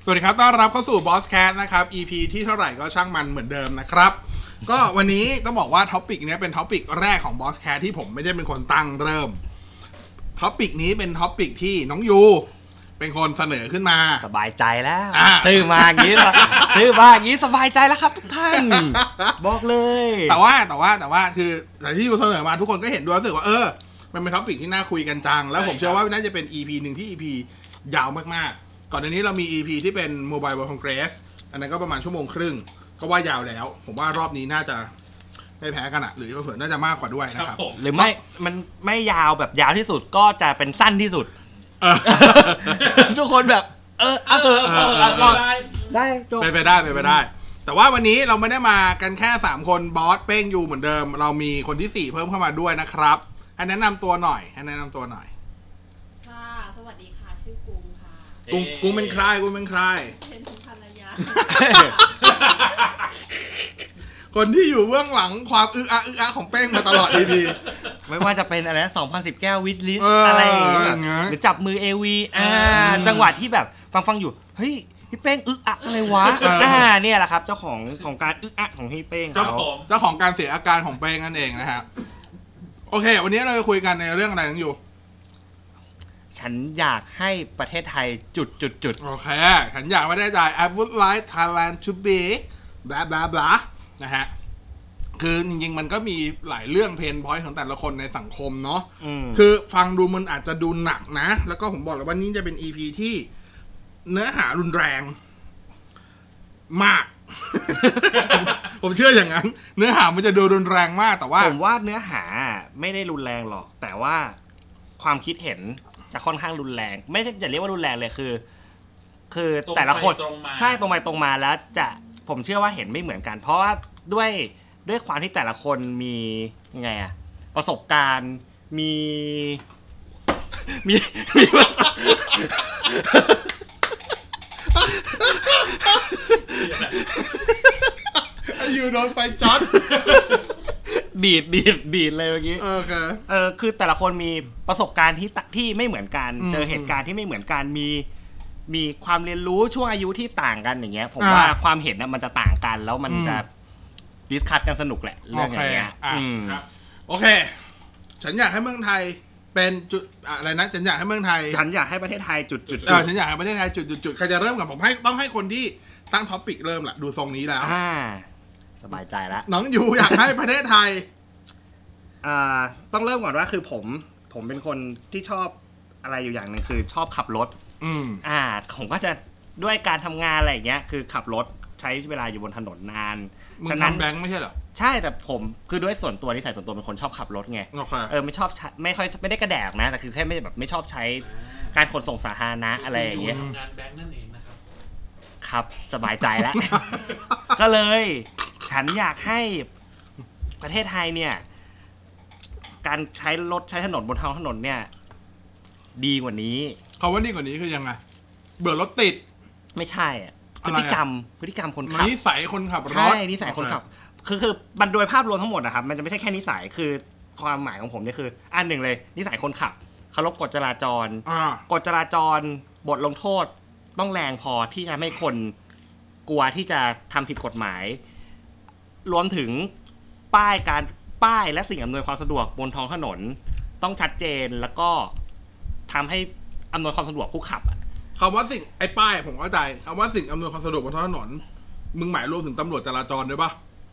สวัสดีครับต้อนรับเข้าสู่ Bosscat นะครับ EP ที่เท่าไหร่ก็ช่างมันเหมือนเดิมนะครับก็วันนี้ต้องบอกว่าท็อปิกนี้เป็นท็อปิกแรกของ Bosscat ที่ผมไม่ได้เป็นคนตั้งเริ่มท็อปิกนี้เป็นท็อปิกที่น้องยูเป็นคนเสนอขึ้นมาสบายใจแล้วชื่อมาอย่างนี้สบายใจแล้วครับทุกท่านบอกเลยแต่ว่าคือแต่ที่ยูเสนอมาทุกคนก็เห็นด้วยรู้สึกว่ามันเป็นท็อปิกที่น่าคุยกันจังแล้วผมเชื่อว่าน่าจะเป็น EP หนึ่งที่ EP ยาวมากๆก่อนหน้านี้เรามี EP ที่เป็น Mobile World Congress อันนั้นก็ประมาณชั่วโมงครึ่งก็ว่ายาวแล้วผมว่ารอบนี้น่าจะไม่แพ้กันหรือเผื่อน่าจะมากกว่าด้วยนะครับหรือไม่มันไม่ยาวแบบยาวที่สุดก็จะเป็นสั้นที่สุดทุกคนแบบได้จบไปได้แต่ว่าวันนี้เราไม่ได้มากันแค่3คนบอสเป้งยูเหมือนเดิมเรามีคนที่4เพิ่มเข้ามาด้วยนะครับให้แนะนำตัวหน่อยค่ะสวัสดีค่ะชื่อกุ้งค่ะกุ้งเป็นใครเป็นภรรยาคนที่อยู่เบื้องหลังความอึะของเป้งมาตลอด EP ไม่ว่าจะเป็นอะไรนะ2010แก้ววิชลิสอะไรหรือจับมือ AV จังหวะที่แบบฟังอยู่เฮ้ยพี่เป้งอะไรวะเนี่ยแหละครับเจ้าของการของพี่เป้งเจ้าของการเสียอาการของเป้งนั่นเองนะฮะโอเควันนี้เราจะคุยกันในเรื่องอะไรกันอยู่ฉันอยากให้ประเทศไทยจุดโอเคฉันอยากไม่ได้ใจ I would like Thailand to be blah blah blah นะฮะคือจริงๆมันก็มีหลายเรื่องเพนพอยต์ของแต่ละคนในสังคมเนาะคือฟังดูมันอาจจะดูหนักนะแล้วก็ผมบอกเลยว่านี่จะเป็น EP ที่เนื้อหารุนแรงมาก ผมเชื่ออย่างนั้นเนื้อหามันจะดูรุนแรงมากแต่ว่าผมว่าเนื้อหาไม่ได้รุนแรงหรอกแต่ว่าความคิดเห็นจะค่อนข้างรุนแรงไม่ใช่จะเรียกว่ารุนแรงเลยคือแต่ละคนใช่ตรงไปตรงมาแล้วจะผมเชื่อว่าเห็นไม่เหมือนกันเพราะว่าด้วยความที่แต่ละคนมียังไงอะประสบการณ์มีอยู่โดนไฟช็อตดีดเลยเมื่อกี้คือแต่ละคนมีประสบการณ์ที่ไม่เหมือนกันเจอเหตุการณ์ที่ไม่เหมือนกันมีความเรียนรู้ช่วงอายุที่ต่างกันอย่างเงี้ยผมว่าความเห็นมันจะต่างกันแล้วมันจะดิสคัสกันสนุกแหละเรื่องอย่างเงี้ยโอเคฉันอยากให้เมืองไทยเป็นจุดอะไรนะฉันอยากให้เมืองไทยฉันอยากให้ประเทศไทยจุดฉันอยากให้ประเทศไทยจุดใครจะเริ่มกับผมต้องให้คนที่ตั้งท็อปิกเริ่มแหละดูทรงนี้แล้วสบายใจแล้วน้องยูอยากให้ประเทศไทยต้องเริ่มก่อนว่าคือผมเป็นคนที่ชอบอะไรอยู่อย่างนึงคือชอบขับรถผมก็จะด้วยการทำงานอะไรอย่างเงี้ยคือขับรถใช้เวลาอยู่บนถนนนานฉะนั้นแบงค์ไม่ใช่เหรอใช่แต่ผมคือด้วยส่วนตัวนิสัยส่วนตัวเป็นคนชอบขับรถไงไม่ชอบไม่ได้กระแดกนะแต่คือแค่ไม่ชอบใช้การขนส่งสาธารณะอะไรอย่างเงี้ยทำงานแบงค์นั่นเองนะครับครับสบายใจแล้ว ก็เลยฉันอยากให้ประเทศไทยเนี่ยการใช้รถใช้ถนนบนท้องถนนเนี่ยดีกว่านี้คำว่าดีกว่านี้คือยังไงเบื่อรถติดไม่ใช่พฤติกรรมคนขับนิสัยคนขับรถใช่นิสัยคนขับคือมันโดยภาพรวมทั้งหมดนะครับมันจะไม่ใช่แค่นิสัยคือความหมายของผมเนี่ยคืออันหนึ่งเลยนิสัยคนขับเคารพกฎจราจรกฎจราจรบทลงโทษต้องแรงพอที่จะไม่คนกลัวที่จะทำผิดกฎหมายรวมถึงป้ายและสิ่งอำนวยความสะดวกบนท้องถนนต้องชัดเจนแล้วก็ทำให้อำนวยความสะดวกผู้ขับคำว่าสิ่งไอ้ป้ายผมเข้าใจคำว่าสิ่งอำนวยความสะดวกบนท้องถนนมึงหมายรวมถึงตำรวจจราจรด้วยปะ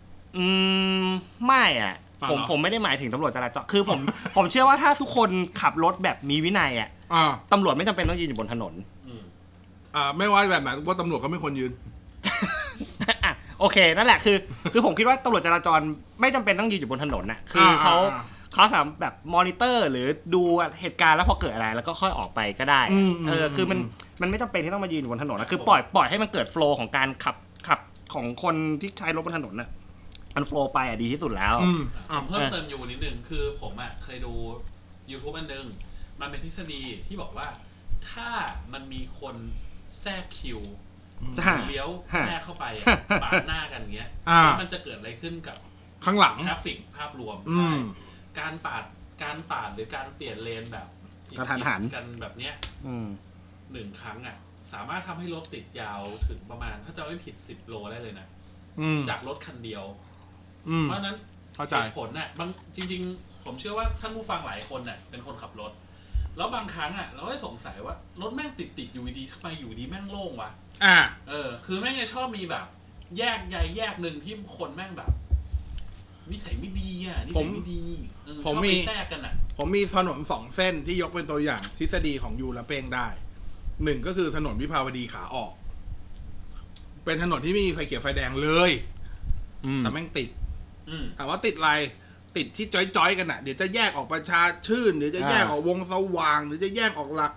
ไม่ผมไม่ได้หมายถึงตำรวจจราจรคือผมเชื่อว่าถ้าทุกคนขับรถแบบมีวินัยตำรวจไม่จำเป็นต้องยืนอยู่บนถนนไม่ว่าแบบไหนว่าตำรวจก็ไม่ควรยืนโอเคนั่นแหละคือผมคิดว่าตำรวจจราจรไม่จำเป็นต้องยืนอยู่บนถนนนะคือเขาสามารถแบบมอนิเตอร์หรือดูเหตุการณ์แล้วพอเกิดอะไรแล้วก็ค่อยออกไปก็ได้คือมันไม่จำเป็นที่ต้องมายืนอยู่บนถนนนะคือปล่อยให้มันเกิดโฟลว์ของการขับของคนที่ใช้รถบนถนนน่ะมันโฟลว์ไปดีที่สุดแล้วเพิ่มเติมอยู่นิดนึงคือผมเคยดู YouTube อันนึงมันเป็นทฤษฎีที่บอกว่าถ้ามันมีคนแทรกคิวเลี้ยวแทรกเข้าไปปาดหน้ากันเงี้ยมันจะเกิดอะไรขึ้นกับข้างหลังทราฟฟิกภาพรวมการปาดหรือการเปลี่ยนเลนแบบกระทันหันกันแบบเนี้ย1 ครั้งสามารถทำให้รถติดยาวถึงประมาณถ้าจะไม่ผิด10 โลได้เลยนะจากรถคันเดียวเพราะนั้นเหตุผลน่ะบางจริงๆผมเชื่อว่าท่านผู้ฟังหลายคนน่ะเป็นคนขับรถแล้วบางครั้งอ่ะเราก็สงสัยว่ารถแม่งติดอยู่ดีทำไมอยู่ดีแม่งโล่งวะคือแม่งจะชอบมีแบบแยกใยแยกหนึ่งที่คนแม่งแบบนิสัยไม่ดีอ่ะนิสัยไม่ดีผมมีแทรกกันอ่ะผมมีถนน2 เส้นที่ยกเป็นตัวอย่างทฤษฎีของยูและเป้งได้1ก็คือถนนวิภาวดีขาออกเป็นถนนที่ไม่มีไฟเขียวไฟแดงเลยแต่แม่งติดถามว่าติดอะไรติดที่จ้อยๆกันอ่ะเดี๋ยวจะแยกออกประชาชื่นเดี๋ยวจะแยกออกวงสว่างเดี๋ยวจะแยกออกหลัก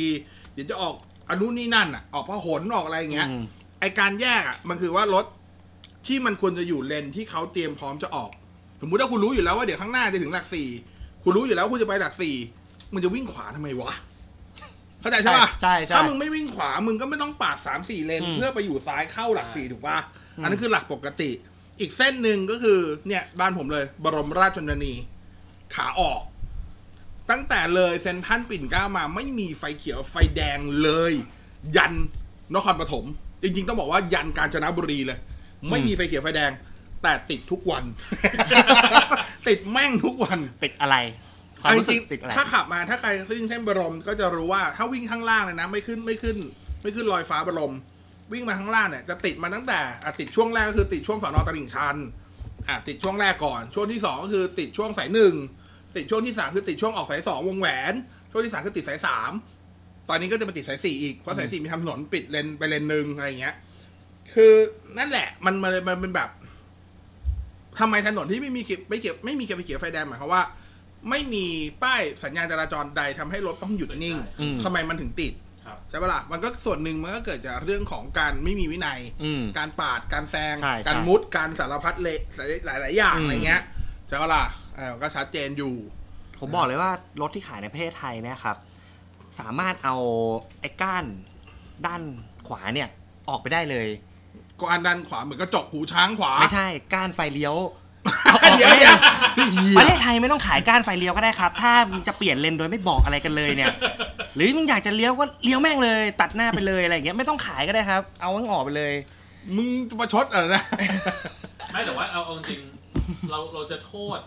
4เดี๋ยวจะออกอนุนี่นั่นอ่ะออกพหลออกอะไรอย่างเงี้ยไอการแยกอ่ะมันคือว่ารถที่มันควรจะอยู่เลนที่เขาเตรียมพร้อมจะออกสมมุติว่าคุณรู้อยู่แล้วว่าเดี๋ยวข้างหน้าจะถึงหลัก4คุณรู้อยู่แล้วคุณจะไปหลัก4มึงจะวิ่งขวาทำไมวะเข้าใจใช่ป่ะใช่ถ้ามึงไม่วิ่งขวามึงก็ไม่ต้องปาด 3-4 เลนเพื่อไปอยู่ซ้ายเข้าหลัก4ถูกป่ะอันนั้นคือหลักปกติอีกเส้นหนึ่งก็คือเนี่ยบ้านผมเลยบรมราชชนนีขาออกตั้งแต่เลยเซ็นทรัลปิ่นเกล้ามาไม่มีไฟเขียวไฟแดงเลยยันนครปฐมจริงๆต้องบอกว่ายันกาญจนบุรีเลยไม่มีไฟเขียวไฟแดงแต่ติดทุกวัน ติดแม่งทุกวันติดอะไรจริงๆถ้าขับมาถ้าใครวิ่งเส้นบรมก็จะรู้ว่าถ้าวิ่งข้างล่างเลยนะไม่ขึ้นลอยฟ้าบรมวิ่งมาข้างล่างเนี่ยจะติดมาตั้งแต่ติดช่วงแรกก็คือติดช่วงสน.ตลิ่งชันติดช่วงแรกก่อนช่วงที่2ก็คือติดช่วงสาย1ติดช่วงที่3คือติดช่วงออกสาย2วงแหวนช่วงที่3คือติดสาย3ตอนนี้ก็จะมาติดสาย4อีกเพราะสาย4มีทำถนนปิดเลนไปเลนนึงอะไรอย่างเงี้ยคือนั่นแหละมันเป็นแบบทำไมถนนที่ไม่มีไฟเขียวไฟแดงหมายความว่าไม่มีป้ายสัญญาณจราจรใดทำให้รถต้องหยุดนิ่งทำไมมันถึงติดใช่ปะล่ะมันก็ส่วนหนึ่งมันก็เกิดจากเรื่องของการไม่มีวินัยการปาดการแซงการมุดการสารพัดเละหลายอย่างอะไรเงี้ยใช่ปะล่ะก็ชัดเจนอยู่ผมบอกเลยว่ารถที่ขายในประเทศไทยนะครับสามารถเอาไอ้ก้านด้านขวาเนี่ยออกไปได้เลยก้านด้านขวาเหมือนกระจกหูช้างขวาไม่ใช่ก้านไฟเลี้ยวเดี๋ยวประเทศไทยไม่ต้องขายก้านไฟเลี้ยวก็ได้ครับถ้าจะเปลี่ยนเลนโดยไม่บอกอะไรกันเลยเนี่ยหรือมึงอยากจะเลี้ยวก็เลี้ยวแม่งเลยตัดหน้าไปเลยอะไรอย่างเงี้ยไม่ต้องขายก็ได้ครับเอามันออกไปเลยมึงประชดอะไรนะไม่แต่ว่าเอาจริงเราจะโทษ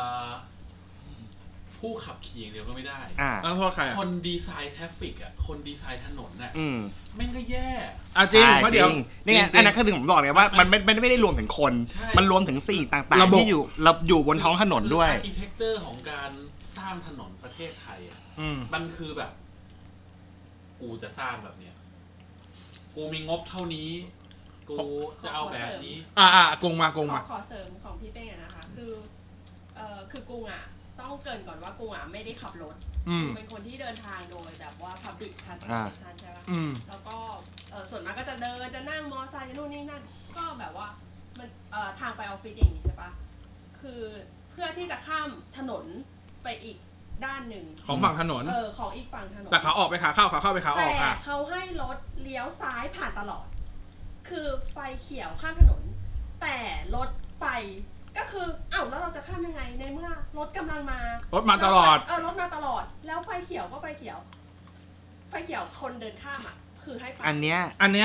ผู้ขับขี่อย่างเดียวก็ไม่ได้แล้วโทษใครคนดีไซน์ทราฟฟิกอ่ะคนดีไซน์ถนนน่ะแม่งก็แย่จริงเพราะเดี๋ยวนี่ไงอันนั้นคือผมบอกเลยว่ามันไม่ได้รวมถึงคนมันรวมถึงสิ่งต่างๆที่อยู่บนท้องถนนด้วยอาร์คิเทคเจอร์ของการสร้างถนนประเทศไทยอ่ะมันคือแบบกูจะสร้างแบบเนี้ยกูมีงบเท่านี้กูจะเอาแบบนี้กงมาขอเสริมของพี่เป้นะคะคือกุ้งต้องเกริ่นก่อนว่ากุ้งไม่ได้ขับรถเป็นคนที่เดินทางโดยแบบว่า public transportation ใช่ไหมแล้วก็ส่วนมากก็จะเดินจะนั่งมอไซค์จะนู่นนี่นั่นก็แบบว่ามันทางไปออฟฟิศอย่างนี้ใช่ปะคือเพื่อที่จะข้ามถนนไปอีกด้านหนึ่งของฝั่งถนนของอีกฝั่งถนนแต่ขาออกไปขาเข้าไปขาออกแต่เขาให้รถเลี้ยวซ้ายผ่านตลอดคือไฟเขียวข้ามถนนแต่รถไปก็คือแล้วเราจะข้ามยังไงในเมื่อรถกำลังมารถมาตลอดรถมาตลอดแล้วไฟเขียวก็ไฟเขียวคนเดินข้ามคือให้ไปอันเนี้ย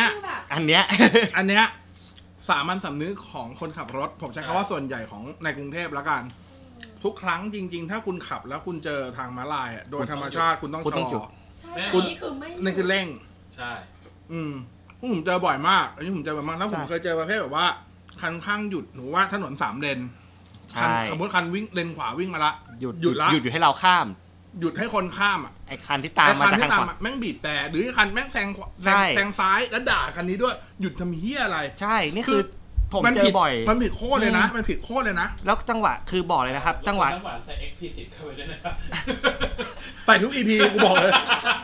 สามัญสำนึกของคนขับรถผมใช้คำว่าส่วนใหญ่ของในกรุงเทพแล้วกันทุกครั้งจริงๆถ้าคุณขับแล้วคุณเจอทางม้าลายโดยธรรมชาติคุณต้องชะลอคุณนี่คือไม่นั่นคือเร่งใช่ผมเจอบ่อยมากอันนี้ผมเจอบ่อยมากแล้วผมเคยเจอประเภทแบบว่าคันข้างหยุดหนูว่าถนน3 เลนสมมติคันวิ่งเลนขวาวิ่งมาละหยุดให้เราข้ามหยุดให้คนข้ามไอ้คันที่ตามมาจากคันขวาแม่งบีบแต่หรือคันแม่งแซงซ้ายแล้วด่าคันนี้ด้วยหยุดทำเหี้ยอะไรใช่นี่คือผมเจอบ่อยมันผิดโคตรเลยนะแล้วจังหวะคือบอกเลยนะครับจังหวะใส่ explicit เข้าไปด้วยนะครับใส่ทุก EP กูบอกเลย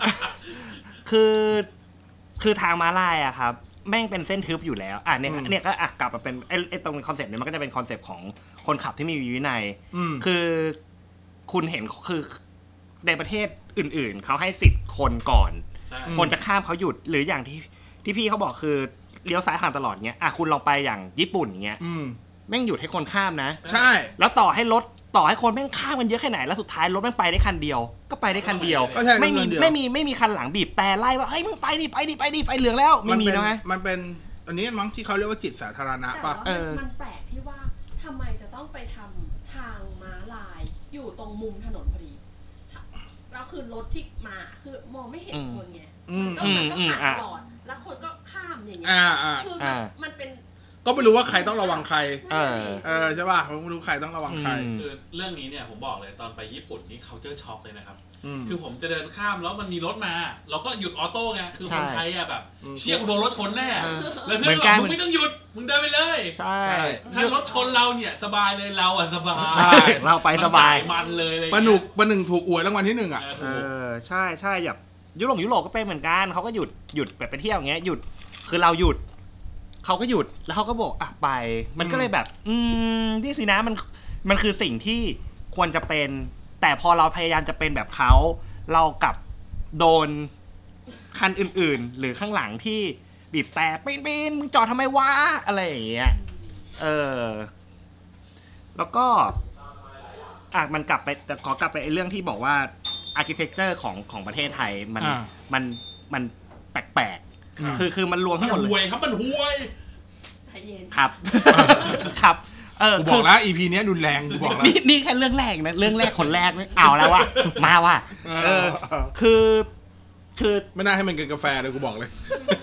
คือทางม้าลายอะครับแม่งเป็นเส้นทึบอยู่แล้วเนี่ยก็กลับมาเป็นไอ้ตรงคอนเซ็ปต์เนี่ยมันก็จะเป็นคอนเซ็ปต์ของคนขับที่มีวินัยคือคุณเห็นคือในประเทศอื่นๆเขาให้สิทธิ์คนก่อนคนจะข้ามเขาหยุดหรืออย่างที่พี่เขาบอกคือเลี้ยวซ้ายผ่านตลอดเงี้ยคุณลองไปอย่างญี่ปุ่นเงี้ยแม่งหยุดให้คนข้ามนะใช่แล้วต่อให้คนแม่งข้ามกันเยอะแค่ไหนแล้วสุดท้ายรถแม่งไปได้คันเดียวก็ไปได้คันเดียวไม่มีคันหลังบีบแต่ไล่ว่าเฮ้ยมึงไปดิไฟเหลืองแล้วไม่มีนะมันเป็นอันนี้มั้งที่เขาเรียกว่าจิตสาธารณะป่ะมันแปลกที่ว่าทำไมจะต้องไปทำทางม้าลายอยู่ตรงมุมถนนพอดีแล้วคือรถที่มาคือมองไม่เห็นคนไงมันก็ผ่านตลอดแล้วคนก็ข้ามอย่างเงี้ยคือมันเป็นก็ไม่รู้ว่าใครต้องระวังใครใช่ป่ะผมไม่รู้ใครต้องระวังใครคือเรื่องนี้เนี่ยผมบอกเลยตอนไปญี่ปุ่นนี่ culture shock เลยนะครับคือผมจะเดินข้ามแล้วมันมีรถมาเราก็หยุดออโต้ไงคือคนไทยอ่ะแบบเชี่ยกูโดนรถชนแน่แล้วเพื่อนบอกมึงไม่ต้องหยุดมึงเดินไปเลยใช่ถ้ารถชนเราเนี่ยสบายเลยเราอ่ะสบายเราไปสบายมันเลยประหนึ่งถูกอวยรางวัลที่1อ่ะใช่แบบยุโรปก็เป็นเหมือนกันเขาก็หยุดไปเที่ยวอย่างเงี้ยหยุดคือเราหยุดเขาก็หยุดแล้วเขาก็บอกอ่ะไปมันก็เลยแบบที่สินะมันคือสิ่งที่ควรจะเป็นแต่พอเราพยายามจะเป็นแบบเขาเรากลับโดนคันอื่นๆหรือข้างหลังที่บีบแต่ปีนมึงจอดทำไมวะอะไรอย่างเงี้ยแล้วก็มันกลับไปแต่ขอกลับไปไอ้เรื่องที่บอกว่าอาร์คิเทคเจอร์ของประเทศไทยมันแปลกคือมันรวมทั้งหมดเลยมันห่วยใจเย็นครับครับกูบอกแล้ว EP เนี้ยรุนแรงกูบอกแล้วนี่แค่เรื่องแรกนะเรื่องแรกคนแรกไม่เอาแล้วว่ะมาว่ะคือไม่น่าให้มันกินกาแฟเลยกูบอกเลย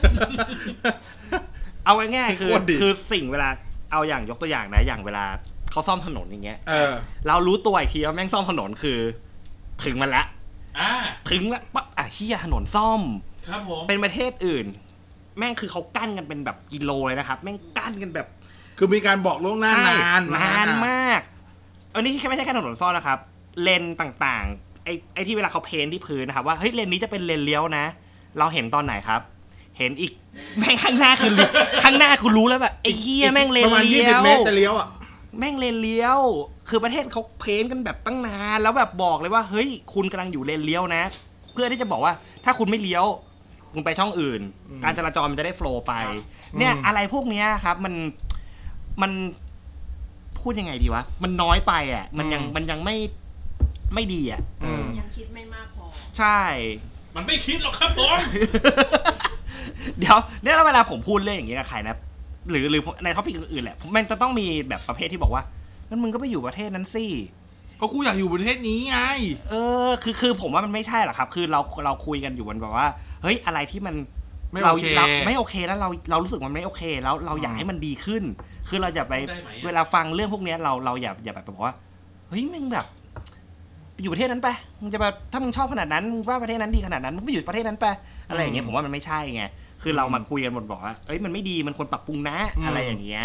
เอาง่ายๆคือสิ่งเวลาเอาอย่างยกตัวอย่างนะอย่างเวลาเขาซ่อมถนนอย่างเงี้ยเรารู้ตัวอีกทีว่าแม่งซ่อมถนนคือถึงมันละถึงแล้วปั๊บเฮียถนนซ่อมครับผมเป็นประเทศอื่นแม่งคือเขากั้นกันเป็นแบบกิโลเลยนะครับแม่งกั้นกันแบบคือมีการบอกล่วงหน้านานมากอันนี้ไม่ใช่แค่ถนนซ่อมนะครับเลนต่างๆไอ้ที่เวลาเขาเพ้นที่พื้นนะครับว่าเฮ้ยเลนนี้จะเป็นเลนเลี้ยวนะเราเห็นตอนไหนครับเห็นอีกแม่งข้างหน้าคือรู้แล้วแบบไอ้เหี้ยแม่งเลนเลี้ยวประมาณ20 เมตรจะเลี้ยวอ่ะแม่งเลนเลี้ยวคือประเทศเขาเพ้นกันแบบตั้งนานแล้วแบบบอกเลยว่าเฮ้ยคุณกำลังอยู่เลนเลี้ยวนะเพื่อที่จะบอกว่าถ้าคุณไม่เลี้ยวคุณไปช่องอื่นการจราจรมันจะได้โฟลว์ไปเนี่ยอะไรพวกนี้ครับมันพูดยังไงดีวะมันน้อยไปอ่ะมันยังไม่ดีอ่ะยังคิดไม่มากพอใช่มันไม่คิดหรอกครับผมเดี๋ยวเนี่ยเวลาผมพูดเรื่องอย่างเงี้ยกับใครนะหรือในท็อปิกอื่นๆแหละมันจะต้องมีแบบประเภทที่บอกว่างั้นมึงก็ไปอยู่ประเทศนั้นสิก็กูอยากอยู่ประเทศนี้ไงคือผมว่ามันไม่ใช่หรอกครับคือเราคุยกันอยู่บนแบบว่าเฮ้ยอะไรที่มันไม่โอเคไม่โอเคแล้วเรารู้สึกมันไม่โอเคแล้วเราอยากให้มันดีขึ้นคือเราอย่าไปเวลาฟังเรื่องพวกนี้เราอย่าแบบบอกว่าเฮ้ยมึงแบบอยู่ประเทศนั้นไปมึงจะแบบถ้ามึงชอบขนาดนั้นว่าประเทศนั้นดีขนาดนั้นมึงไปอยู่ประเทศนั้นไปอะไรอย่างเงี้ยผมว่ามันไม่ใช่ไงคือเรามาคุยกันบนบอกว่าเอ้ยมันไม่ดีมันควรปรับปรุงนะอะไรอย่างเงี้ย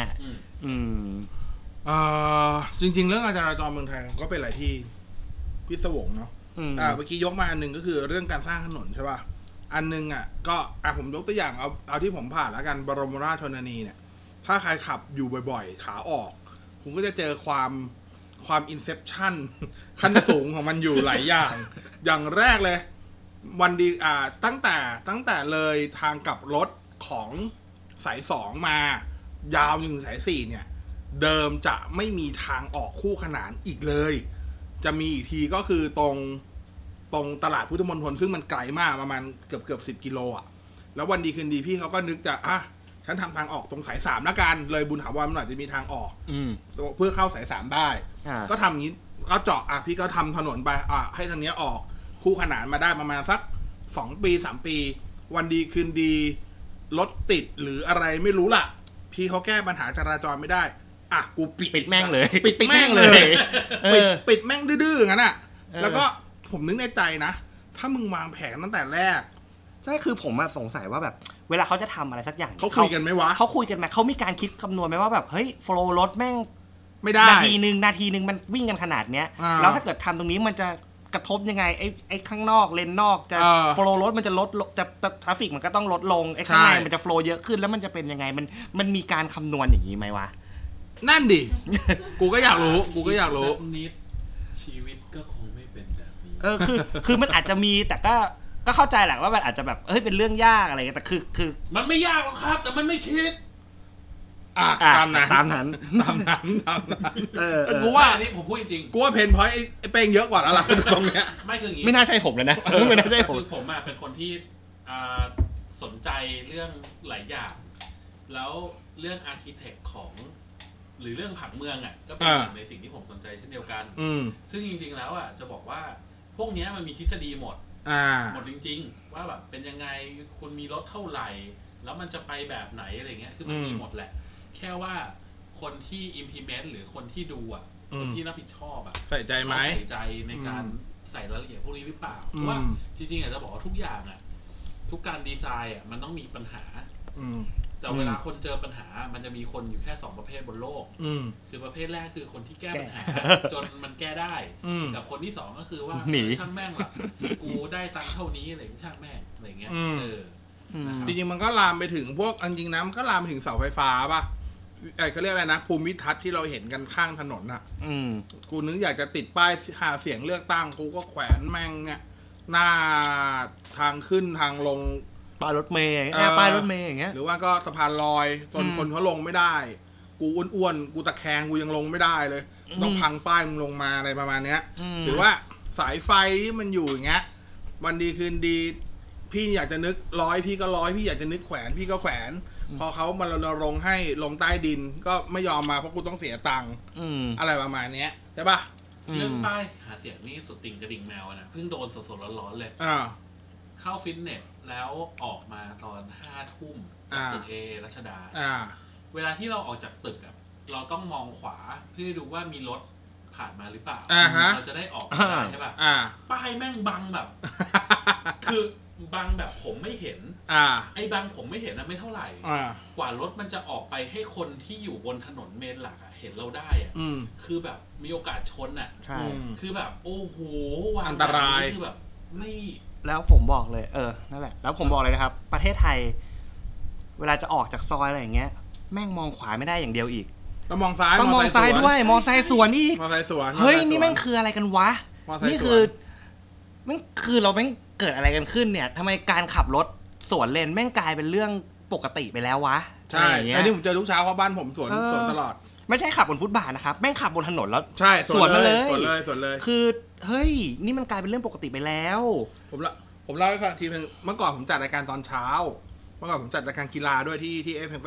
จริงๆเรื่องการจราจรเมืองไทยก็เป็นอะไรที่พิศวงเนาะเมื่อกี้ยกมาอันนึงก็คือเรื่องการสร้างถนนใช่ป่ะอันนึงก็ผมยกตัวอย่างเอาที่ผมผ่านแล้วกันบรมราชชนนีเนี่ยถ้าใครขับอยู่บ่อยๆขาออกคุณก็จะเจอความอินเซปชั่นขั้นสูงของมันอยู่หลายอย่างอย่างแรกเลยวันดีตั้งแต่เลยทางกลับรถของสาย2มายาวถึงสาย4เนี่ยเดิมจะไม่มีทางออกคู่ขนานอีกเลยจะมีอีกทีก็คือตรงตลาดพุทธมณฑลซึ่งมันไกลมากประมาณเกือบ10 กิโลอ่ะแล้ววันดีคืนดีพี่เขาก็นึกจะฉันทำทางออกตรงสาย3แล้วกันเลยบุญถาวรหน่อยจะมีทางออกเพื่อเข้าสาย3ได้ก็ทำงี้ก็เจาะพี่ก็ทำถนนไปให้ทางนี้ออกคู่ขนานมาได้ประมาณสัก2 ปี 3 ปีวันดีคืนดีรถติดหรืออะไรไม่รู้ล่ะพี่เขาแก้ปัญหาจราจรไม่ได้กูปิดแม่งเลยปิดแม่งเลยปิดแม่งดื้อๆงั้นแล้วก็ผมนึกในใจนะถ้ามึงวางแผนตั้งแต่แรกใช่คือผมสงสัยว่าแบบเวลาเขาจะทำอะไรสักอย่างเขาคุยกันไหมวะเขาคุยกันไหมเขามีการคิดคำนวณไหมว่าแบบเฮ้ยโฟล์รถแม่งไม่ได้นาทีนึงมันวิ่งกันขนาดเนี้ยแล้วถ้าเกิดทำตรงนี้มันจะกระทบยังไงไอ้ข้างนอกเลนนอกจะโฟล์รถมันจะลดจะทราฟฟิกมันก็ต้องลดลงไอ้ข้างในมันจะโฟล์เยอะขึ้นแล้วมันจะเป็นยังไงมันมีการคำนวณอย่างนี้ไหมวะนั่นดิ กูก็อยากรู้นิดชีวิตก็คงไม่เป็นแบบนี้คือมันอาจจะมีแต่ก็เข้าใจแหละว่ามันอาจจะแบบเป็นเรื่องยากอะไรแต่คือมันไม่ยากหรอกครับแต่มันไม่คิดตามนั้นกูว่าอันนี้ผมพูดจริงกูว่าเพนพอยต์ไอ้เป้งเยอะกว่าแล้วล่ะตรงเนี้ยไม่คืออย่างงี้ไม่น่าใช่ผมเลยนะไม่น่าใช่ผมคือผมเป็นคนที่สนใจเรื่องหลายอย่างแล้วเรื่องอาร์คิเทคของหรือเรื่องผังเมืองก็เป็นหนึ่งในสิ่งที่ผมสนใจเช่นเดียวกันซึ่งจริงๆแล้วจะบอกว่าพวกนี้มันมีทฤษฎีหมดจริงๆว่าแบบเป็นยังไงคุณมีรถเท่าไหร่แล้วมันจะไปแบบไหนอะไรเงี้ยคือมันมีหมดแหละแค่ว่าคนที่ implement หรือคนที่ดูคนที่รับผิดชอบใส่ใจไหมใส่ใจในการใส่รายละเอียดพวกนี้หรือเปล่าเพราะว่าจริงๆจะบอกว่าทุกอย่างทุกการดีไซน์มันต้องมีปัญหาแต่เวลาคนเจอปัญหามันจะมีคนอยู่แค่2ประเภทบนโลกคือประเภทแรกคือคนที่แก้ปัญหาจนมันแก้ได้กับคนที่2ก็คือว่าช่างแม่งล่ะกูได้ตังค์เท่านี้อะไรช่างแม่งอะไรเงี้ยจริงๆมันก็ลามไปถึงพวกจริงๆนะมันก็ลามไปถึงเสาไฟฟ้าป่ะเขาเรียกอะไรนะภูมิทัศน์ที่เราเห็นกันข้างถนนกูนึกอยากจะติดป้ายหาเสียงเลือกตั้งกูก็แขวนแม่งเนี่ยหน้าทางขึ้นทางลงป้ายรถเมย์ป้ายรถเมย์อย่างเงี้ยหรือว่าก็สะพานลอยจนคนเขาลงไม่ได้กูอ้วนๆกูตะแคงกูยังลงไม่ได้เลยต้องพังป้ายมึงลงมาอะไรประมาณเนี้ยหรือว่าสายไฟที่มันอยู่อย่างเงี้ยวันดีคืนดีพี่อยากจะนึกร้อยพี่ก็ร้อยพี่อยากจะนึกแขวนพี่ก็แขวนพอเขามารณรงค์ให้ลงใต้ดินก็ไม่ยอมมาเพราะกูต้องเสียตังค์อะไรประมาณเนี้ยใช่ป่ะเรื่องป้ายหาเสียงนี่สุดติ่งกระดิ่งแมวนะเพิ่งโดนสดๆร้อนๆเลยเข้าฟิตเนสแล้วออกมาตอน5 ทุ่มจากตึกเอรัชดาเวลาที่เราออกจากตึกเราต้องมองขวาเพื่อดูว่ามีรถผ่านมาหรือเปล่าเราจะได้ออกได้ใช่ป่ะป้ายแม่งบังแบบคือบังแบบผมไม่เห็นไอ้บังผมไม่เห็นไม่เท่าไหร่กว่ารถมันจะออกไปให้คนที่อยู่บนถนนเมนหลักเห็นเราได้คือแบบมีโอกาสชนใช่คือแบบโอ้โหอันตรายคือแบบไม่แล้วผมบอกเลยนั่นแหละแล้วผมบอกเลยนะครับประเทศไทยเวลาจะออกจากซอยอะไรอย่างเงี้ยแม่งมองขวาไม่ได้อย่างเดียวอีกต้องมองซ้ายต้องมองซ้ายด้วยมองซ้ายสวนอีกมองซ้ายสวนเฮ้ยนี่แม่งคืออะไรกันวะนี่คือแม่งคือเราแม่งเกิดอะไรกันขึ้นเนี่ยทำไมการขับรถสวนเลนแม่งกลายเป็นเรื่องปกติไปแล้ววะใช่อันนี้ผมเจอทุกเช้าเพราะบ้านผมสวนตลอดไม่ใช่ขับบนฟุตบาทนะครับแม่งขับบนถนนแล้วใช่สวนมาเลยสวนเลยคือเฮ้ยนี่มันกลายเป็นเรื่องปกติไปแล้วผมเล่าให้ฟังทีนึงเมื่อก่อนผมจัดรายการตอนเช้าเมื่อก่อนผมจัดรายการกีฬาด้วยที่ FM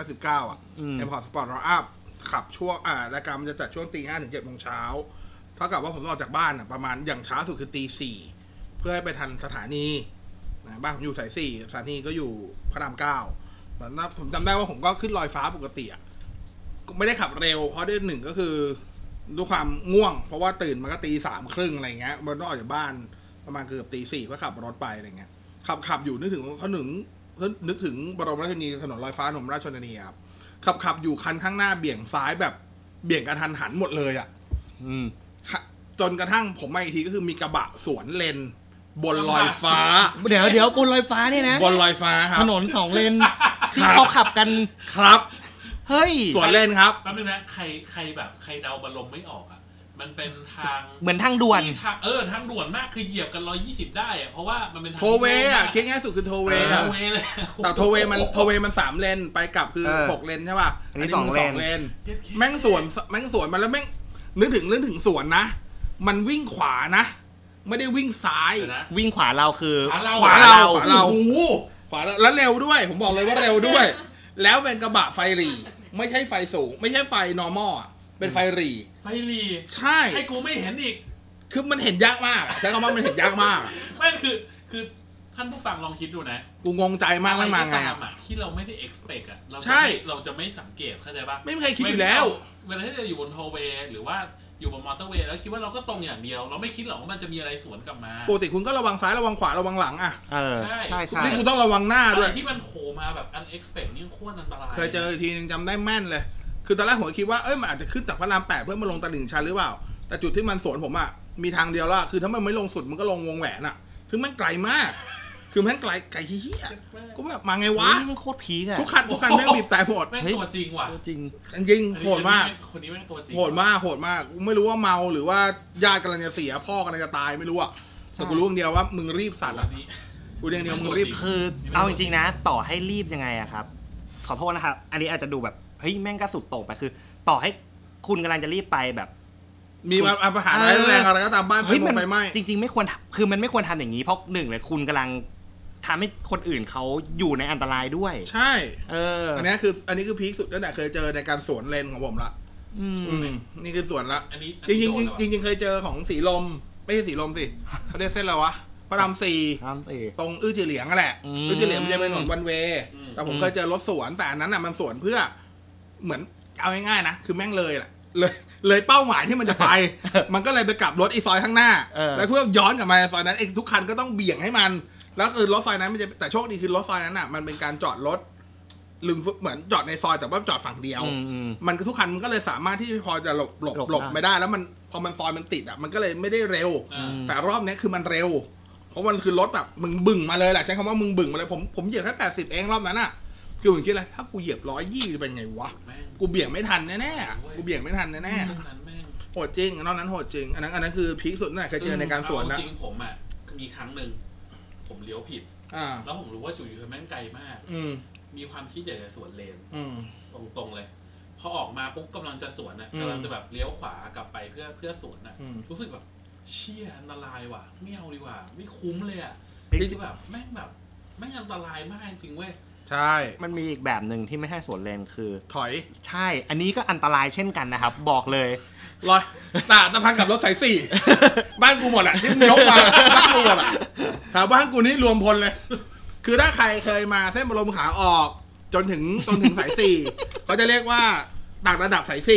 99M Sport Rock Up ขับช่วงรายการมันจะจัดช่วง 5:00 ถึง 7:00 น.เท่ากับว่าผมออกจากบ้านประมาณอย่างช้าสุดคือ 4:00 เพื่อให้ไปทันสถานีบ้านผมอยู่สาย 4สถานีก็อยู่พระราม 9ตอนนั้นผมจำได้ว่าผมก็ขึ้นลอยฟ้าปกติไม่ได้ขับเร็วเพราะด้วย1ก็คือด้วยความง่วงเพราะว่าตื่นมาก็ 3:30 อะไรเงี้ยมันต้องออกจากบ้านประมาณเกือบ 4:00 ก็ขับรถไปอะไรเงี้ยขับอยู่นึกถึงบรมราชชนนีถนนลอยฟ้าถนนราชชนนีครับขับอยู่คันข้างหน้าเบี่ยงซ้ายแบบเบี่ยงกระทันหันหมดเลยจนกระทั่งผมมาอีกทีก็คือมีกระบะสวนเลนบนลอยฟ้าเดี๋ยวบนลอยฟ้าเนี่ยนะบนลอยฟ้าครับถนน2เลนที่เขาขับกันครับเฮ้ยสวนเลนครับแป๊บนึงนะใครแบบใครเดาบรมไม่ออกมันเป็นทางเหมือนทางด่วนทางด่วนมากคือเหยียบกัน120ได้เพราะว่ามันเป็นโทเวคิดง่ายสุดคือโทเวเลยแต่โทเวมัน3 เลนไปกลับคือ6 เลนใช่ป่ะอันนี้2 เลนแม่งสวนมันแล้วแม่งนึกถึงสวนนะมันวิ่งขวานะไม่ได้วิ่งซ้ายวิ่งขวาเราคือขวาเราโอ้โหขวาแล้วเร็วด้วยผมบอกเลยว่าเร็วด้วยแล้วเป็นกระบะไฟหรี่ไม่ใช่ไฟสูงไม่ใช่ไฟ normal เป็นไฟหรี่ใช่ให้กูไม่เห็นอีกคือมันเห็นยากมากใช้คำว่ามันเห็นยากมากไม่คือท่านผู้ฟังลองคิดดูนะกูงงใจมากไม่มาไงที่เราไม่ได้ expect เราจะไม่สังเกตเข้าใจป่ะไม่เคยคิดอยู่แล้วเวลาที่เราอยู่บนโทเวหรือว่าอยู่บนมอเตอร์เวย์แล้วคิดว่าเราก็ตรงอย่างเดียวเราไม่คิดหรอกว่ามันจะมีอะไรสวนกลับมาปกติคุณก็ระวังซ้ายระวังขวาระวังหลังใช่นี่กูต้องระวังหน้าด้วยที่มันโผล่มาแบบ unexpected นี่โคตรอันตรายเคยเจอทีนึงจำได้แม่นเลยคือตอนแรกผมคิดว่ามันอาจจะขึ้นจากพระราม 8เพื่อมาลงตลิ่งชันหรือเปล่าแต่จุดที่มันสวนผมมีทางเดียวละคือถ้ามันไม่ลงสุดมันก็ลงวงแหวนซึ่งมันไกลมากคือมันไกลเหี้ยก็แบบมาไงวะมันโคตรพีคทุกคันแม่งบีบแต่หมดแม่งตัวจริงว่ะจริงโหดมากคนนี้แม่งตัวจริงโหดมากไม่รู้ว่าเมาหรือว่าญาติกำลังจะเสียพ่อกำลังจะตายไม่รู้แต่กูรู้อย่างเดียวว่ามึงรีบสัตว์กูเดียวมึงรีบคือเอาจริงๆนะต่อให้รีบยังไงครับขอโทษนะครับอันนี้อาจจะดูแบบเฮ้ยแม่งก็สุดโต่งไปคือต่อให้คุณกำลังจะรีบไปแบบมีปัญหาแรงอะไรก็ตามบ้านไฟไหม้จริงๆไม่ควรคือมันไม่ควรทำอย่างนี้เพราะหนึ่งเลยคุณกำลังทำให้คนอื่นเขาอยู่ในอันตรายด้วยใช่อันนี้คือพีคสุดตั้งแต่เคยเจอในการสวนเลนของผมละนี่คือสวนละจริงเคยเจอของสีลมไม่ใช่สีลมสิเขาเรียกเส้นอะไรวะพระราม4ตรงอื้อจือเหลียงนั่นแหละอื้อจือเหลียงมันจะเป็นถนนวันเวย์แต่ผมเคยเจอรถสวนแต่อันนั้นอ่ะมันสวนเพื่อเหมือนเอาง่ายๆนะคือแม่งเลยแหละเลยเป้าหมายที่มันจะไปมันก็เลยไปกลับรถอีซอยข้างหน้าแล้วเพื่อย้อนกลับมาซอยนั้นทุกคันก็ต้องเบี่ยงให้มันแล้วคือรถซอยนั้นมันจะแต่โชคดีคือรถซอยนั้นอ่ะมันเป็นการจอดรถลืมเหมือนจอดในซอยแต่ว่าจอดฝั่งเดียวมันทุกคันมันก็เลยสามารถที่พอจะหลบไม่ได้แล้วมันพอมันซอยมันติดอ่ะมันก็เลยไม่ได้เร็วแต่รอบนี้คือมันเร็วเพราะมันคือรถแบบมึงบึ่งมาเลยแหละใช้คำว่ามึงบึ่งมาเลยผมเหยียบแค่80เองรอบนั้นอ่ะคือผมคิดอะไรถ้ากูเหยียบ120จะเป็นไงวะกูเบี่ยงไม่ทันแน่ๆกูเบี่ยงไม่ทันแน่ๆโหดจริงนอกนั้นโหดจริงอันนั้นคือพีคสุดน่ะเคยเจอในการสวนนะจริงผมอ่ะมีครั้งนึงผมเลี้ยวผิดแล้วผมรู้ว่าจุดอยู่แม่งไกลมากมีความคิดอยากจะสวนเลนตรงๆเลยพอออกมาปุ๊บกำลังจะสวนน่ะกำลังจะแบบเลี้ยวขวากลับไปเพื่อสวนน่ะรู้สึกแบบเชี่ยอันตรายว่ะไม่เอาดีกว่าไม่คุ้มเลยอ่ะคือแบบแม่งอันตรายมากจริงเว้ยใช่มันมีอีกแบบหนึ่งที่ไม่ให้สวนเลนคือถอยใช่อันนี้ก็อันตรายเช่นกันนะครับบอกเลยรอยสะพานกับรถสาย4บ้านกูหมดอ่ะที่มึงยกมาบ้านกูอ่ะแถวบ้านกูนี่รวมพลเลยคือถ้าใครเคยมาเส้นบรมขาออกจนถึงสาย4เขาจะเรียกว่าต่างระดับสาย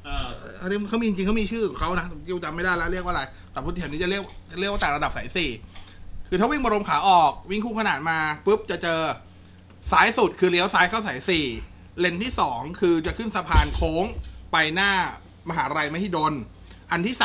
4เขามีจริงเขามีชื่อของเขานะกูจำไม่ได้แล้วเรียกว่าอะไรแต่พุทธแถวนี้จะเรียกว่าต่างระดับสาย4คือถ้าวิ่งบรมขาออกวิ่งคู่ขนานมาปุ๊บจะเจอสายสุดคือเลี้ยวซ้ายเข้าสาย4เลนที่2คือจะขึ้นสะพานโค้งไปหน้ามหาลัยมหิดลอันที่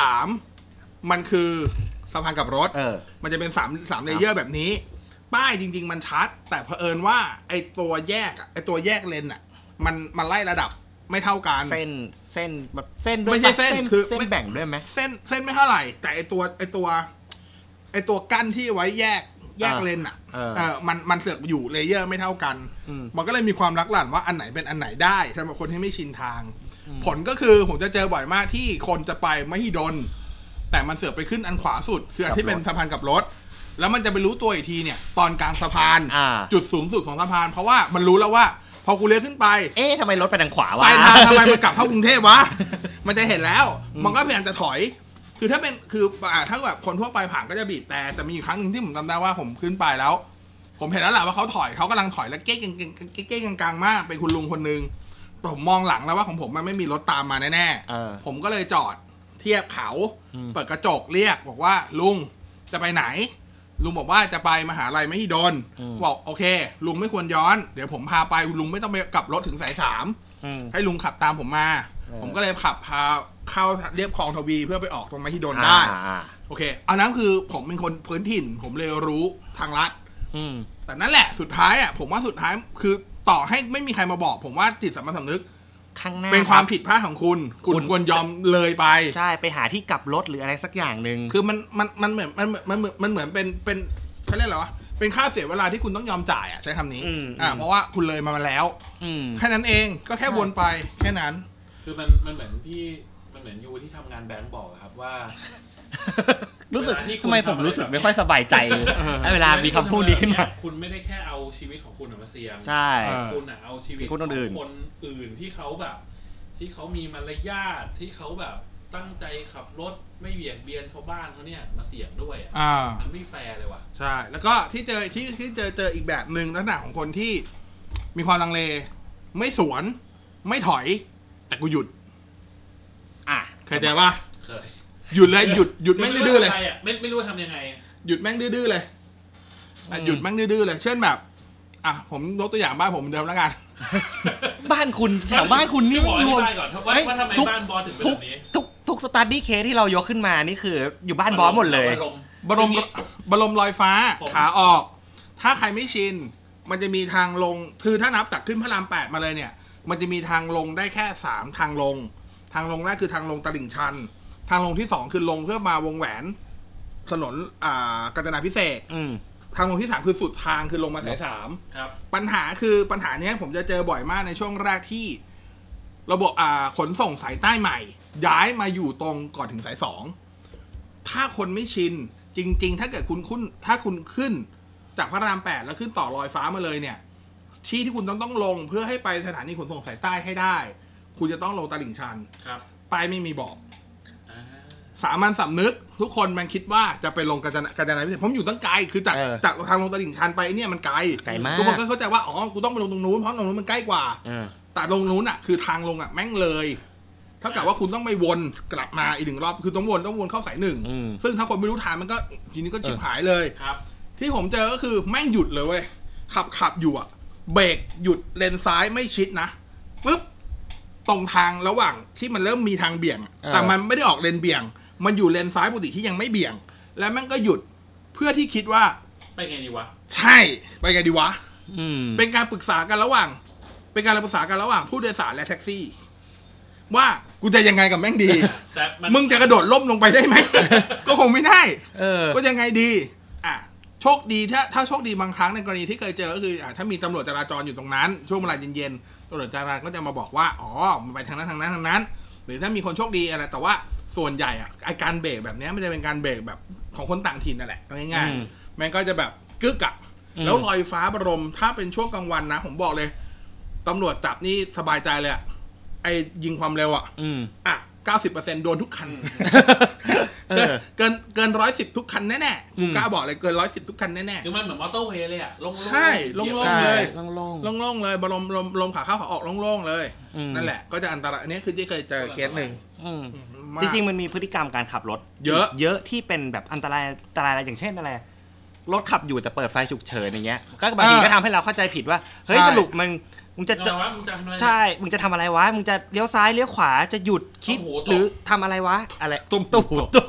3มันคือสะพานกับรถมันจะเป็น3เลเยอร์แบบนี้ป้ายจริงๆมันชัดแต่เผอิญว่าไอตัวแยกเลนอ่ะมันไล่ระดับไม่เท่ากันเส้นแบบเส้นด้วยไม่ใช่เส้นคือเส้นแบ่งด้วยไหมเส้นไม่เท่าไหร่แต่ไอตัวกั้นที่ไว้แยกเลนอ่ะมันเสือกอยู่เลเยอร์ไม่เท่ากันมันก็เลยมีความลักลั่นว่าอันไหนเป็นอันไหนได้สำหรับคนที่ไม่ชินทางผลก็คือผมจะเจอบ่อยมากที่คนจะไปมหิดลแต่มันเสือกไปขึ้นอันขวาสุดคืออันที่เป็นสะพานกับรถแล้วมันจะไปรู้ตัวอีกทีเนี่ยตอนกลางสะพานจุดสูงสุดของสะพานเพราะว่ามันรู้แล้วว่าพอกูเลี้ยวขึ้นไปทำไมรถไปทางขวาวะไปทางทำไมมันกลับเข้ากรุงเทพวะมันจะเห็นแล้วมันก็พยายามจะถอยคือถ้าแบบคนทั่วไปผ่านก็จะบีบแต่มีครั้งหนึ่งที่ผมจำได้ว่าผมขึ้นไปแล้วผมเห็นแล้วแหละว่าเขากำลังถอยแล้วเก๊กกลางมากเป็นคุณลุงคนนึงผมมองหลังแล้วว่าของผมมันไม่มีรถตามมาแน่ๆผมก็เลยจอดเทียบเขาเปิดกระจกเรียกบอกว่าลุงจะไปไหนลุงบอกว่าจะไปมหาลัยมหิดลบอกโอเคลุงไม่ควรย้อนเดี๋ยวผมพาไปลุงไม่ต้องไปกลับรถถึงสาย3ให้ลุงขับตามผมมาผมก็เลยขับพาเข้าเรียบคลองทวีเพื่อไปออกตรงมหิดลได้โอเคอันนั้นคือผมเป็นคนพื้นถิ่นผมเลยรู้ทางลัดแต่นั่นแหละสุดท้ายอ่ะผมว่าสุดท้ายคือต่อให้ไม่มีใครมาบอกผมว่าจิตสำนึกข้างหน้าเป็นความผิดพลาดของคุณควรยอมเลยไปใช่ไปหาที่กลับรถหรืออะไรสักอย่างนึงคือมันเหมือนเป็นเขาเรียกอะไรวะเป็นค่าเสียเวลาที่คุณต้องยอมจ่ายอ่ะใช้คำนี้เพราะว่าคุณเลยมาแล้วแค่นั้นเองก็แค่วนไปแค่นั้นคือมันเหมือนที่มันเหมือนยูที่ทำงานแบงก์บอกครับว่ารู้สึกทำไมผมรู้สึกไม่ค่อยสบายใจเวลามีคำพูดนี้ขึ้นมาคุณไม่ได้แค่เอาชีวิตของคุณมาเสี่ยงใช่คุณเอาชีวิตของคนอื่นที่เขาแบบที่เขามีมารยาทที่เขาแบบตั้งใจขับรถไม่เบียดเบียนชาวบ้านเขาเนี่ยมาเสี่ยงด้วยมันไม่แฟร์เลยว่ะใช่แล้วก็ที่เจออีกแบบนึงลักษณะของคนที่มีความลังเลไม่สวนไม่ถอยแต่กูหยุดเคยเจอป่ะเคยหยุดเลยหยุดแม่งดื้อเลยไม่รู้ทำยังไงหยุดแม่งดื้อเลยหยุดแม่งดื้อเลยเช่นแบบผมยกตัวอย่างบ้านผมเดิมแล้วกันบ้านคุณแถวบ้านคุณนี่รวมก่อนว่าทำไมบ้านบอสถึงเป็นแบบนี้ทุกสตาร์ดี้เคสที่เรายกขึ้นมานี่คืออยู่บ้านบอสหมดเลยบรมลอยฟ้าขาออกถ้าใครไม่ชินมันจะมีทางลงคือถ้านับจากขึ้นพระราม8มาเลยเนี่ยมันจะมีทางลงได้แค่3ทางลงแรกคือทางลงตลิ่งชันทางลงที่2คือลงเพื่อมาวงแหวนถนนกาญจนาภิเษกทางลงที่3คือสุดทางคือลงมาสาย3ปัญหานี้ผมจะเจอบ่อยมากในช่วงแรกที่ระบบขนส่งสายใต้ใหม่ย้ายมาอยู่ตรงก่อนถึงสาย2ถ้าคนไม่ชินจริงๆถ้าเกิดคุณขึ้นจากพระราม8แล้วขึ้นต่อลอยฟ้ามาเลยเนี่ยที่คุณต้องลงเพื่อให้ไปสถานีขนส่งสายใต้ให้ได้คุณจะต้องลงตลิ่งชันป้ายไม่มีบอกสามัญสำนึกทุกคนมันคิดว่าจะไปลงกาญจนาพิเศษผมอยู่ตั้งไกลคือจากทางลงตลิ่งชันไปเนี่ยมันไกลมากทุกคนก็เข้าใจว่าอ๋อกูต้องไปลงตรงนู้นเพราะตรงนู้นมันใกล้กว่าแต่ตรงนู้นอ่ะคือทางลงอ่ะแม่งเลยเท่ากับว่าคุณต้องไปวนกลับมาอีก1 รอบคือต้องวนเข้าสาย1ซึ่งถ้าคนไม่รู้ทางมันก็ทีนี้ก็ชิบหายเลยที่ผมเจอก็คือแม่งหยุดเลยเว้ยขับอยู่อ่ะเบรกหยุดเลนซ้ายไม่ชิดนะปุ๊บตรงทางระหว่างที่มันเริ่มมีทางเบี่ยงแต่มันไม่ได้ออกเลนเบี่ยงมันอยู่เลนซ้ายปกติที่ยังไม่เบี่ยงแล้วแม่งก็หยุดเพื่อที่คิดว่าไปไงดีวะใช่ไปไงดีวะเป็นการปรึกษากันระหว่างผู้โดยสารและแท็กซี่ว่ากูจะยังไงกับแม่งดีมึงจะกระโดดล่มลงไปได้ไหม ก็คงไม่ได้ก็ยังไงดีโชคดีถ้าโชคดีบางครั้งในกรณีที่เคยเจอก็คือถ้ามีตำรวจจราจรอยู่ตรงนั้นช่วงเวลาเย็นๆตำรวจจราจรก็จะมาบอกว่าอ๋อมันไปทางนั้นหรือถ้ามีคนโชคดีอะไรแต่ว่าส่วนใหญ่อาการเบรกแบบนี้มันจะเป็นการเบรกแบบของคนต่างถิ่นนั่นแหละง่ายๆมันก็จะแบบกึกอะแล้วลอยฟ้าบรมถ้าเป็นช่วงกลางวันนะผมบอกเลยตำรวจจับนี่สบายใจเลยไอ้ยิงความเร็ว90% โดนทุกคันเกิน110ทุกคันแน่ๆกูกล้าบอกเลยเกิน110ทุกคันแน่ๆคือมันเหมือนมอเตอร์เวย์เลยลงใช่ลงเลยลงเลยบรมลมขาเข้าขาออกโล่งๆเลยนั่นแหละก็จะอันตรายอันนี้คือที่เคยเจอเคสหนึ่งจริงๆมันมีพฤติกรรมการขับรถเยอะที่เป็นแบบอันตรายอะไรอย่างเช่นอะไรรถขับอยู่แต่เปิดไฟฉุกเฉินอย่างเงี้ยก็บางทีก็ทำให้เราเข้าใจผิดว่าเฮ้ยสรุปมึงจะใช่มึงจะทำอะไรวะมึงจะเลี้ยวซ้ายเลี้ยวขวาจะหยุดคิดหรือทำอะไรวะอะไรตุ้ม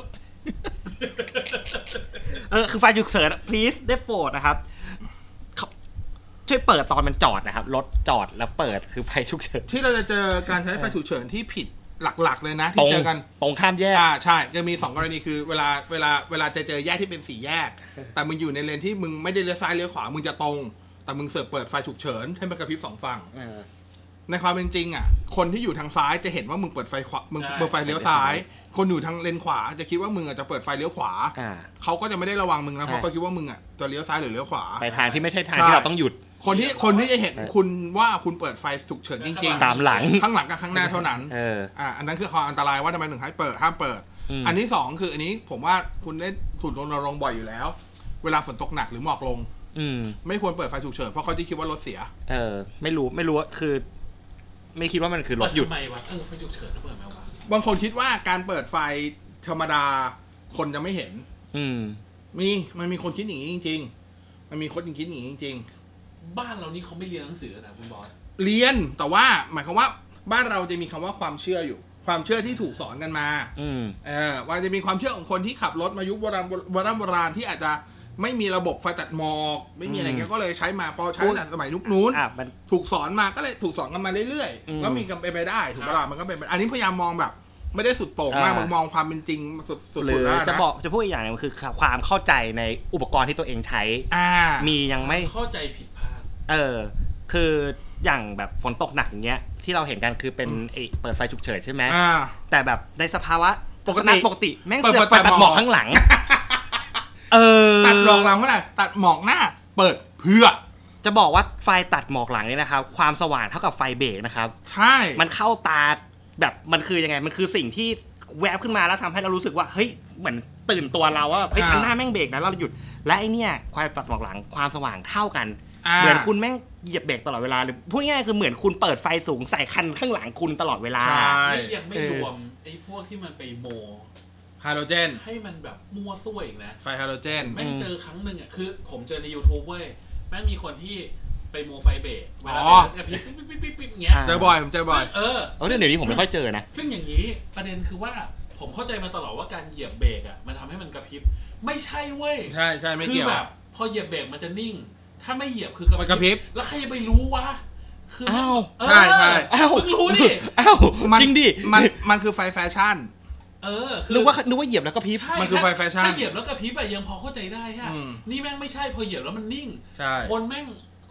คือไฟฉุกเฉิน please ได้โปรดนะครับช่วยเปิดตอนมันจอดนะครับรถจอดแล้วเปิดคือไฟฉุกเฉินที่เราจะเจอการใช้ไฟฉุกเฉินที่ผิดหลักๆเลยนะที่เจอกันตรงข้ามแยกใช่จะมี2กรณีคือเวลาจะเจอแยกที่เป็น4แยกแต่มึงอยู่ในเลนที่มึงไม่ได้เลี้ยวซ้ายเลี้ยวขวามึงจะตรงแต่มึงเสือกเปิดไฟฉุกเฉินให้มันกระพริบ2ฝั่งในความเป็นจริงคนที่อยู่ทางซ้ายจะเห็นว่ามึงเปิดไฟขวามึงเปิดไฟเลี้ยวซ้ายคนอยู่ทางเลนขวาจะคิดว่ามึงจะเปิดไฟเลี้ยวขวาเขาก็จะไม่ได้ระวังมึงนะเพราะเขาคิดว่ามึงจะเลี้ยวซ้ายหรือเลี้ยวขวาไปทางที่ไม่ใช่ทางที่เราต้องหยุดคนที่จะเห็นคุณว่าคุณเปิดไฟฉุกเฉินจริงๆตามหลังข้างหลังกับข้างหน้าเท่านั้นอันนั้นคือความอันตรายว่าทำไมถึงให้เปิดห้ามเปิดอันที่2คืออันนี้ผมว่าคุณได้ถูกรณรงค์บ่อยอยู่แล้วเวลาฝนตกหนักหรือหมอกลงไม่ควรเปิดไฟฉุกเฉินเพราะเขาจะคิดว่ารถเสียไม่รู้คือไม่คิดว่ามันคือรถหยุดทำไมวะไฟฉุกเฉินเปิดไหมวะบางคนคิดว่าการเปิดไฟธรรมดาคนจะไม่เห็นมันมีคนคิดอย่างนี้จริงๆมันมีคนคิดอย่างนี้จริงๆบ้านเรานี่เขาไม่เรียนหนังสือนะคุณบอสเรียนแต่ว่าหมายความว่าบ้านเราจะมีคำว่าความเชื่ออยู่ความเชื่อที่ถูกสอนกันมาว่าจะมีความเชื่อของคนที่ขับรถมายุคโบราณที่อาจจะไม่มีระบบไฟตัดหมอกไม่มีอะไรเงี้ยก็เลยใช้มาพอใช้แต่สมัยยุคนู้นถูกสอนมาก็เลยถูกสอนกันมาเรื่อยๆก็มีกันไปได้ถูกปะล่ะมันก็เป็นอันนี้พยายามมองแบบไม่ได้สุดโต่งมากมองความเป็นจริงสุดๆแล้วนะจะพูดอีกอย่างนึงคือความเข้าใจในอุปกรณ์ที่ตัวเองใช้มียังไม่เข้าใจผิดพลาดคืออย่างแบบฝนตกหนักอย่างเงี้ยที่เราเห็นกันคือเป็นเปิดไฟฉุกเฉินใช่ไหมแต่แบบในสภาวะปกติแม่งเสือกไฟตัดหมอกข้างหลังตัดหมอกหลังเมื่อไหร่ตัดหมอกหน้าเปิดเพื่อจะบอกว่าไฟตัดหมอกหลังนี่นะครับความสว่างเท่ากับไฟเบรกนะครับใช่มันเข้าตาแบบมันคือยังไงมันคือสิ่งที่แวบขึ้นมาแล้วทำให้เรารู้สึกว่าเฮ้ยเหมือนตื่นตัวเราว่าเฮ้ยข้างหน้าแม่งเบรกนะเราหยุดและไอเนี่ยไฟตัดหมอกหลังความสว่างเท่ากันเหมือนคุณแม่งเหยียบเบรกตลอดเวลาหรือพูดง่ายๆคือเหมือนคุณเปิดไฟสูงใส่คันข้างหลังคุณตลอดเวลายังไม่รวมไอ้พวกที่มันไปโมฮาโลเจนให้มันแบบมั่วซั่วอีกนะไฟฮาโลเจนแม่งเจอครั้งหนึ่งคือผมเจอใน YouTube เว้ยแม่งมีคนที่ไปโมไฟเบรกเวลาปิ๊บๆๆๆเงี้ยเจอบ่อยผมเจอบ่อยเดี๋ยวนี้ผมไม่ค่อยเจอนะซึ่งอย่างนี้ประเด็นคือว่าผมเข้าใจมาตลอดว่าการเหยียบเบรกมันทำให้มันกระพริบไม่ใช่เว้ยใช่ไม่เกี่ยวคือแบบพอเหยียบเบรกมันจะนิ่งถ้าไม่เหยียบคือกระพริบแล้วใครจะไปรู้วะคือใช่เพิ่งรู้ดิจริงดิมันคือไฟแฟชั่นนึกว่าเหยียบแล้วก็พิบมันคือไฟแฟชั่นถ้าเหยียบแล้วก็พิบยังพอเข้าใจได้ฮะนี่แม่งไม่ใช่พอเหยียบแล้วมันนิ่งคนแม่ง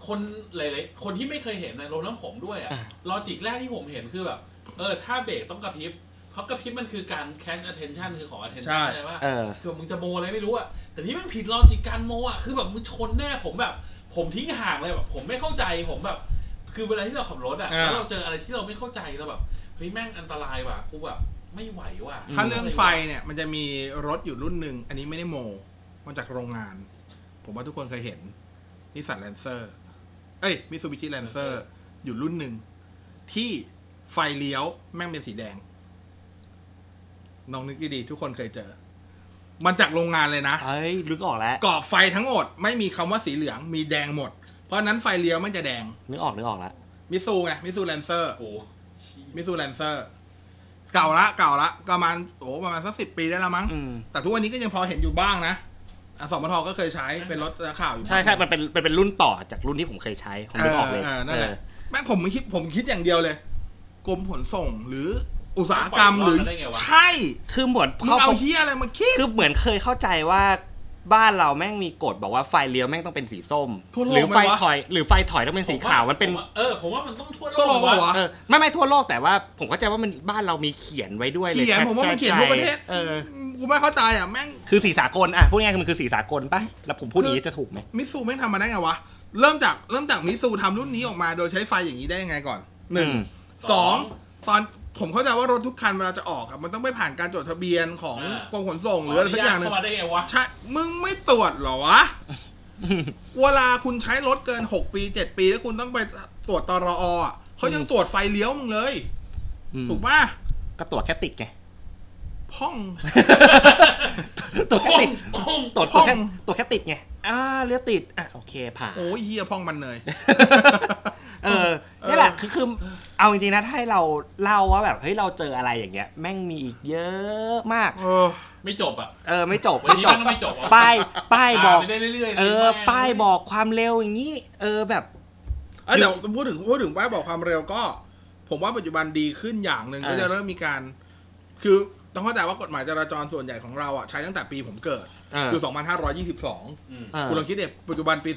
คนหลายๆคนที่ไม่เคยเห็นนะรวมทั้งผมด้วยอะลอจิกแรกที่ผมเห็นคือแบบถ้าเบรกต้องกระพริบเพราะกระพริบมันคือการ catch attention คือขอ attention ใช่ป่ะคือมึงจะโมอะไรไม่รู้อะแต่นี่มันผิดลอจิกการโมอะคือแบบมึงชนแน่ผมทิ้งห่างเลยแบบผมไม่เข้าใจผมแบบคือเวลาที่เราขับรถอะแล้วเราเจออะไรที่เราไม่เข้าใจเราแบบเฮ้ยแม่งอันตรายว่ะกูแบบไม่ไหวว่ะถ้าเรื่องไฟเนี่ยมันจะมีรถอยู่รุ่นหนึ่งอันนี้ไม่ได้โมมาจากโรงงานผมว่าทุกคนเคยเห็นนิสสันแลนเซอร์มิตซูบิชิแลนเซอร์อยู่รุ่นหนึ่งที่ไฟเลี้ยวแม่งเป็นสีแดงน้องนึกดีๆทุกคนเคยเจอมันจากโรงงานเลยนะนึกออกแล้วกรอบไฟทั้งหมดไม่มีคำว่าสีเหลืองมีแดงหมดเพราะนั้นไฟเลี้ยวมันจะแดงนึกออกแล้วมิตซูไงมิตซูแลนเซอร์มิตซูแลนเซอร์เก่าละประมาณสัก10 ปีได้แล้วมั้งแต่ทุกวันนี้ก็ยังพอเห็นอยู่บ้างนะสมทก็เคยใช้เป็นรถข่าวอยู่ใช่มันเป็นรุ่นต่อจากรุ่นที่ผมเคยใช้ผมนึกออกเลยนั่นแหละแม่งผมคิดอย่างเดียวเลยกรมขนส่งหรืออุตสาหกรรมหรือใช่คือเหมือนเขาเอาเหี้ยอะไรมาคิดคือเหมือนเคยเข้าใจว่าบ้านเราแม่งมีกฎบอกว่าไฟเลี้ยวแม่งต้องเป็นสีส้มหรือไฟถอยต้องเป็นสีขาวมันเป็นผมว่ามันต้องทั่วโลกวะไม่ทั่วโลกแต่ว่าผมเข้าใจว่ามันบ้านเรามีเขียนไว้ด้วยเลยเขียนผมว่ามันเขียนทั่วประเทศกูไม่เข้าใจอ่ะแม่งคือสีสากลพูดง่ายๆมันคือสีสากลป่ะแล้วผมพูดอย่างนี้จะถูกไหมมิตซูแม่งทำมาได้ไงวะเริ่มจากมิตซูทำรุ่นนี้ออกมาโดยใช้ไฟอย่างนี้ได้ยังไงก่อน1 2ตอนผมเข้าใจว่ารถทุกคันเวลาจะออกมันต้องไปผ่านการจดทะเบียนของกรมขนส่งหรืออะไรสักอย่างนึงใช่มึงไม่ตรวจหรอวะเวลาคุณใช้รถเกิน6 ปี7 ปีแล้วคุณต้องไปตรวจตรอเขายังตรวจไฟเลี้ยวมึงเลยถูกป่ะก็ตรวจแค่ติดไงพ่องตรวจแค่ติดตรวจแค่ติดไงเลี้ยวติดโอเคผ่านโอ้ยเฮียพ่องมันเลยนี่แหละคือเอาจริงๆนะถ้าให้เราเล่าว่าแบบเฮ้ยเราเจออะไรอย่างเงี้ยแม่งมีอีกเยอะมากไม่จบไม่จบป้ายบอกป้ายบอกความเร็วอย่างนี้แบบแต่พูดถึงป้ายบอกความเร็วก็ผมว่าปัจจุบันดีขึ้นอย่างนึงก็จะเริ่มมีการคือต้องเข้าใจว่ากฎหมายจราจรส่วนใหญ่ของเราใช้ตั้งแต่ปีผมเกิดคือ2522คุณลองคิดดิปัจจุบันปี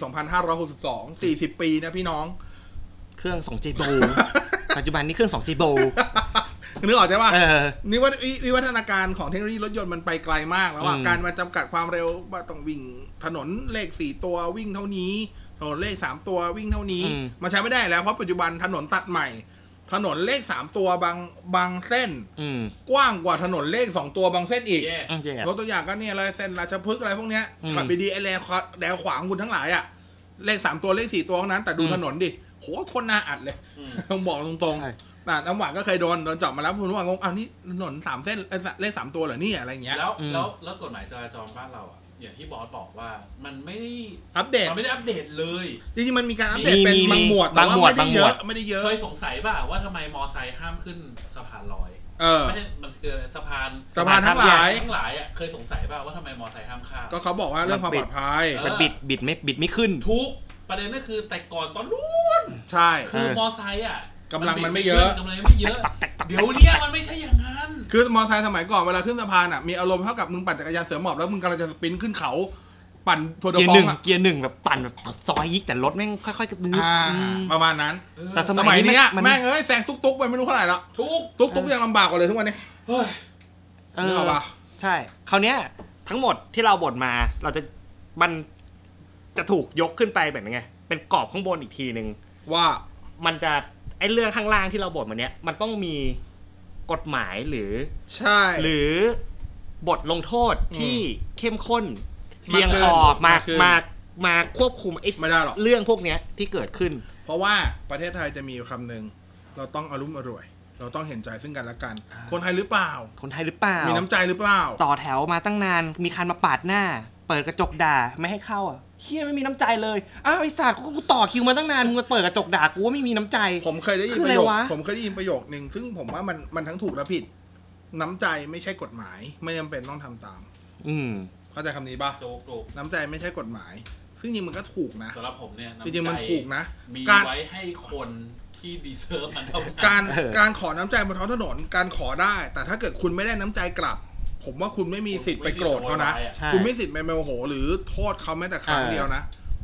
2562 40 ปีนะพี่น้องเครื่อง2Jโบปัจจุบันนี้เครื่อง2Jโบนึกออกใช่ป่ะนี่ว่าวิวัฒนาการของเทคโนโลยีรถยนต์มันไปไกลมากแล้วว่าการมาจำกัดความเร็วว่าต้องวิ่งถนนเลข4 ตัววิ่งเท่านี้ถนนเลข3 ตัววิ่งเท่านี้มันใช้ไม่ได้แล้วเพราะปัจจุบันถนนตัดใหม่ถนนเลข3 ตัวบางเส้นกว้างกว่าถนนเลข2 ตัวบางเส้นอีกยกตัวอย่างก็เนี่ยอะไรเส้นราชพฤกษ์อะไรพวกเนี้ยขับไปดีไอแลขวางคุณทั้งหลายอ่ะเลข3 ตัวเลข4 ตัวนั้นแต่ดูถนนดิโหคนน่าอัดเลยต้องบอกตรงๆน้ำหวานก็เคยโดนจับมาแล้วคุณว่างงนี่ถนน3 เส้นเลข3 ตัวเหรอนี่อะไรเงี้ยแล้วกฎหมายจราจรบ้านเราอ่ะอย่างที่บอสบอกว่ามันไม่ได้อัปเดตเลยจริงๆมันมีการอัปเดตเป็นบางหมวดแต่ว่าไม่ได้เยอะเคยสงสัยป่ะว่าทำไมมอไซค์ห้ามขึ้นสะพานลอยไม่ใช่มันคือสะพานทั้งหลายอ่ะเคยสงสัยป่ะว่าทำไมมอไซค์ห้ามข้ามก็เขาบอกว่าเรื่องความปลอดภัยมันบิดไม่ขึ้นทุกประเด็นก็คือแต่ก่อนตอนนู้นใช่คือมอไซค์อ่ะกำลังมันไม่เยอะเดี๋ยวนี้มันไม่ใช่อย่างนั้นคือมอไซค์สมัยก่อนเวลาขึ้นสะพานอ่ะมีอารมณ์เท่ากับมึงปั่นจักรยานเสือหมอบแล้วมึงกำลังจะสปรินต์ขึ้นเขาปั่นทัวร์เดอฟองเกียร์ 1แบบปั่นแบบซอยยิกแต่รถแม่งค่อยๆกระดื้อประมาณนั้นแต่สมัยนี้แม่งแซงตุ๊กๆไปไม่รู้เท่าไหร่แล้วตุ๊กยังลำบากกว่าเลยทุกวันนี้นึกออกป่ะใช่คราวเนี้ยทั้งหมดที่เราบ่นมามันจะถูกยกขึ้นไปแบบไงเป็นกรอบข้างบนอีกทีนึงว่ามันจะไอ้เรื่องข้างล่างที่เราบ่นมาเนี้ยมันต้องมีกฎหมายหรือใช่หรือบทลงโทษที่เข้มข้นเพียงพอมาควบคุมไอ้เรื่องพวกเนี้ยที่เกิดขึ้นเพราะว่าประเทศไทยจะมีคำหนึ่งเราต้องอรุ่มอร่วยเราต้องเห็นใจซึ่งกันและกันคนไทยหรือเปล่ามีน้ำใจหรือเปล่าต่อแถวมาตั้งนานมีคันมาปาดหน้าเปิดกระจกด่าไม่ให้เข้าเฮียไม่มีน้ำใจเลยอ้าวไอ้สัตว์กูต่อคิวมาตั้งนานมึงมาเปิดกระจกด่ากูว่าไม่มีน้ำใจผมเคยได้ยินประโยคนึงซึ่งผมว่ามันทั้งถูกและผิดน้ำใจไม่ใช่กฎหมายไม่จำเป็นต้องทำตามเข้าใจคำนี้ป่ะน้ำใจไม่ใช่กฎหมายซึ่งจริงมันก็ถูกนะสำหรับผมเนี่ยจริงมันถูกนะมีไว้ให้คนที่ดีเซิร์ฟมันเท่านั้นการขอน้ำใจบนท้องถนนการขอได้แต่ถ้าเกิดคุณไม่ได้น้ำใจกลับผมว่าคุณไม่มีสิทธิ์ไปโกรธเขานะคุณไม่สิทธิ์ไปโมโหหรือโทษเขาแม้แต่ครั้งเดียวนะเพราะ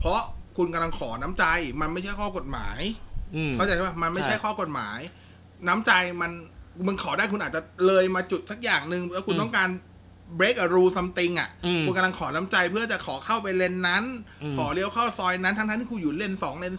คุณกำลังขอน้ำใจมันไม่ใช่ข้อกฎหมายเข้าใจป่ะมันไม่ใช่ข้อกฎหมายน้ำใจมึงขอได้คุณอาจจะเลยมาจุดสักอย่างนึงแล้วคุณต้องการ break a rule something อ่ะคุณกำลังขอน้ำใจเพื่อจะขอเข้าไปเลนนั้นขอเลี้ยวเข้าซอยนั้นทั้งที่คุณอยู่เลน2เลน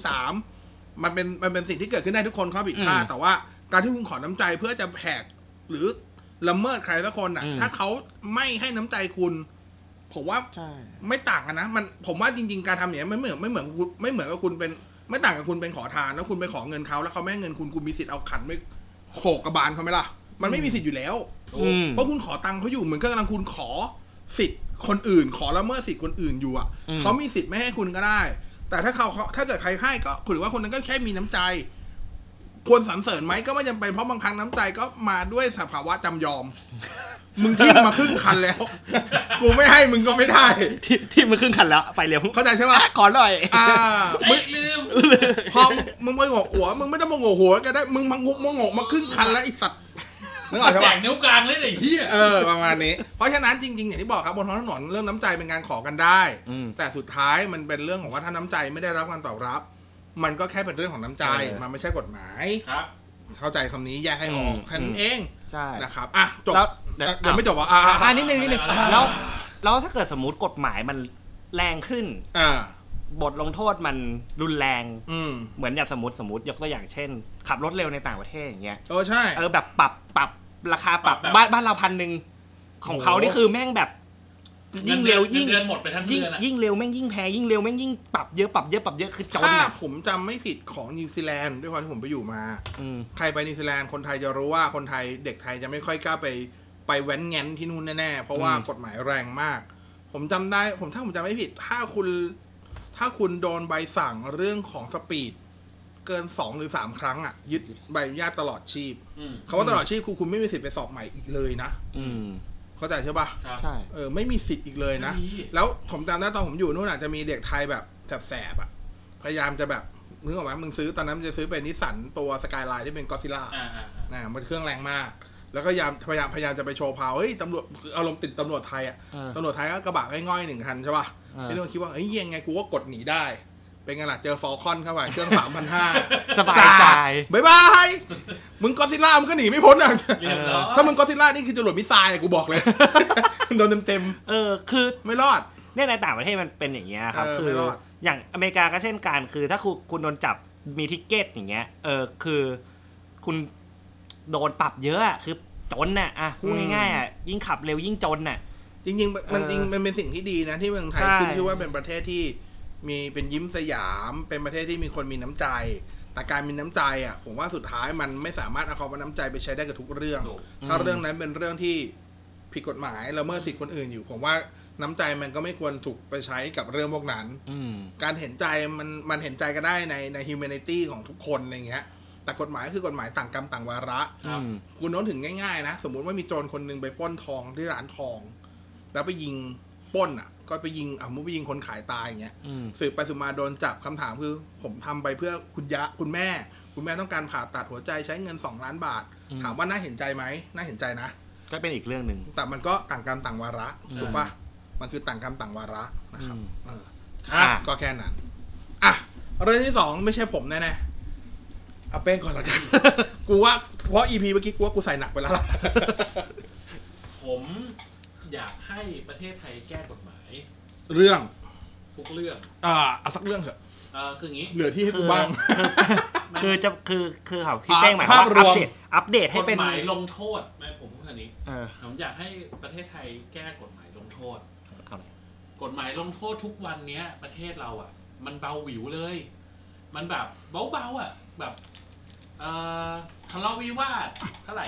3มันเป็นสิ่งที่เกิดขึ้นได้ทุกคนข้อผิดพลาดแต่ว่าการที่คุณขอน้ำใจเพื่อจะแหกหรือละเมิดใครสักคนอ่ะถ้าเขาไม่ให้น้ำใจคุณผมว่าไม่ต่างกันนะผมว่าจริงๆการทำอย่างนี้ไม่เหมือนกับคุณเป็นไม่ต่างกับคุณเป็นขอทานแล้วคุณไปขอเงินเขาแล้วเขาไม่ให้เงินคุณมีสิทธิ์เอาขันไม่โขกกระบาลเขาไหมล่ะมันไม่มีสิทธิ์อยู่แล้วเพราะคุณขอตังค์เขาอยู่เหมือนกับกำลังคุณขอสิทธิ์คนอื่นขอละเมิดสิทธิ์คนอื่นอยู่อ่ะเขามีสิทธิ์ไม่ให้คุณก็ได้แต่ถ้าเกิดใครให้ก็ถือว่าคนนั้นก็แค่มีน้ำใจควรสรรเสริญไหมก็ไม่จำเป็นเพราะบางครั้งน้ำใจก็มาด้วยสภาวะจำยอมมึงทิ่มมาครึ่งคันแล้วกูไม่ให้มึงก็ไม่ได้ที่มึงครึ่งคันแล้วไฟเร็วเข้าใจใช่ป่ะขอหน่อยไม่ลืมพอมึงไปงอกหัวมึงไม่ต้องมาโงกหัวก็ได้มึงมังงกมาครึ่งคันแล้วไอ้สัตว์นึกออกใช่ป่ะแบ่งนิ้วกลางเลยไอ้เหี้ยประมาณนี้เพราะฉะนั้นจริงๆอย่างที่บอกครับบนท้องถนนเรื่องน้ำใจเป็นการขอกันได้แต่สุดท้ายมันเป็นเรื่องของว่าถ้าน้ำใจไม่ได้รับการตอบรับมันก็แค่เป็นเรื่องของน้ำใจมันไม่ใช่กฎหมายครับเข้าใจคำนี้แยกให้ออกแค่นั้นเองใช่นะครับอ่ะจบเดี๋ยวไม่จบนิดนึงแล้วถ้าเกิดสมมติกฎหมายมันแรงขึ้นบทลงโทษมันรุนแรงเหมือนอย่างสมมติยกตัวอย่างเช่นขับรถเร็วในต่างประเทศอย่างเงี้ยใช่แบบปรับราคาปรับบ้านเรา1,000ของเขานี่คือแม่งแบบยิ่งเร็วยิ่งหมดไปทั้งเดือนยิ่งเร็วแม่งยิ่งแพงยิ่งเร็วแม่งยิ่งปรับเยอะคือจนถ้าผมจำไม่ผิดของนิวซีแลนด์ด้วยความที่ผมไปอยู่มาใครไปนิวซีแลนด์คนไทยจะรู้ว่าคนไทยเด็กไทยจะไม่ค่อยกล้าไปแว้นแง้นที่นู่นแน่ๆเพราะว่ากฎหมายแรงมากผมจำได้ถ้าผมจำไม่ผิดถ้าคุณโดนใบสั่งเรื่องของสปีดเกิน2 หรือ 3 ครั้งอ่ะยึดใบอนุญาตตลอดชีพเขาว่าตลอดชีพคุณไม่มีสิทธิ์ไปสอบใหม่อีกเลยนะเข้าใจใช่ป่ะใช่ไม่มีสิทธิ์อีกเลยนะแล้วผมจำได้ตอนผมอยู่นู่นอาจจะมีเด็กไทยแบบแสบๆอ่ะพยายามจะแบบนึกออกไหมมึงซื้อตอนนั้นมันจะซื้อเป็นนิสสันตัวสกายไลน์ที่เป็นก็อดซิลล่ามันเครื่องแรงมากแล้วก็พยายามจะไปโชว์พาวเฮ้ยตำรวจอารมณ์ติดตำรวจไทยอ่ะตำรวจไทยก็กระบะง่อยๆ1 คันใช่ป่ะที่นู่นคิดว่าเฮ้ยยังไงกูก็กดหนีได้เป็นไงล่ะเจอฟอลคอนเข้าไปเครื่อง 3,500 สบายใจบ๊ายบายมึงก็อดซิลล่ามึงก็หนีไม่พ้นอ่ะถ้ามึงก็อดซิลล่านี่คือจรวดมิสไซล์กูบอกเลยโดนเต็มคือไม่รอดเนี่ยในต่างประเทศมันเป็นอย่างเงี้ยครับคืออย่างอเมริกาก็เช่นกันคือถ้าคุณโดนจับมีทิกเก็ตอย่างเงี้ยคือคุณโดนปรับเยอะคือจนน่ะพูดง่ายๆยิ่งขับเร็วยิ่งจนน่ะจริงๆมันเป็นสิ่งที่ดีนะที่เมืองไทยขึ้นชื่อว่าเป็นประเทศที่มีเป็นยิ้มสยามเป็นประเทศที่มีคนมีน้ำใจแต่การมีน้ำใจอ่ะผมว่าสุดท้ายมันไม่สามารถเอาคำว่าน้ำใจไปใช้ได้กับทุกเรื่องถ้าเรื่องนั้นเป็นเรื่องที่ผิดกฎหมายละเมิดสิทธิคนอื่นอยู่ผมว่าน้ำใจมันก็ไม่ควรถูกไปใช้กับเรื่องพวกนั้นการเห็นใจมันเห็นใจก็ได้ใน humanity ของทุกคนอะไรเงี้ยแต่กฎหมายคือกฎหมายต่างกรรมต่างวาระคุณโน้นถึงง่ายๆนะสมมุติว่ามีโจรคนนึงไปปล้นทองที่ร้านทองแล้วไปยิงปล้นอ่ะก็ไปยิงมุกไปยิงคนขายตายอย่างเงี้ยสืบไปสืบมาโดนจับคำถามคือผมทำไปเพื่อคุณแม่ต้องการผ่าตัดหัวใจใช้เงิน2 ล้านบาทถามว่าน่าเห็นใจไหมน่าเห็นใจนะก็เป็นอีกเรื่องนึงแต่มันก็ต่างกรรมต่างวาระถูกปะมันคือต่างกรรมต่างวาระนะครับก็แค่นั้นอ่ะเรื่องที่2ไม่ใช่ผมแน่ๆเอาเป้งก่อนละกัน กูว่าเพราะ EP เมื่อกี้กูใส่หนักไปแล้วล่ะผมอยากให้ประเทศไทยแก้กฎหมายเรื่องทุกเรื่องเอาสักเรื่องเถอะคืออย่างนี้เหลือที่ให้กูบ้างคือจะคือเขาพี่เป้งหมายว่าอัปเดตให้เป็นกฎหมายลงโทษไม่ผมพูดแค่นี้ผมอยากให้ประเทศไทยแก้กฎหมายลงโทษกฎหมายลงโทษทุกวันนี้ประเทศเราอ่ะมันเบาหวิวเลยมันแบบเบาอ่ะแบบทะเลาะวิวาทเท่าไหร่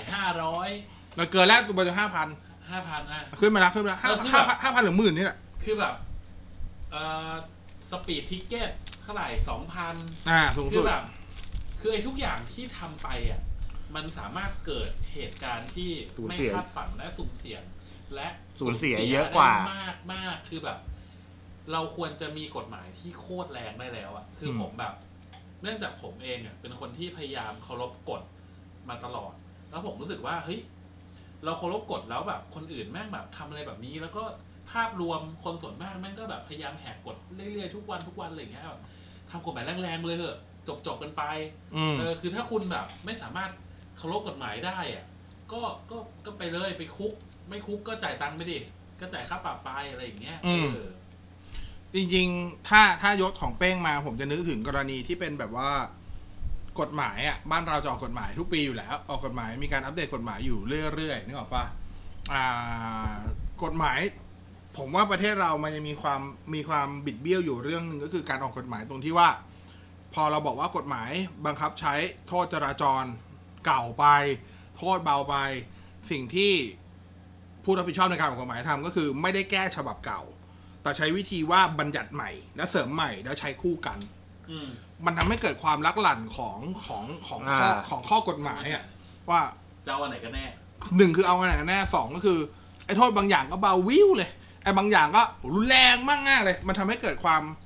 500 มันเกินแล้วตัวไป5,000ขึ้นมาแล้ว5,000 หรือ 10,000นี่แหละคือแบบสปีดทิกเก็ตเท่าไหร่ 2,000 สูงสุดคือแบบคือไอ้ทุกอย่างที่ทำไปอ่ะมันสามารถเกิดเหตุการณ์ที่ไม่คาดฝันและสุ่มเสี่ยงและสูญเสียเยอะกว่ามากคือแบบเราควรจะมีกฎหมายที่โคตรแรงได้แล้วอ่ะคือผมแบบเนื่องจากผมเองอ่ะเป็นคนที่พยายามเคารพกฎมาตลอดแล้วผมรู้สึกว่าเฮ้ยเราเคารพกฎแล้วแบบคนอื่นแม่งแบบทำอะไรแบบนี้แล้วก็ภาพรวมคนส่วนมากแม่งก็แบบพยายามแหกกฎเรื่อยๆทุกวันอะไรอย่างเงี้ยแบบทำกฎหมายแรงๆเลยเถอะจบกันไปคือถ้าคุณแบบไม่สามารถเคารพกฎหมายได้อะก็ไปเลยไปคุกไม่คุกก็จ่ายตังค์ไปดิก็จ่ายค่าปรับไปอะไรอย่างเงี้ยจริงๆถ้ายศของเป้งมาผมจะนึกถึงกรณีที่เป็นแบบว่ากฎหมายอ่ะบ้านเราจะออกกฎหมายทุกปีอยู่แล้วออกกฎหมายมีการอัปเดตกฎหมายอยู่เรื่อยๆนึกออกปะกฎหมายผมว่าประเทศเรามันจะมีความบิดเบี้ยวอยู่เรื่องนึงก็คือการออกกฎหมายตรงที่ว่าพอเราบอกว่ากฎหมายบังคับใช้โทษจราจรเก่าไปโทษเบาไปสิ่งที่ผู้รับผิดชอบในการออกกฎหมายทำก็คือไม่ได้แก้ฉบับเก่าแต่ใช้วิธีว่าบัญญัติใหม่และเสริมใหม่แล้วใช้คู่กันมันทำให้เกิดความลักหลั่นของข้อกฎหมายอ่ะว่าจะเอาอันไหนกันแน่ 1คือเอาอันไหนกันแน่2ก็คือไอ้โทษบางอย่างก็เบาวิวเลยไอ้บางอย่างก็รุนแรงมากๆเลยมันทำให้เกิด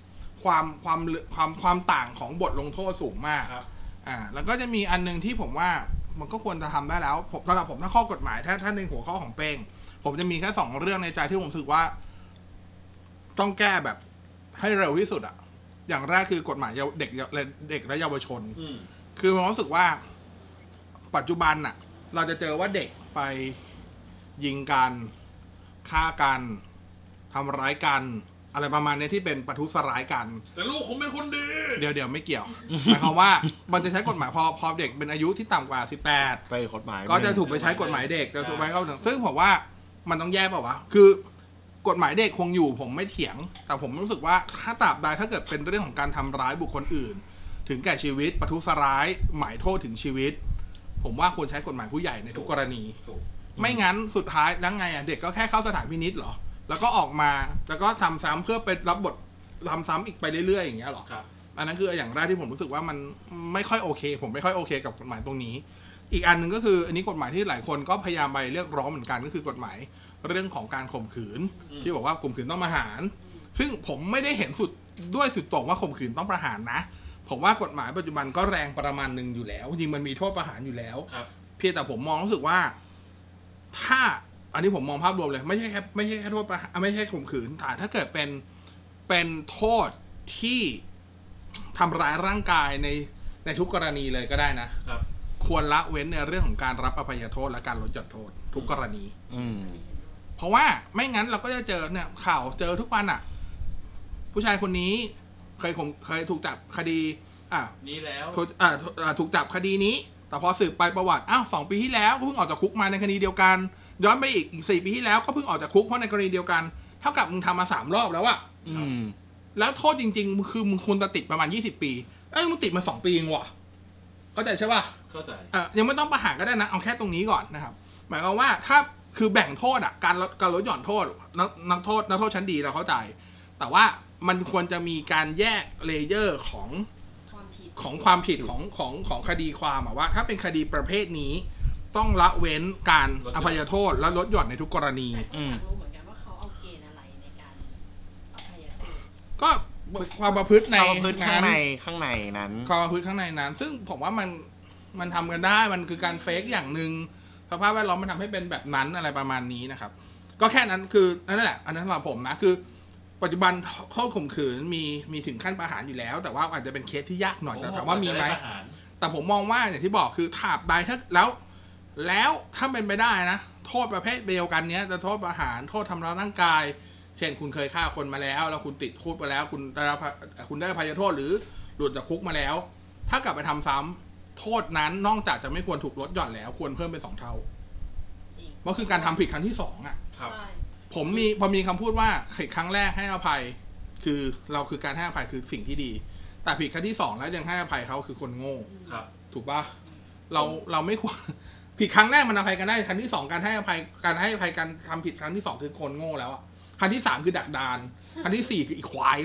ความต่างของบทลงโทษสูงมากแล้วก็จะมีอันนึงที่ผมว่ามันก็ควรจะทำได้แล้วสำหรับผมถ้าข้อกฎหมายถ้าในหัวข้อของเป้งผมจะมีแค่2เรื่องในใจที่ผมรู้สึกว่าต้องแก้แบบให้เร็วที่สุดอ่ะอย่างแรกคือกฎหมายเด็กและเยาวชนคือผมรู้สึกว่าปัจจุบันน่ะเราจะเจอว่าเด็กไปยิงกันฆ่ากันทำร้ายกันอะไรประมาณนี้ที่เป็นประทุษร้ายกันแต่ลูกผมเป็นคนดีเดี๋ยวไม่เกี่ยวหมายความว่ามันจะใช้กฎหมายพอเด็กเป็นอายุที่ต่ำกว่า18 ไปกฎหมายก็จะถูกไปใช้กฎหมายเด็กจะถูกไปเข้าถึงซึ่งผมว่ามันต้องแยกเปล่าวะคือกฎหมายเด็กคงอยู่ผมไม่เถียงแต่ผมรู้สึกว่าถ้าตราบใดถ้าเกิดเป็นเรื่องของการทำร้ายบุคคลอื่นถึงแก่ชีวิตประทุษร้ายหมายโทษถึงชีวิตผมว่าควรใช้กฎหมายผู้ใหญ่ในทุกกรณีไม่งั้นสุดท้ายแล้วไงอ่ะเด็กก็แค่เข้าสถานพินิจเหรอแล้วก็ออกมาแล้วก็ทำซ้ำเพื่อไปรับบททำซ้ำอีกไปเรื่อยๆอย่างเงี้ยหรออันนั้นคืออย่างแรกที่ผมรู้สึกว่ามันไม่ค่อยโอเคผมไม่ค่อยโอเคกับกฎหมายตรงนี้อีกอันนึงก็คืออันนี้กฎหมายที่หลายคนก็พยายามไปเรียกร้องเหมือนกันก็คือกฎหมายเรื่องของการข่มขืนที่บอกว่าข่มขืนต้องประหารซึ่งผมไม่ได้เห็นสุดตรงว่าข่มขืนต้องประหารนะผมว่ากฎหมายปัจจุบันก็แรงประมาณนึงอยู่แล้วจริงมันมีโทษประหารอยู่แล้วเพียงแต่ผมมองรู้สึกว่าถ้าอันนี้ผมมองภาพรวมเลยไม่ใช่แค่โทษประหารไม่ใช่ข่มขืนแต่ถ้าเกิดเป็นโทษที่ทำร้ายร่างกายในทุกกรณีเลยก็ได้นะควรละเว้นในเรื่องของการรับอภัยโทษและการลดหย่อนโทษทุกกรณีเพราะว่าไม่งั้นเราก็จะเจอเนี่ยข่าวเจอทุกวันอ่ะผู้ชายคนนี้เคยถูกจับคดีนี้แล้วถูกจับคดีนี้แต่พอสืบไปประวัติ2 ปีที่แล้วก็เพิ่งออกจากคุกมาในคดีเดียวกันย้อนไปอีก4 ปีที่แล้วก็เพิ่งออกจากคุกเพราะในกรณีเดียวกันเท่ากับมึงทำมา3 รอบแล้วอะแล้วโทษจริงๆคือมึงควรจะติดประมาณ20 ปีมึงติดมา2 ปีเองว่ะเข้าใจใช่ป่ะเข้าใจยังไม่ต้องประหารก็ได้นะเอาแค่ตรงนี้ก่อนนะครับหมายความว่าถ้าคือแบ่งโทษอ่ะการลดหย่อนโทษนักโทษชั้นดีเราเข้าใจแต่ว่ามันควรจะมีการแยกเลเยอร์ของความผิดของคดีความว่าถ้าเป็นคดีประเภทนี้ต้องละเว้นการอภัยโทษและลดหย่อนในทุกกรณีอยากรู้เหมือนกันว่าเขาเอาเกณฑ์อะไรในการอภัยโทษก็ความประพฤติข้างในนั้นความประพฤติข้างในนั้นซึ่งผมว่ามันทำกันได้มันคือการเฟกอย่างนึงสภาพแวดล้อมมันทำให้เป็นแบบนั้นอะไรประมาณนี้นะครับก็แค่นั้นคือนั่นแหละอันนั้นสำหรับผมนะคือปัจจุบันข้อข่มขืนมีถึงขั้นประหารอยู่แล้วแต่ว่าอาจจะเป็นเคสที่ยากหน่อยแต่ถามว่ามีไหมแต่ผมมองว่าอย่างที่บอกคือถาบใดถ้าแล้วถ้าเป็นไปได้นะโทษประเภทเดียวกันเนี้ยจะโทษประหารโทษทำร้ายร่างกายเช่นคุณเคยฆ่าคนมาแล้วคุณติดคุกไปแล้วคุณได้อภัยโทษหรือหลุดจากคุกมาแล้วถ้ากลับไปทำซ้ำโทษนั้นนอกจากจะไม่ควรถูกลดหย่อนแล้วควรเพิ่มเป็น2 เท่าเพราะคือการทำผิดครั้งที่2อ่ะพอมีคำพูดว่าครั้งแรกให้อภัยคือเราคือการให้อภัยคือสิ่งที่ดีแต่ผิดครั้งที่2แล้วยังให้อภัยเขาคือคนโง่ถูกป่ะเราไม่ควรผิดครั้งแรกมันอภัยกันได้ครั้งที่2การให้อภัยการทำผิดครั้งที่2คือคนโง่แล้วอ่ะครั้งที่3คือดักดานครั้งที่4คืออีควาย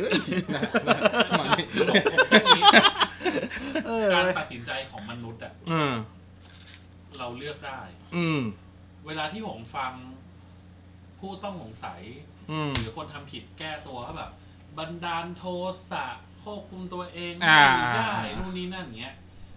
การตัดสินใจของมนุษย์อ่ะเราเลือกได้เวลาที่ผมฟังผู้ต้องสงสัยหรือคนทำผิดแก้ตัวก็แบบบันดาลโทสะควบคุมตัวเองไม่ได้นู่นนี่นั่นเงี้ย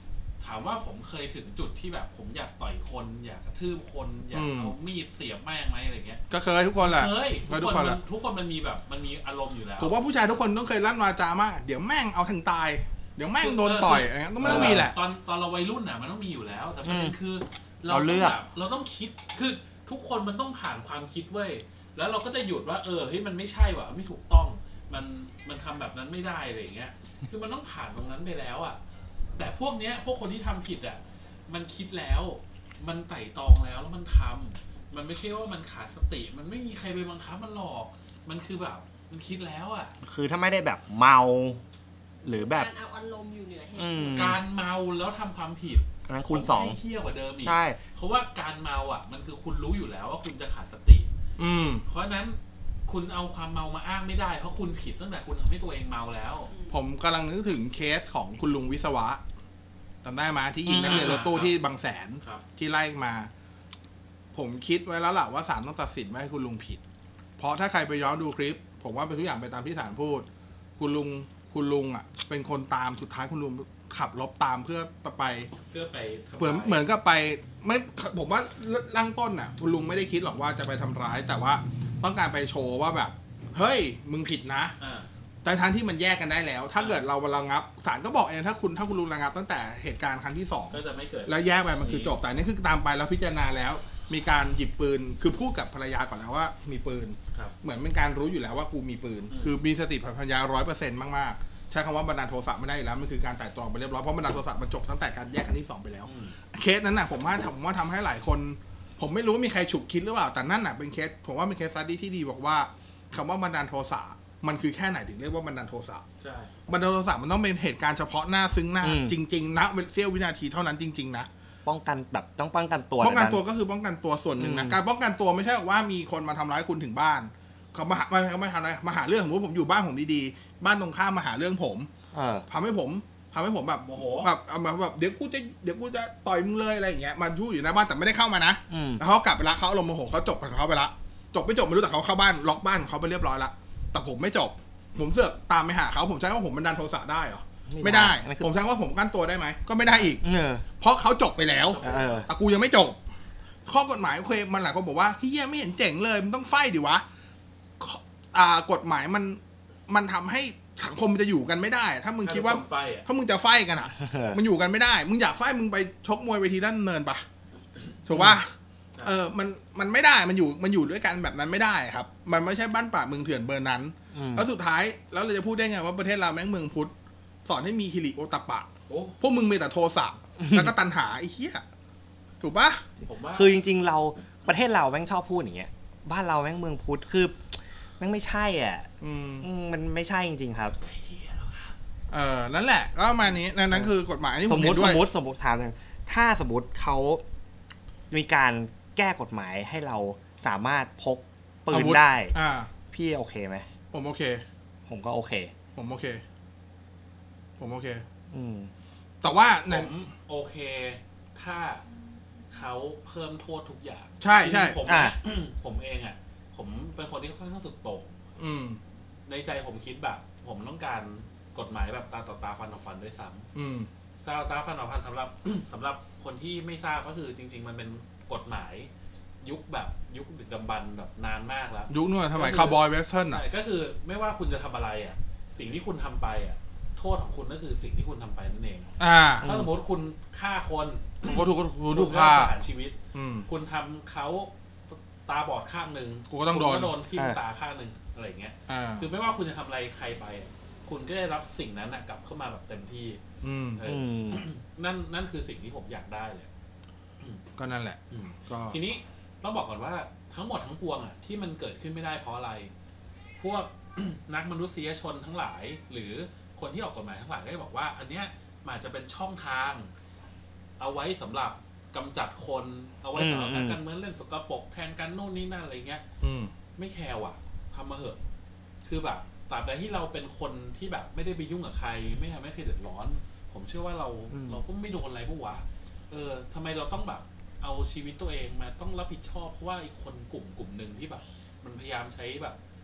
ถามว่าผมเคยถึงจุดที่แบบผมอยากต่อยคนอยากกระทืบคนอยากเอามีดเสียบแม่งไหมอะไรเงี้ยก็เคยทุกคนแหละเคยทุกคนมันมีแบบมันมีอารมณ์อยู่แล้วผมว่าผู้ชายทุกคนต้องเคยลั่นวาจามากเดี๋ยวแม่งเอาถึงตายเดี๋ยวแม่งโดนต่อยอะไรเงี้ยต้องมีแหละตอนเราวัยรุ่นน่ะมันต้องมีอยู่แล้วแต่ประเด็นคือเราเลือกเราต้องคิดคือทุกคนมันต้องผ่านความคิดเว้ยแล้วเราก็จะหยุดว่าเฮ้ยมันไม่ใช่ว่ะไม่ถูกต้องมันทำแบบนั้นไม่ได้อะไรเงี้ยคือมันต้องผ่านตรงนั้นไปแล้วอ่ะแต่พวกคนที่ทำผิดอ่ะมันคิดแล้วมันไต่ตองแล้วมันทำมันไม่ใช่ว่ามันขาดสติมันไม่มีใครไปบังคับมันหรอกมันคือแบบมันคิดแล้วอ่ะคือถ้าไม่ได้แบบเมาหรือแบบการเอาอารมณ์อยู่เหนือเหตุการเมาแล้วทำความผิดนั้นคูณ2 ให้เหี้ยกว่าเดิมอีกใช่เพราะว่าการเมาอ่ะมันคือคุณรู้อยู่แล้วว่าคุณจะขาดสติเพราะนั้นคุณเอาความเมามาอ้างไม่ได้เพราะคุณผิดตั้งแต่คุณทำให้ตัวเองเมาแล้วผมกำลังนึกถึงเคสของคุณลุงวิศวะจำได้มาที่ยิงนักเรียนรถตู้ที่บางแสนที่ไล่มาผมคิดไว้แล้วล่ะว่าศาลต้องตัดสินว่าให้คุณลุงผิดเพราะถ้าใครไปย้อนดูคลิปผมว่าเป็นทุกอย่างไปตามที่ศาลพูดคุณลุงอ่ะเป็นคนตามสุดท้ายคุณลุงขับรถตามเพื่อไปเหมือนกับไปไม่ผมว่าล่างต้นอ่ะคุณลุงไม่ได้คิดหรอกว่าจะไปทำร้ายแต่ว่าต้องการไปโชว์ว่าแบบเฮ้ยมึงผิดนะแต่ทางที่มันแยกกันได้แล้วถ้าเกิดเราระงับศาลก็บอกเองถ้าคุณลุงระงับตั้งแต่เหตุการณ์ครั้งที่2 ก็จะไม่เกิดแล้วแยกไปมันคือจบแต่นี่คือตามไปแล้วพิจารณาแล้วมีการหยิบปืนคือพูดกับภรรยาก่อนแล้วว่ามีปืนเหมือนเป็นการรู้อยู่แล้วว่ากูมีปืนคือมีสติปัญญา 100% มากๆใช้คำว่าบันดาลโทสะไม่ได้แล้วมันคือการไต่ตรองไปเรียบร้อยเพราะบันดาลโทสะมันจบตั้งแต่การแยกครั้งที่2ไปแล้วเคสนั้นน่ะผมว่าทำให้หลายคนผมไม่รู้ว่ามีใครฉุกคิดหรือเปล่าแต่นั่นน่ะเป็นเคสผมว่าเป็นเคสสตั๊ดดี้ที่ดีบอกว่าคำว่าบันดาลโทสะมันคือแค่ไหนถึงเรียกว่าบันดาลโทสะใช่บันดาลโทสะมันต้องเป็นเหตุการณ์เฉพาะหน้าซึ้งหน้าจริงๆนะเสี้ยววินาทีเท่านั้นจริงๆนะป้องกันแบบต้องป้องกันตัวก็คือป้องกันตัวส่วนหนึ่งนะการป้องกันตัวไม่ใช่ว่ามีคนมาทำร้ายคุณถึงบ้านเขามาไม่ทำอะไรมาหาเรื่องสมมติผมอยู่บ้านผมดีๆบ้านตรงข้ามมาหาเรื่องผมทำให้ผมแบบโมโหแบบเดี๋ยวกูจะต่อยมึงเลยอะไรอย่างเงี้ยมันพูดอยู่หน้าบ้านแต่ไม่ได้เข้ามานะแล้วเขากลับไปละเขาอารมณ์โมโหเขาจบของเขาไปละจบไม่รู้แต่เขาเข้าบ้านล็อกบ้านของเขาไปเรียบร้อยละแต่ผมไม่จบผมเสือกตามไปหาเขาผมใช้ว่าผมบันดาลโทสะได้เหรอไม่ได้ผมใช้ว่าผมกั้นตัวได้ไหมก็ไม่ได้อีกเพราะเขาจบไปแล้วแต่กูยังไม่จบข้อกฎหมายโอเคมันหลายคนบอกว่าเฮียไม่เห็นเจ๋งเลยมันต้องไฟดิวะกฎหมายมันทำให้สังคมมันจะอยู่กันไม่ได้ถ้ามึงคิดว่าถ้ามึงจะไฟกันอ่ะมันอยู่กันไม่ได้มึงอยากไฟมึงไปชกมวยเวทีด้านเนินปะถูกป่ะมันไม่ได้มันอยู่ด้วยกันแบบนั้นไม่ได้ครับมันไม่ใช่บ้านป่าเมืองเถื่อนเบอร์นั้นแล้วสุดท้ายแล้วเราจะพูดได้ไงว่าประเทศเราแม่งเมืองพุทธสอนให้มีฮิริโอตปะพวกมึงมีแต่โทสะแล้วก็ตัณหาไอ้เหี้ยถูกปะคือจริงๆเราประเทศเราแม่งชอบพูดอย่างเงี้ยบ้านเราแม่งเมืองพุทธคือแม่งไม่ใช่อ่ะมันไม่ใช่จริงๆครับนั่นแหละก็มานี้นั่นคือกฎหมายที่ผมเห็นด้วยสมมติถามกันถ้าสมมติเขามีการแก้กฎหมายให้เราสามารถพกปืนได้พี่โอเคไหมผมโอเคผมก็โอเคผมโอเคแต่ว่าผมโอเคถ้าเขาเพิ่มโทษทุกอย่างใช่ผมเองอ่ะผมเป็นคนที่ค่อนข้างสุดโต่งในใจผมคิดแบบผมต้องการกฎหมายแบบตาต่อตาฟันต่อฟันด้วยซ้ำตาต่อตาฟันต่อฟันสำหรับคนที่ไม่ทราบก็คือจริงๆมันเป็นกฎหมายยุคดึกดำบรรพ์แบบนานมากแล้วยุคนู้นทำไมคาวบอยเวสเทิร์นอ่ะก็คือไม่ว่าคุณจะทำอะไรอ่ะสิ่งที่คุณทำไปอ่ะโทษของคุณก็คือสิ่งที่คุณทำไปนั่นเองถ้าสมมติคุณฆ่าคนถูกฆ่าประหารชีวิตคุณทำเขาตาบอดข้างหนึ่งกูก็ต้องโดนทิ่มตาข้างหนึ่งอะไรอย่างเงี้ยคือไม่ว่าคุณจะทำอะไรใครไปคุณก็ได้รับสิ่งนั้นกลับเข้ามาแบบเต็มที่นั่นคือสิ่งที่ผมอยากได้เลยก็นั่นแหละทีนี้ต้องบอกก่อนว่าทั้งหมดทั้งปวงที่มันเกิดขึ้นไม่ได้เพราะอะไรพวก นักมนุษยชนทั้งหลายหรือคนที่ออกกฎหมายทั้งหลายก็บอกว่าอันเนี้ยอาจจะเป็นช่องทางเอาไว้สำหรับกำจัดคนเอาไว้สำหรับนักการเมืองเล่นสกปรกแทนกันโน่นนี่นั่นอะไรเงี้ยไม่แคร์ว่ะทำมาเหอะคือแบบตราบใดที่เราเป็นคนที่แบบไม่ได้ไปยุ่งกับใครไม่ทำให้ใครเดือดร้อนผมเชื่อว่าเราก็ไม่โดนอะไรพวกวะทำไมเราต้องแบบเอาชีวิตตัวเองมาต้องรับผิดชอบเพราะว่าไอ้คนกลุ่มหนึ่งที่แบบมันพยายามใช้แบบ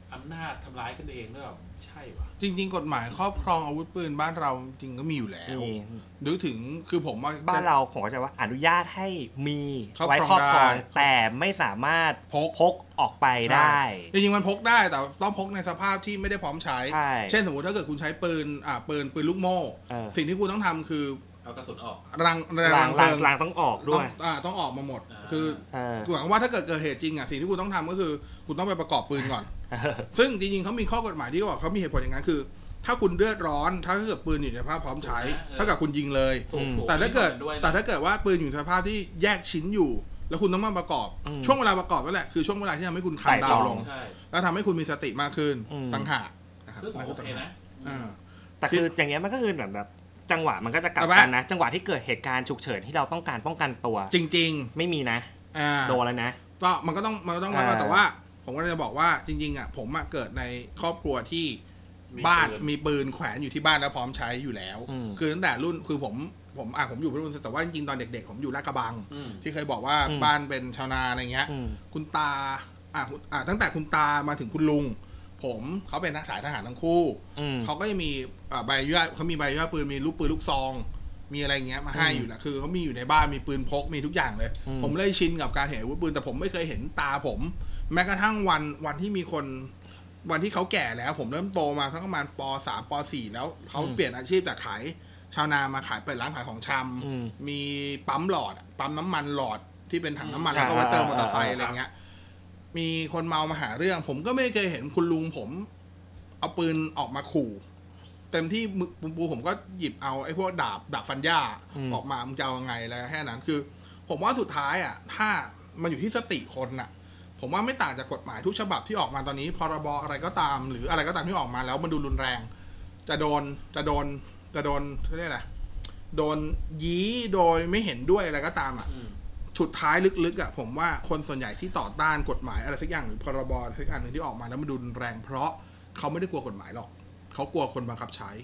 อำนาจทำร้ายกันเองด้วยแบบใช่ปะจริงๆกฎหมายครอบครองอาวุธปืนบ้านเราจริงก็มีอยู่แล้วนึกถึงคือผมว่าบ้านเราผมเข้าใจว่าอนุญาตให้มีไว้ครอบครองแต่ไม่สามารถพกออกไปได้จริงๆมันพกได้แต่ต้องพกในสภาพที่ไม่ได้พร้อมใช้เช่นสมมติถ้าเกิดคุณใช้ปืนลูกโม่สิ่งที่คุณต้องทำคือเอากระสุนออกรังต้องออกด้วยต้องออกมาหมดคือหวังว่าถ้าเกิดเหตุจริงอ่ะสิ่งที่คุณต้องทำก็คือคุณต้องไปประกอบปืนก่อนซึ่งจริงๆเขามีข้อกฎหมายที่บอกเขามีเหตุผลอย่างนั้นคือถ้าคุณเดือดร้อนถ้าเกิดปืนอยู่ในสภาพพร้อมใช้เท่ากับคุณยิงเลยแต่ถ้าเกิดว่าปืนอยู่ในสภาพที่แยกชิ้นอยู่แล้วคุณต้องมาประกอบช่วงเวลาประกอบนั่นแหละคือช่วงเวลาที่ทำให้คุณคันดาวลงแล้วทำให้คุณมีสติมากขึ้นต่างหากนะครับโอเคนะแต่คืออย่างเงี้ยมันก็คือแบบจังหวะมันก็จะกลับกันนะจังหวะที่เกิดเหตุการณ์ฉุกเฉินที่เราต้องการป้องกันตัวจริงๆไม่มีนะโดนแล้วนะก็มันก็ต้องแต่ว่าผมก็จะบอกว่าจริงๆอ่ะผมเกิดในครอบครัวที่บ้านมีปืนแขวนอยู่ที่บ้านแล้วพร้อมใช้อยู่แล้วคือตั้งแต่รุ่นคือผมอยู่รุ่นแต่ว่าจริงๆตอนเด็กๆผมอยู่ลาดกระบังที่เคยบอกว่าบ้านเป็นชาวนาอะไรเงี้ยคุณตาตั้งแต่คุณตามาถึงคุณลุงผมเขาเป็นนักสายทหารทั้งคู่เขาก็จะมีใบอนุญาตเขามีใบอนุญาตปืนมีลูกปืนลูกซองมีอะไรเงี้ยมาให้อยู่แหละคือเขามีอยู่ในบ้านมีปืนพกมีทุกอย่างเลยผมเลยชินกับการเห็นอาวุธปืนแต่ผมไม่เคยเห็นตาผมแม้กระทั่งวันที่มีคนวันที่เขาแก่แล้วผมเริ่มโตมาทั้งประมาณป.3 ป.4 แล้วเขาเปลี่ยนอาชีพจากขายชาวนามาขายเปิดร้านขายของชำมีปั๊มหลอดปั๊มน้ำมันหลอดที่เป็นถังน้ำมันแล้วก็ไว้เติมมอเตอร์ไซค์อะไรเงี้ยมีคนเมามาหาเรื่องผมก็ไม่เคยเห็นคุณลุงผมเอาปืนออกมาขู่เต็มที่ปูผมก็หยิบเอาไอ้พวกดาบฟันหญ้าออกมามึงจะเอายังไงแล้วแค่นั้นคือผมว่าสุดท้ายอ่ะถ้ามันอยู่ที่สติคนอ่ะผมว่าไม่ต่างจากกฎหมายทุกฉบับที่ออกมาตอนนี้พรบอะไรก็ตามหรืออะไรก็ตามที่ออกมาแล้วมันดูรุนแรงจะโดนเรียกอะไรโดนยี้โดยไม่เห็นด้วยอะไรก็ตามอ่ะสุดท้ายลึกๆอ่ะผมว่าคนส่วนใหญ่ที่ต่อต้านกฎหมายอะไรสักอย่างหรือพรบสักอันนึงที่ออกมาแล้วมันดูรุนแรงเพราะเขาไม่ได้กลัวกฎหมายหรอกเขากลัวคนบังคับใช้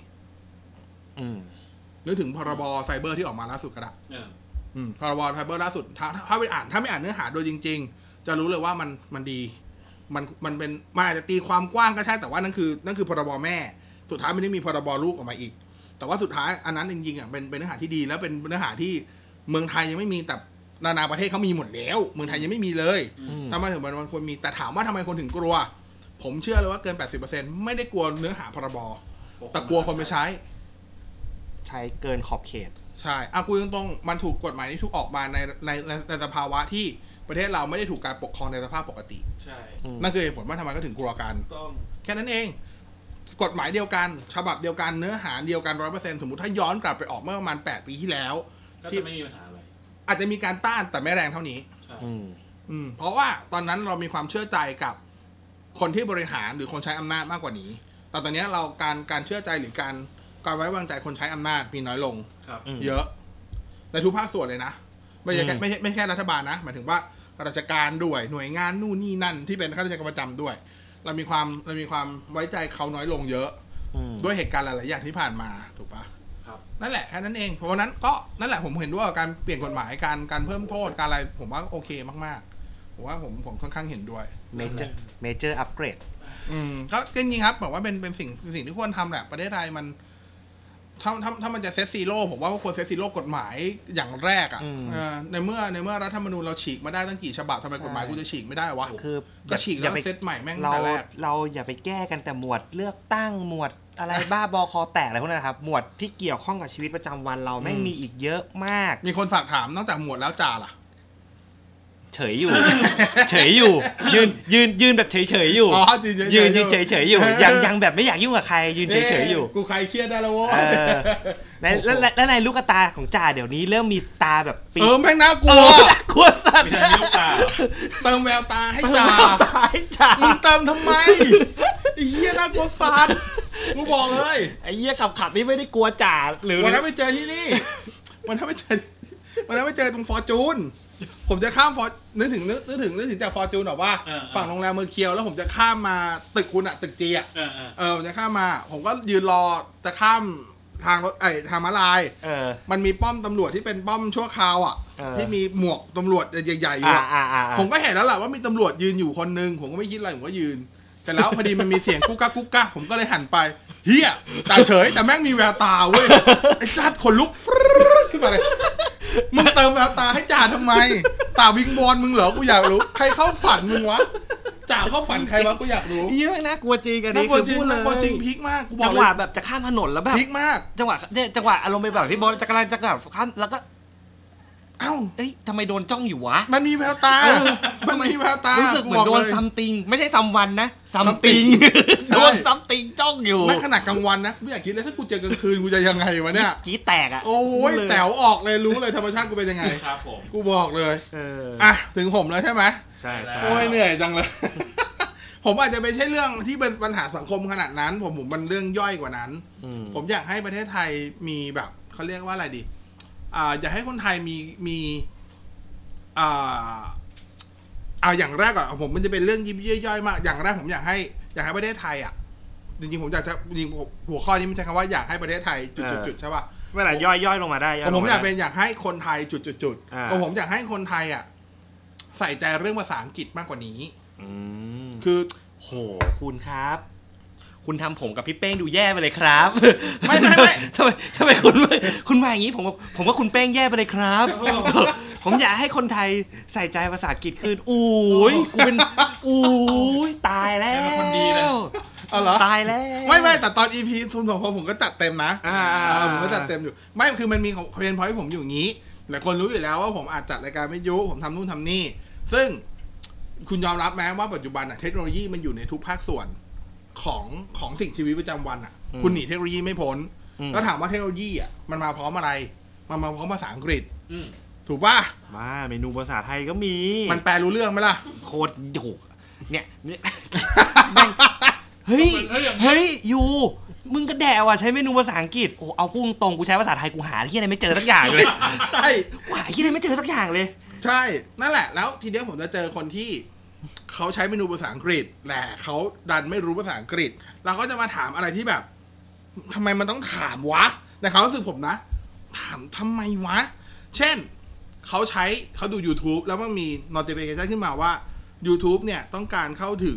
นึกถึงพรบไซเบอร์ที่ออกมาล่าสุดก็ได้พรบไซเบอร์ล่าสุดถ้าไม่อ่านเนื้อหาโดยจริงๆจะรู้เลยว่ามันดีมันเป็นมันอาจจะตีความกว้างก็ใช่แต่ว่านั่นคือพรบแม่สุดท้ายมันได้มีพรบลูกออกมาอีกแต่ว่าสุดท้ายอันนั้นจริงๆอ่ะเป็นเนื้อหาที่ดีแล้วเป็นเนื้อหาที่เมืองไทยยังไม่มีแต่นานาประเทศเขามีหมดแล้วเมืองไทยยังไม่มีเลยทำไมถึงมันควรมีแต่ถามว่าทำไมคนถึงกลัวผมเชื่อเลยว่าเกิน 80% ไม่ได้กลัวเนื้อหาพรบแต่กลัวคนไปใช้เกินขอบเขตใช่คุยตรงๆมันถูกกฎหมายที่ถูกออกมาในสภาวะที่ประเทศเราไม่ได้ถูกการปกครองในสภาพปกติใช่นั่นคือเหตุผลว่าทำไมก็ถึงกลัวกันแค่นั้นเองกฎหมายเดียวกันฉบับเดียวกันเนื้อหาเดียวกัน 100% สมมุติถ้าย้อนกลับไปออกเมื่อประมาณ8 ปีที่แล้วก็จะไม่มีปัญหาอะไรอาจจะมีการต้านแต่ไม่แรงเท่านี้เพราะว่าตอนนั้นเรามีความเชื่อใจกับคนที่บริหารหรือคนใช้อำนาจมากกว่านี้แต่ตอนนี้เราการเชื่อใจหรือการไว้วางใจคนใช้อำนาจมีน้อยลงเยอะในทุกภาคส่วนเลยนะไม่ใช่แค่รัฐบาลนะหมายถึงว่าราชการด้วยหน่วยงานนู่นนี่นั่นที่เป็นข้าราชการประจำด้วยเรามีความไว้ใจเขาน้อยลงเยอะด้วยเหตุการณ์หลายๆอย่างที่ผ่านมาถูกปะนั่นแหละแค่นั้นเองเพราะนั้นก็นั่นแหละผมเห็นด้วยกับการเปลี่ยนกฎหมายการเพิ่มโทษการอะไรผมว่าโอเคมากๆผมว่าผมค่อนข้างเห็นด้วย major upgrade ก็จริงๆครับบอกว่าเป็นสิ่งที่ควรทำแหละประเทศไทยมันถ้ามันจะเซตซีโร่ผมว่าควรเซตซีโร่กฎหมายอย่างแรกอ่ะในเมื่อรัฐธรรมนูญเราฉีกมาได้ตั้งกี่ฉบับทำไมกฎหมายกูจะฉีกไม่ได้วะคือก็ฉีกแล้วเซตใหม่แม่งแต่แรกเราอย่าไปแก้กันแต่หมวดเลือกตั้งหมวดอะไรบ้าบอคอแตกอะไรพวกนั้นนะครับหมวดที่เกี่ยวข้องกับชีวิตประจำวันเราแม่งมีอีกเยอะมากมีคนฝากถามนอกจากหมวดแล้วจ่าล่ะเฉยอยู่ยืนแบบเฉยอยู่ยืนเฉยอยู่ยังแบบไม่อยากยุ่งกับใครยืนเฉยอยู่กูใครเครียดได้แล้ววะแล้วในลูกตาของจ่าเดี๋ยวนี้เริ่มมีตาแบบปิดแม่งน่ากลัวสัตว์เติมแววตาให้จ่ามึงเติมทำไมไอ้เหี้ยน่ากลัวสัตว์กูบอกเลยไอ้เหี้ยขับนี่ไม่ได้กลัวจ่าหรือวันนั้นไปเจอที่นี่วันนั้นไปเจอตรงฟอร์จูนผมจะข้ามนึกถึงจากฟอร์จูนหรอว่าฝั่งโรงแรมเมืองเคียวแล้วผมจะข้ามมาตึกคุณอะตึกจีอะผมจะข้ามมาผมก็ยืนรอจะข้ามทางรถทางม้าลายมันมีป้อมตำรวจที่เป็นป้อมชั่วคราวอะที่มีหมวกตำรวจใหญ่ๆอยู่ผมก็เห็นแล้วแหละว่ามีตำรวจยืนอยู่คนนึงผมก็ไม่คิดอะไรผมก็ยืนแต่แล้วพอดีมันมีเสียงกุ๊กกักผมก็เลยหันไปเฮียตาเฉยแต่แม่งมีแววตาเว้ยไอ้จัดขนลุกขึ้นมาเลยมึงเติมแววตาให้จ่าทำไมตาวิงบอลมึงเหรอกูอยากรู้ใครเข้าฝันมึงวะจ่าเข้าฝันใครวะกูอยากรู้เยอะน่ากลัวจริงกันนี่คือพูดเลยน่ากลัวจริงพีคมากกูบอกเลยจังหวะแบบจะข้ามถนนแล้วแบบพีคมากจังหวะอารมณ์แบบพี่บอลจะกำลังจะข้ามแล้วก็เอ้าเอ้ยทำไมโดนจ้องอยู่วะมันมีแววตามันมีแววตารู้สึกเหมือนโดนซัมติงไม่ใช่ซัมวันนะซัมติงโดนซัมติงจ้องอยู่ไม่ขนาดกลางวันนะไม่อยากคิดเลยถ้ากูเจอกลางคืนกูจะยังไงวะเนี่ยกี้แตกอ่ะโอ้ยแต๋วออกเลยรู้เลยธรรมชาติกูเป็นยังไงครับผมกูบอกเลยอ่ะถึงผมแล้วใช่ไหมใช่โอ้ยเหนื่อยจังเลยผมอาจจะไม่ใช่เรื่องที่เป็นปัญหาสังคมขนาดนั้นผมมันเรื่องย่อยกว่านั้นผมอยากให้ประเทศไทยมีแบบเขาเรียกว่าอะไรดีอยากให้คนไทยมีอย่างแรกก่อนผมมันจะเป็นเรื่องยิบย่อยมากอย่างแรกผมอยากให้ประเทศไทยจริงๆผมอยากจะจริงหัวข้อนี้มันใช้คำว่าอยากให้ประเทศไทยจุดๆใช่ป่ะเวลาย่อยลงมาได้ผมอยากให้คนไทยจุดๆผมอยากให้คนไทยใส่ใจเรื่องภาษาอังกฤษมากกว่านี้คือโหคุณครับคุณทำผมกับพี่เป้งดูแย่ไปเลยครับไม่ทำไมคุณมาอย่างนี้ผมว่าคุณเป้งแย่ไปเลยครับผมอยากให้คนไทยใส่ใจภาษาอังกฤษขึ้นกูเป็นตายแล้วเป็นคนดีเลยตายแล้วไม่แต่ตอน EP 02ผมก็จัดเต็มนะผมก็จัดเต็มอยู่ไม่คือมันมีเพลนพอยต์ผมอยู่อย่างนี้หลายคนรู้อยู่แล้วว่าผมอาจจัดรายการวิทยุผมทำนู่นทำนี่ซึ่งคุณยอมรับไหมว่าปัจจุบันเทคโนโลยีมันอยู่ในทุกภาคส่วนของสิ่งชีวิตประจำวันคุณหนีเทคโนโลยีไม่พ้นแล้วถามว่าเทคโนโลยีมันมาพร้อมอะไรมันมาพร้อมภาษาอังกฤษถูกป่ะมาเมนูภาษาไทยก็มีมันแปลรู้เรื่องไหมล่ะโคตรโหเนี่ยเฮ้ยยูมึงก็แดวใช้เมนูภาษาอังกฤษโอ้เอาพูดตรงกูใช้ภาษาไทยกูหาที่ไหนไม่เจอสักอย่างเลยใช่กูหาที่ไหนไม่เจอสักอย่างเลยใช่นั่นแหละแล้วทีเดียวผมจะเจอคนที่เขาใช้เมนูภาษาอังกฤษแต่เขาดันไม่รู้ภาษาอังกฤษเราก็จะมาถามอะไรที่แบบทำไมมันต้องถามวะในความรู้สึกผมนะถามทำไมวะเช่นเขาดู YouTube แล้วมันมี notification ขึ้นมาว่า YouTube เนี่ยต้องการเข้าถึง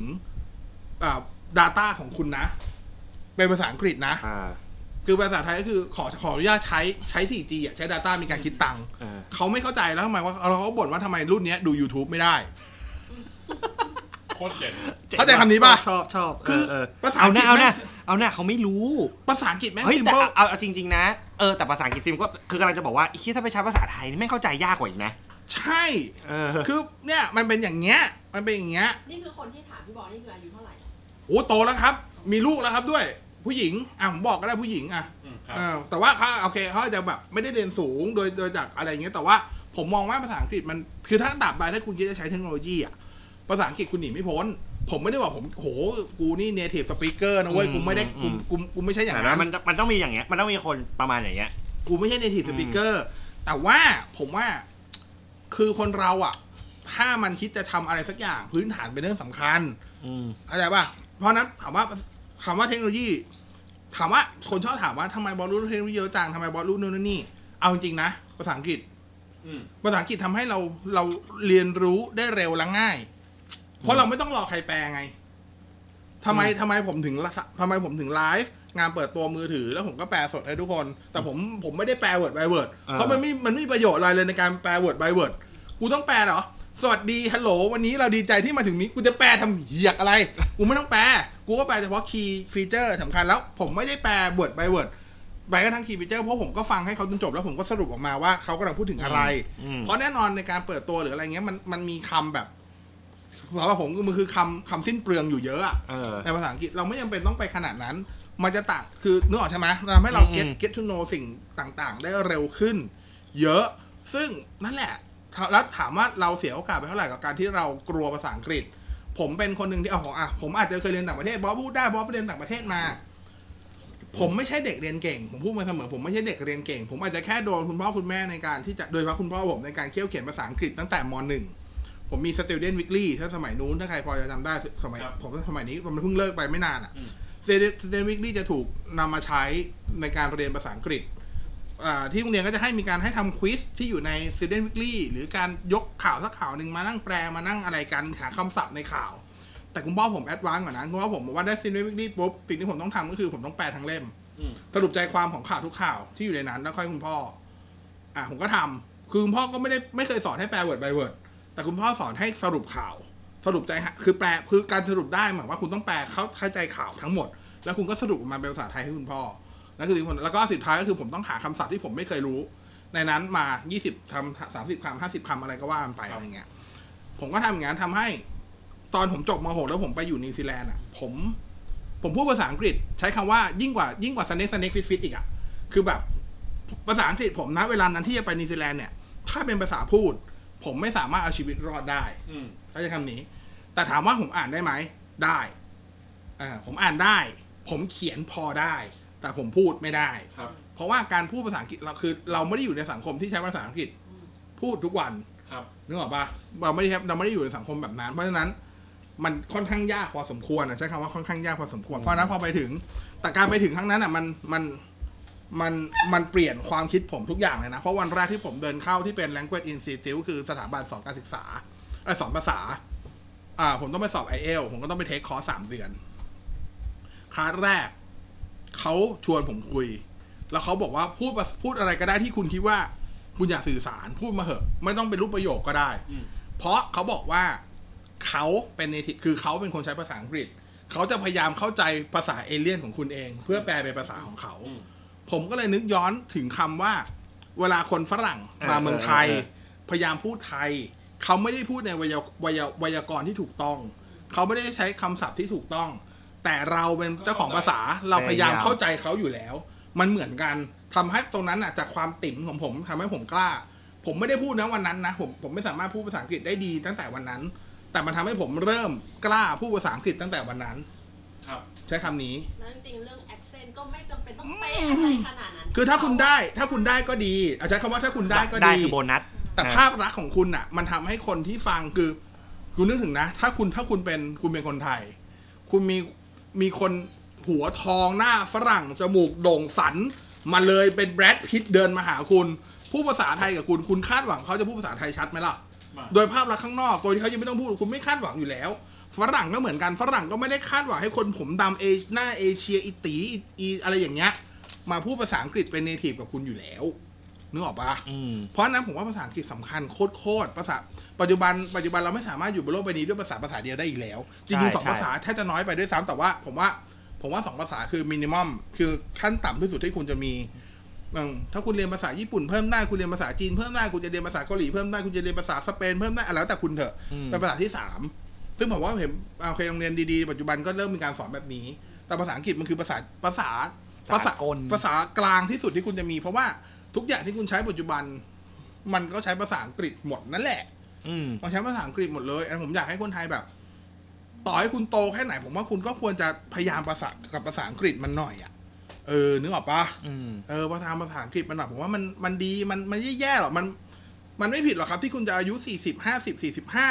data ของคุณนะเป็นภาษาอังกฤษนะคือภาษาไทยก็คือขออนุญาตใช้ 4G ใช้ data มีการคิดตังค์เขาไม่เข้าใจแล้วทำไมว่าเขาบ่นว่าทำไมรุ่นนี้ดู YouTube ไม่ได้โคตรเจ๋งเข้าใจคำนี้ป่ะชอบคือภาษาอังกฤษเอาหน้าเขาไม่รู้ภาษาอังกฤษแม่งซิมเปิลเอาจริงๆนะแต่ภาษาอังกฤษซิมก็คือกำลังจะบอกว่าถ้าไปใช้ภาษาไทยนี่แม่งเข้าใจยากกว่าอีกนะใช่คือเนี่ยมันเป็นอย่างเงี้ยนี่คือคนที่ถามพี่บอลนี่คืออายุเท่าไหร่โอ้โตแล้วครับมีลูกแล้วครับด้วยผู้หญิงผมบอกก็ได้ผู้หญิงแต่ว่าเขาโอเคเขาอาจจะแบบไม่ได้เรียนสูงโดยจากอะไรเงี้ยแต่ว่าผมมองว่าภาษาอังกฤษมันคือถ้าดับไปถ้าคุณคิดจะใช้เทคโนโลยีภาษาอังกฤษคุณหนีไม่พ้นผมไม่ได้บอกผมกูนี่ native speaker นะเว้ยกูไม่ได้กูไม่ใช่อย่างนั้นมันต้องมีอย่างเงี้ยมันต้องมีคนประมาณอย่างเงี้ยกูไม่ใช่ native speaker แต่ว่าผมว่าคือคนเราถ้ามันคิดจะทำอะไรสักอย่างพื้นฐานเป็นเรื่องสำคัญเข้าใจป่ะเพราะนั้นถามว่าคำว่าเทคโนโลยีถามว่าคนชอบถามว่าทำไมบอสรู้เทคโนโลยีเยอะจังทำไมบอสรู้นู่นนี่เอาจริงนะภาษาอังกฤษทำให้เราเรียนรู้ได้เร็วและง่ายเพราะเราไม่ต้องรอใครแปลไงทำไมผมถึงไลฟ์งานเปิดตัวมือถือแล้วผมก็แปลสดให้ทุกคนแต่ผมไม่ได้แปล word by word เพราะมันไม่มีประโยชน์อะไรเลยในการแปล word by word กูต้องแปลเหรอสวัสดีฮัลโหลวันนี้เราดีใจที่มาถึงนี้กูจะแปลทำเหี้ยอะไรกูไม่ต้องแปลกูก็แปลเฉพาะคีย์ฟีเจอร์สำคัญแล้วผมไม่ได้แปล word by word ไปก็ทั้งคีย์ฟีเจอร์เพราะผมก็ฟังให้เขาจนจบแล้วผมก็สรุปออกมาว่าเขากำลังพูดถึงอะไรเพราะแน่นอนในการเปิดตัวหรืออะไรเงี้ยมันมีคำแบบสำหรับผมมันคือคำสิ้นเปลืองอยู่เยอะในภาษาอังกฤษเราไม่จำเป็นต้องไปขนาดนั้นมันจะต่างคือนึกออกใช่ไหมทำให้เรา get to know สิ่งต่างๆได้เร็วขึ้นเยอะซึ่งนั่นแหละแล้วถามว่าเราเสียโอกาสไปเท่าไหร่กับการที่เรากลัวภาษาอังกฤษผมเป็นคนหนึ่งที่ผมอาจจะเคยเรียนต่างประเทศบอสพูดได้บอสไปเรียนต่างประเทศมาผมไม่ใช่เด็กเรียนเก่งผมพูดมาเสมอผมไม่ใช่เด็กเรียนเก่งผมอาจจะแค่โดนคุณพ่อคุณแม่ในการที่จะโดยเฉพาะคุณพ่อผมในการเคี่ยวเขียนภาษาอังกฤษตั้งแต่ม.1 ผมมี Student Weekly ถ้าสมัยนู้นถ้าใครพอจะจำได้สมัยผมสมัยนี้มันเพิ่งเลิกไปไม่นาน Student Weekly จะถูกนำมาใช้ในการเรียนภาษาอังกฤษที่โรงเรียนก็จะมีการให้ทำควิซที่อยู่ใน Student Weekly หรือการยกข่าวสักข่าวหนึ่งมานั่งแปลมานั่งอะไรกันหาคำศัพท์ในข่าวแต่คุณพ่อผมแอดวานซ์กว่านั้นคุณพ่อผมบอกว่าได้ซีนวิกฤตปุ๊บสิ่งที่ผมต้องทำก็คือผมต้องแปลทั้งเล่มสรุปใจความของข่าวทุกข่าวที่อยู่ในนั้นแล้วค่อยคุณพ่อผมก็ทำคือคุณพ่อก็ไม่เคยสอนให้แปล word by word แต่คุณพ่อสอนให้สรุปข่าวสรุปใจคือแปลคือการสรุปได้หมายว่าคุณต้องแปลเข้าใจข่าวทั้งหมดแล้วคุณก็สรุปมาเป็นภาษาไทยให้คุณพ่อนั่นคือแล้วก็สุดท้ายก็คือผมต้องหาคำศัพท์ที่ผมไม่เคยรู้ในนั้นมา20 คำ 30 คำ 50 คำอะไรก็ว่าไปอะไรเงี้ยผมก็ทำอย่างนั้นทำให้ตอนผมจบม.6 แล้วผมไปอยู่นิวซีแลนด์ผมพูดภาษาอังกฤษใช้คำว่ายิ่งกว่าสเน็กฟิตอีกคือแบบภาษาอังกฤษผมนะเวลานั้นที่จะไปนิวซีแลนด์เนี่ยถ้าเป็นภาษาพูดผมไม่สามารถเอาชีวิตรอดได้ก็จะคำนี้แต่ถามว่าผมอ่านได้ไหมได้ผมอ่านได้ผมเขียนพอได้แต่ผมพูดไม่ได้เพราะว่าการพูดภาษาอังกฤษเราไม่ได้อยู่ในสังคมที่ใช้ภาษาอังกฤษพูดทุกวันนึกออกปะเราไม่ได้อยู่ในสังคมแบบนั้นเพราะฉะนั้นมันค่อนข้างยากพอสมควรใช้คำว่าค่อนข้างยากพอสมควรเพราะนั้นพอไปถึงแต่การไปถึงครั้งนั้นมันเปลี่ยนความคิดผมทุกอย่างเลยนะเพราะวันแรกที่ผมเดินเข้าที่เป็น Language Institute คือสถาบันสอนการศึกษาสอนภาษาผมต้องไปสอบ IELTS ผมก็ต้องไปเทคคอร์ส3 เดือนคลาสแรกเขาชวนผมคุยแล้วเขาบอกว่าพูดอะไรก็ได้ที่คุณคิดว่าคุณอยากสื่อสารพูดมาเหอะไม่ต้องเป็นรูปประโยคก็ได้เพราะเขาบอกว่าเขาเป็นคือเขาเป็นคนใช้ภาษาอังกฤษเขาจะพยายามเข้าใจภาษาเอเลี่ยนของคุณเองเพื่อแปลเป็นภาษาของเขาผมก็เลยนึกย้อนถึงคำว่าเวลาคนฝรั่งมาเมืองไทยพยายามพูดไทยเขาไม่ได้พูดในไวยากรณ์ที่ถูกต้องเขาไม่ได้ใช้คำศัพท์ที่ถูกต้องแต่เราเป็นเจ้าของภาษาเราพยายามเข้าใจเขาอยู่แล้วมันเหมือนกันทำให้ตรงนั้นจากความติ๋มของผมทำให้ผมกล้าผมไม่ได้พูดนะวันนั้นนะผมไม่สามารถพูดภาษาอังกฤษได้ดีตั้งแต่วันนั้นแต่มันทำให้ผมเริ่มกล้าพูดภาษาอังกฤษตั้งแต่วันนั้นใช้คำนี้แล้วจริงๆเรื่อง accent ก็ไม่จำเป็นต้องเป๊ะอะไรขนาดนั้นคือถ้าคุณได้ก็ดีใช้คำว่าถ้าคุณได้ก็ดีคือโบนัสแต่ภาพลักษณ์ของคุณมันทำให้คนที่ฟังคือคุณนึกถึงนะถ้าคุณเป็นคนไทยคุณมีคนหัวทองหน้าฝรั่งจมูกโด่งสันมาเลยเป็นแบรดพิตต์เดินมาหาคุณพูดภาษาไทยกับคุณคาดหวังเขาจะพูดภาษาไทยชัดไหมล่ะโดยภาพลักษณ์ข้างนอกตัวที่เขายังไม่ต้องพูดคุณไม่คาดหวังอยู่แล้วฝรั่งก็เหมือนกันฝรั่งก็ไม่ได้คาดหวังให้คนผมดำหน้าเอเชียอีอะไรอย่างเงี้ยมาพูดภาษาอังกฤษเป็นเนทีฟกับคุณอยู่แล้วนึกออกปะเพราะนั้นผมว่าภาษาอังกฤษสำคัญโคตรภาษาปัจจุบันเราไม่สามารถอยู่บนโลกใบนี้ด้วยภาษาเดียวได้อีกแล้วจริงๆ2 ภาษาแทบจะน้อยไปด้วยซ้ำแต่ว่าผมว่า2 ภาษาคือมินิมัมคือขั้นต่ำที่สุดที่คุณจะมีถ้าคุณเรียนภาษาญี่ปุ่นเพิ่มได้คุณเรียนภาษาจีนเพิ่มได้คุณจะเรียนภาษาเกาหลีเพิ่มได้คุณจะเรียนภาษาสเปนเพิ่มได้แล้วแต่คุณเถอะเป็นภาษาที่3ซึ่งผมว่าโอเคโรงเรียนดีๆปัจจุบันก็เริ่มมีการสอนแบบนี้แต่ภาษาอังกฤษมันคือภาษากลางที่สุดที่คุณจะมีเพราะว่าทุกอย่างที่คุณใช้ปัจจุบันมันก็ใช้ภาษาอังกฤษหมดนั่นแหละต้องใช้ภาษาอังกฤษหมดเลยผมอยากให้คนไทยแบบต่อให้คุณโตแค่ไหนผมว่าคุณก็ควรจะพยายามภาษาอังกฤษมันหน่อยนึกออกปะภาษาอังกฤษมันแบบผมว่ามันดีมันไม่แย่หรอกมันไม่ผิดหรอกครับที่คุณจะอายุ40 50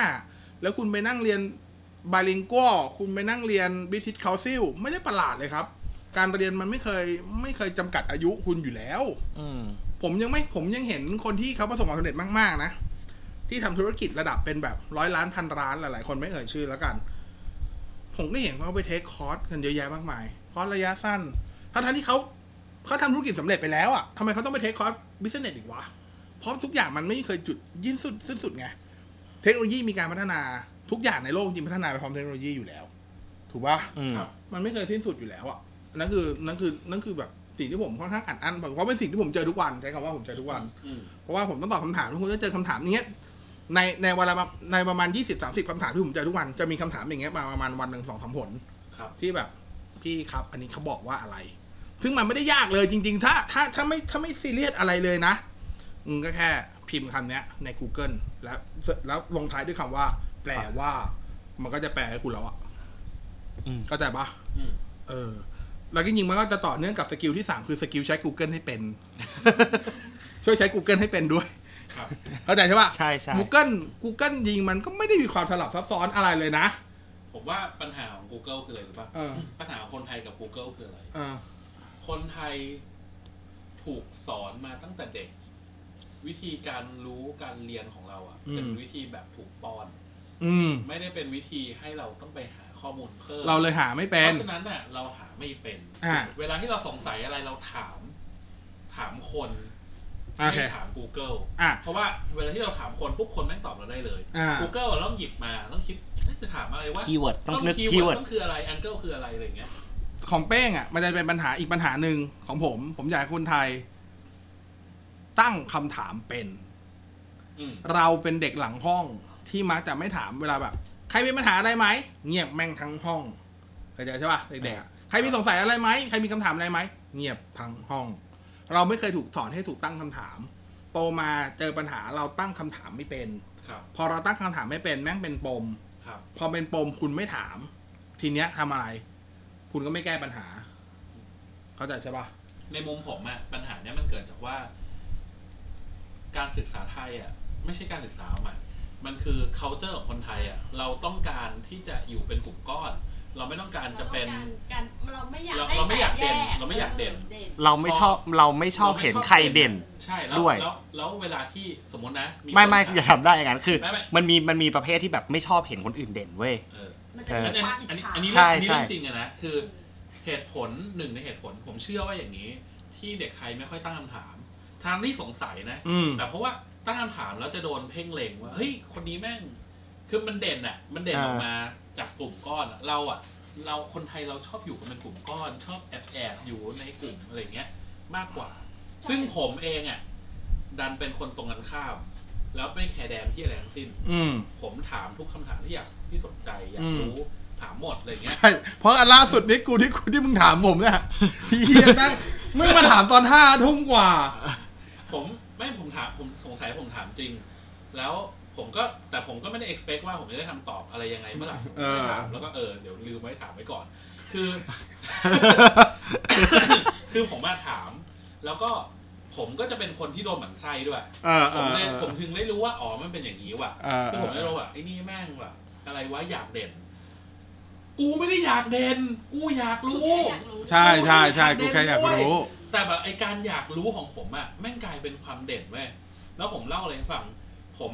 45แล้วคุณไปนั่งเรียนไบลิงกัวคุณไปนั่งเรียน British Council ไม่ได้ประหลาดเลยครับการเรียนมันไม่เคยจำกัดอายุคุณอยู่แล้วผมยังเห็นคนที่เขาประสบความสำเร็จมากๆนะที่ทำธุรกิจระดับเป็นแบบ100 ล้าน1,000 ล้านหลายๆคนไม่เอ่ยชื่อแล้วกันผมก็เห็นเขาไปเทคคอร์สกันเยอะแยะมากมายคอร์สระยะสั้นทั้งที่เขาทำธุรกิจสำเร็จไปแล้วทำไมเขาต้องไปเทคคอร์สบิสเนสอีกวะเพราะทุกอย่างมันไม่เคยจุดสิ้นสุดไงเทคโนโลยีมีการพัฒนาทุกอย่างในโลกจริงพัฒนาไปพร้อมเทคโนโลยีอยู่แล้วถูกป่ะมันไม่เคยสิ้นสุดอยู่แล้วนั่นคือแบบสิ่งที่ผมค่อนข้างอัดเพราะเป็นสิ่งที่ผมเจอทุกวันใช้คำว่าผมเจอทุกวันเพราะว่าผมต้องตอบคำถามทุกคนจะเจอคำถามนี้ในเวลาในประมาณ20-30 คำถามที่ผมเจอทุกวันจะมีคำถามอย่างเงี้ยประมาณวันหนึ่ง2-3 ผลที่แบบพี่ครับอันนี้เขาบอกว่าอะไรซึ่งมันไม่ได้ยากเลยจริงๆถ้าไม่ซีเรียสอะไรเลยนะก็แค่พิมพ์คำนี้ใน Google แล้วลงท้ายด้วยคำว่าแปลว่ามันก็จะแปลให้คุณแล้วเข้าใจปะแล้วจริงๆมันก็จะต่อเนื่องกับสกิลที่3คือสกิลใช้ Google ให้เป็น ช่วยใช้ Google ให้เป็นด้วยเข้าใจใช่ปะใช่ Google ยิงมันก็ไม่ได้มีความสลับซับซ้อนอะไรเลยนะผมว่าปัญหาของ Google คืออะไรรู้ป่ะปัญหาของคนไทยกับ Google คืออะไรคนไทยถูกสอนมาตั้งแต่เด็กวิธีการรู้การเรียนของเราเป็นวิธีแบบถูกป้อนไม่ได้เป็นวิธีให้เราต้องไปหาข้อมูลเพิ่มเราเลยหาไม่เป็นเพราะฉะนั้นน่ะเราหาไม่เป็นเวลาที่เราสงสัยอะไรเราถามคนไม่ถาม Google เพราะว่าเวลาที่เราถามคนปุ๊บคนแม่งตอบเราได้เลย Google เราต้องหยิบมาต้องคิดจะถามอะไรวะคีย์เวิร์ดต้องนึกคีย์เวิร์ดต้องคืออะไรAngleคืออะไรอะไรอย่างเงี้ยของเป้งมันจะเป็นปัญหาอีกปัญหาหนึ่งของผมอยากให้คนไทยตั้งคำถามเป็นเราเป็นเด็กหลังห้องที่มักจะไม่ถามเวลาแบบใครมีปัญหาอะไรไหมเงียบแม่งทั้งห้องเข้าใจใช่ป่ะเด็กๆใครมีสงสัยอะไรไหมใครมีคำถามอะไรไหมเงียบทั้งห้องเราไม่เคยถูกสอนให้ถูกตั้งคำถามโตมาเจอปัญหาเราตั้งคำถามไม่เป็นพอเราตั้งคำถามไม่เป็นแม่งเป็นปมพอเป็นปมคุณไม่ถามทีเนี้ยทำอะไรคุณก็ไม่แก้ปัญหาเข้าใจใช่ป่ะในมุมผมปัญหาเนี้ยมันเกิดจากว่าการศึกษาไทยไม่ใช่การศึกษาใหม่มันคือ culture ของคนไทยเราต้องการที่จะอยู่เป็นกลุ่มก้อนเราไม่ต้องการจะเป็นเราไม่อยากเด่นเราไม่อยากเด่นเราไม่ชอบเห็นใครเด่นใช่ด้วยแล้วเวลาที่สมมตินะไม่อย่าทำได้อย่างนั้นคือมันมีประเภทที่แบบไม่ชอบเห็นคนอื่นเด่นเว้ยอันนี้เรื่องจริงนะคือเหตุผลหนึ่งในเหตุผลผมเชื่อว่าอย่างนี้ที่เด็กไทยไม่ค่อยตั้งคำถามทางที่สงสัยนะแต่เพราะว่าตั้งคำถามแล้วจะโดนเพ่งเล็งว่าเฮ้ยคนนี้แม่งคือมันเด่นมันเด่นออกมาจากกลุ่มก้อนเราคนไทยเราชอบอยู่กันเป็นกลุ่มก้อนชอบแอบอยู่ในกลุ่มอะไรเงี้ยมากกว่าซึ่งผมเองดันเป็นคนตรงกันข้ามแล้วไม่แคร์แดมที่อะไรทั้งสิ้นผมถามทุกคำถามที่สนใจอยากรู้ถามหมดอะไรเงี้ยใช่เพราะอันล่าสุดนี้ที่มึงถามผมเนี่ยเฮียนะมึงมาถามตอน5 ทุ่มกว่าผมสงสัยผมถามจริงแล้วผมก็ไม่ได้ expect ว่าผมจะได้คำตอบอะไรยังไงเมื่อไหร่ผมถามแล้วก็เดี๋ยวลืมไว้ถามไว้ก่อนคือผมมาถามแล้วก็ผมก็จะเป็นคนที่โดนหมั่นไส้ด้วยผมถึงได้รู้ว่าอ๋อมันเป็นอย่างนี้ว่ะคือผมได้รู้ว่าไอ้นี่แม่งแบบอะไรวะอยากเด่นกูไม่ได้อยากเด่นกูอยากรู้ใช่กูแค่อยากรู้แต่แบบไอการอยากรู้ของผมแม่งกลายเป็นความเด่นเว้ยแล้วผมเล่าอะไรให้ฟังผม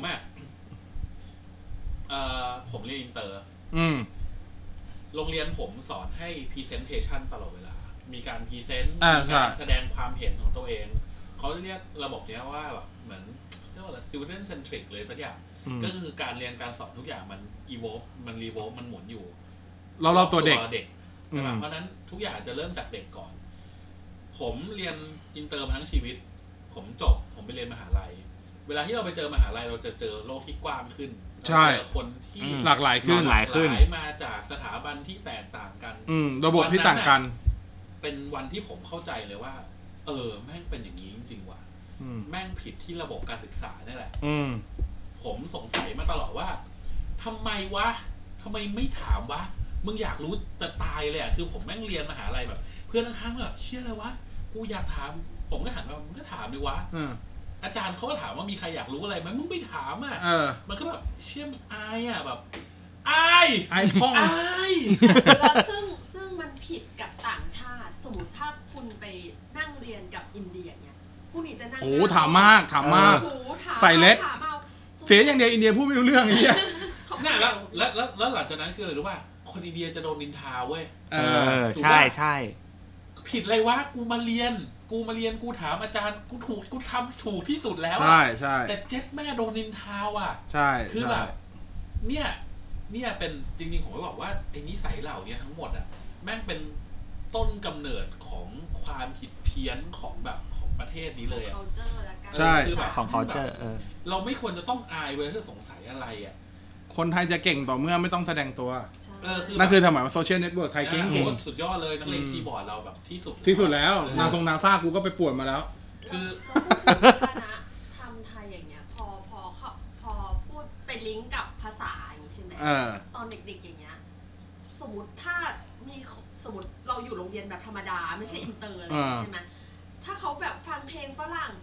ผมเรียนอินเตอร์โรงเรียนผมสอนให้ presentation ตลอดเวลามีการ present มีการแสดงความเห็นของตัวเองเขาเรียกระบบนี้ว่าแบบเหมือนเรียกว่า student centric เลยสักอย่างก็คือการเรียนการสอนทุกอย่างมัน evolve มัน revolve มันหมุนอยู่เราตัวเด็กเพราะนั้นทุกอย่างจะเริ่มจากเด็กก่อนผมเรียนอินเตอร์มาทั้งชีวิตผมจบผมไปเรียนมหาลัยเวลาที่เราไปเจอมหาลัยเราจะเจอโลกที่กว้างขึ้นใช่คนที่หลากหลายขึ้นมาจากสถาบันที่แตกต่างกันระบบที่ต่างกันเป็นวันที่ผมเข้าใจเลยว่าแม่งเป็นอย่างนี้จริงๆว่ะแม่งผิดที่ระบบการศึกษานี่แหละผมสงสัยมาตลอดว่าทำไมไม่ถามวะมึงอยากรู้จะตายเลยคือผมแม่งเรียนมหาลัยแบบเพื่อนข้างๆแบบเชื่ออะไรวะกูอยากถามผมก็หันมามึงก็ถามดิวะอาจารย์เขาก็ถามว่ามีใครอยากรู้อะไรไหมมึงไม่ถามมันก็แบบเชื่ออายแบบอายพ่องแล้วซึ่งมันผิดกับต่างชาติสมมติถ้าคุณไปนั่งเรียนกับอินเดียเนี่ยคุณนี่จะนั่งถามมากใส่เล็ดเสียอย่างเดียวอินเดียพูดไม่รู้เรื่องไอ้เนี่ยแล้วหลังจากนั้นคืออะไรรู้ป่ะคนอินเดียจะโดนนินทาเว้ยใช่ผิดอะไรวะกูมาเรียนกูถามอาจารย์กูทำถูกที่สุดแล้วใช่แต่เจ็ดแม่โดนนินทาว่ะใช่คือแบบเนี่ยเป็นจริงๆผมก็บอกว่าไอ้นิสัยเหล่านี้ทั้งหมดแม่งเป็นต้นกำเนิดของความผิดเพี้ยนของแบบของประเทศนี้เลยใช่คือแบบของ culture เราไม่ควรจะต้องอายเวลาที่สงสัยอะไรคนไทยจะเก่งต่อเมื่อไม่ต้องแสดงตัวนั่นคือทำไมโซเชียลเน็ตเวิร์กไทยเก่งสุดยอดเลยนักเลงคีย์บอร์ดเราแบบที่สุดแล้วนาซ่ากูก็ไปป่วนมาแล้วคือทำไทยอย่างเงี้ยพอพูดไปลิงก์กับภาษาอย่างงี้ใช่ไหมตอนเด็กๆอย่างเงี้ยสมมติเราอยู่โรงเรียนแบบธรรมดาไม่ใช่อินเตอร์อะไรใช่ไหมถ้าเขาแบบฟังเพลงฝรั่ง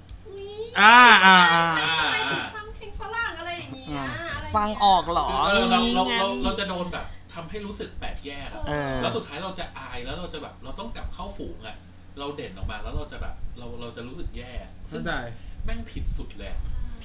ทำไมถึงฟังเพลงฝรั่งอะไรอย่างเงี้ยฟังออกหรอเราจะโดนแบบทำให้รู้สึกแปลกแยกแล้วสุดท้ายเราจะอายแล้วเราจะแบบเราต้องกลับเข้าฝูงเราเด่นออกมาแล้วเราจะแบบเราจะรู้สึกแย่ซึ่งแม่งผิดสุดเลย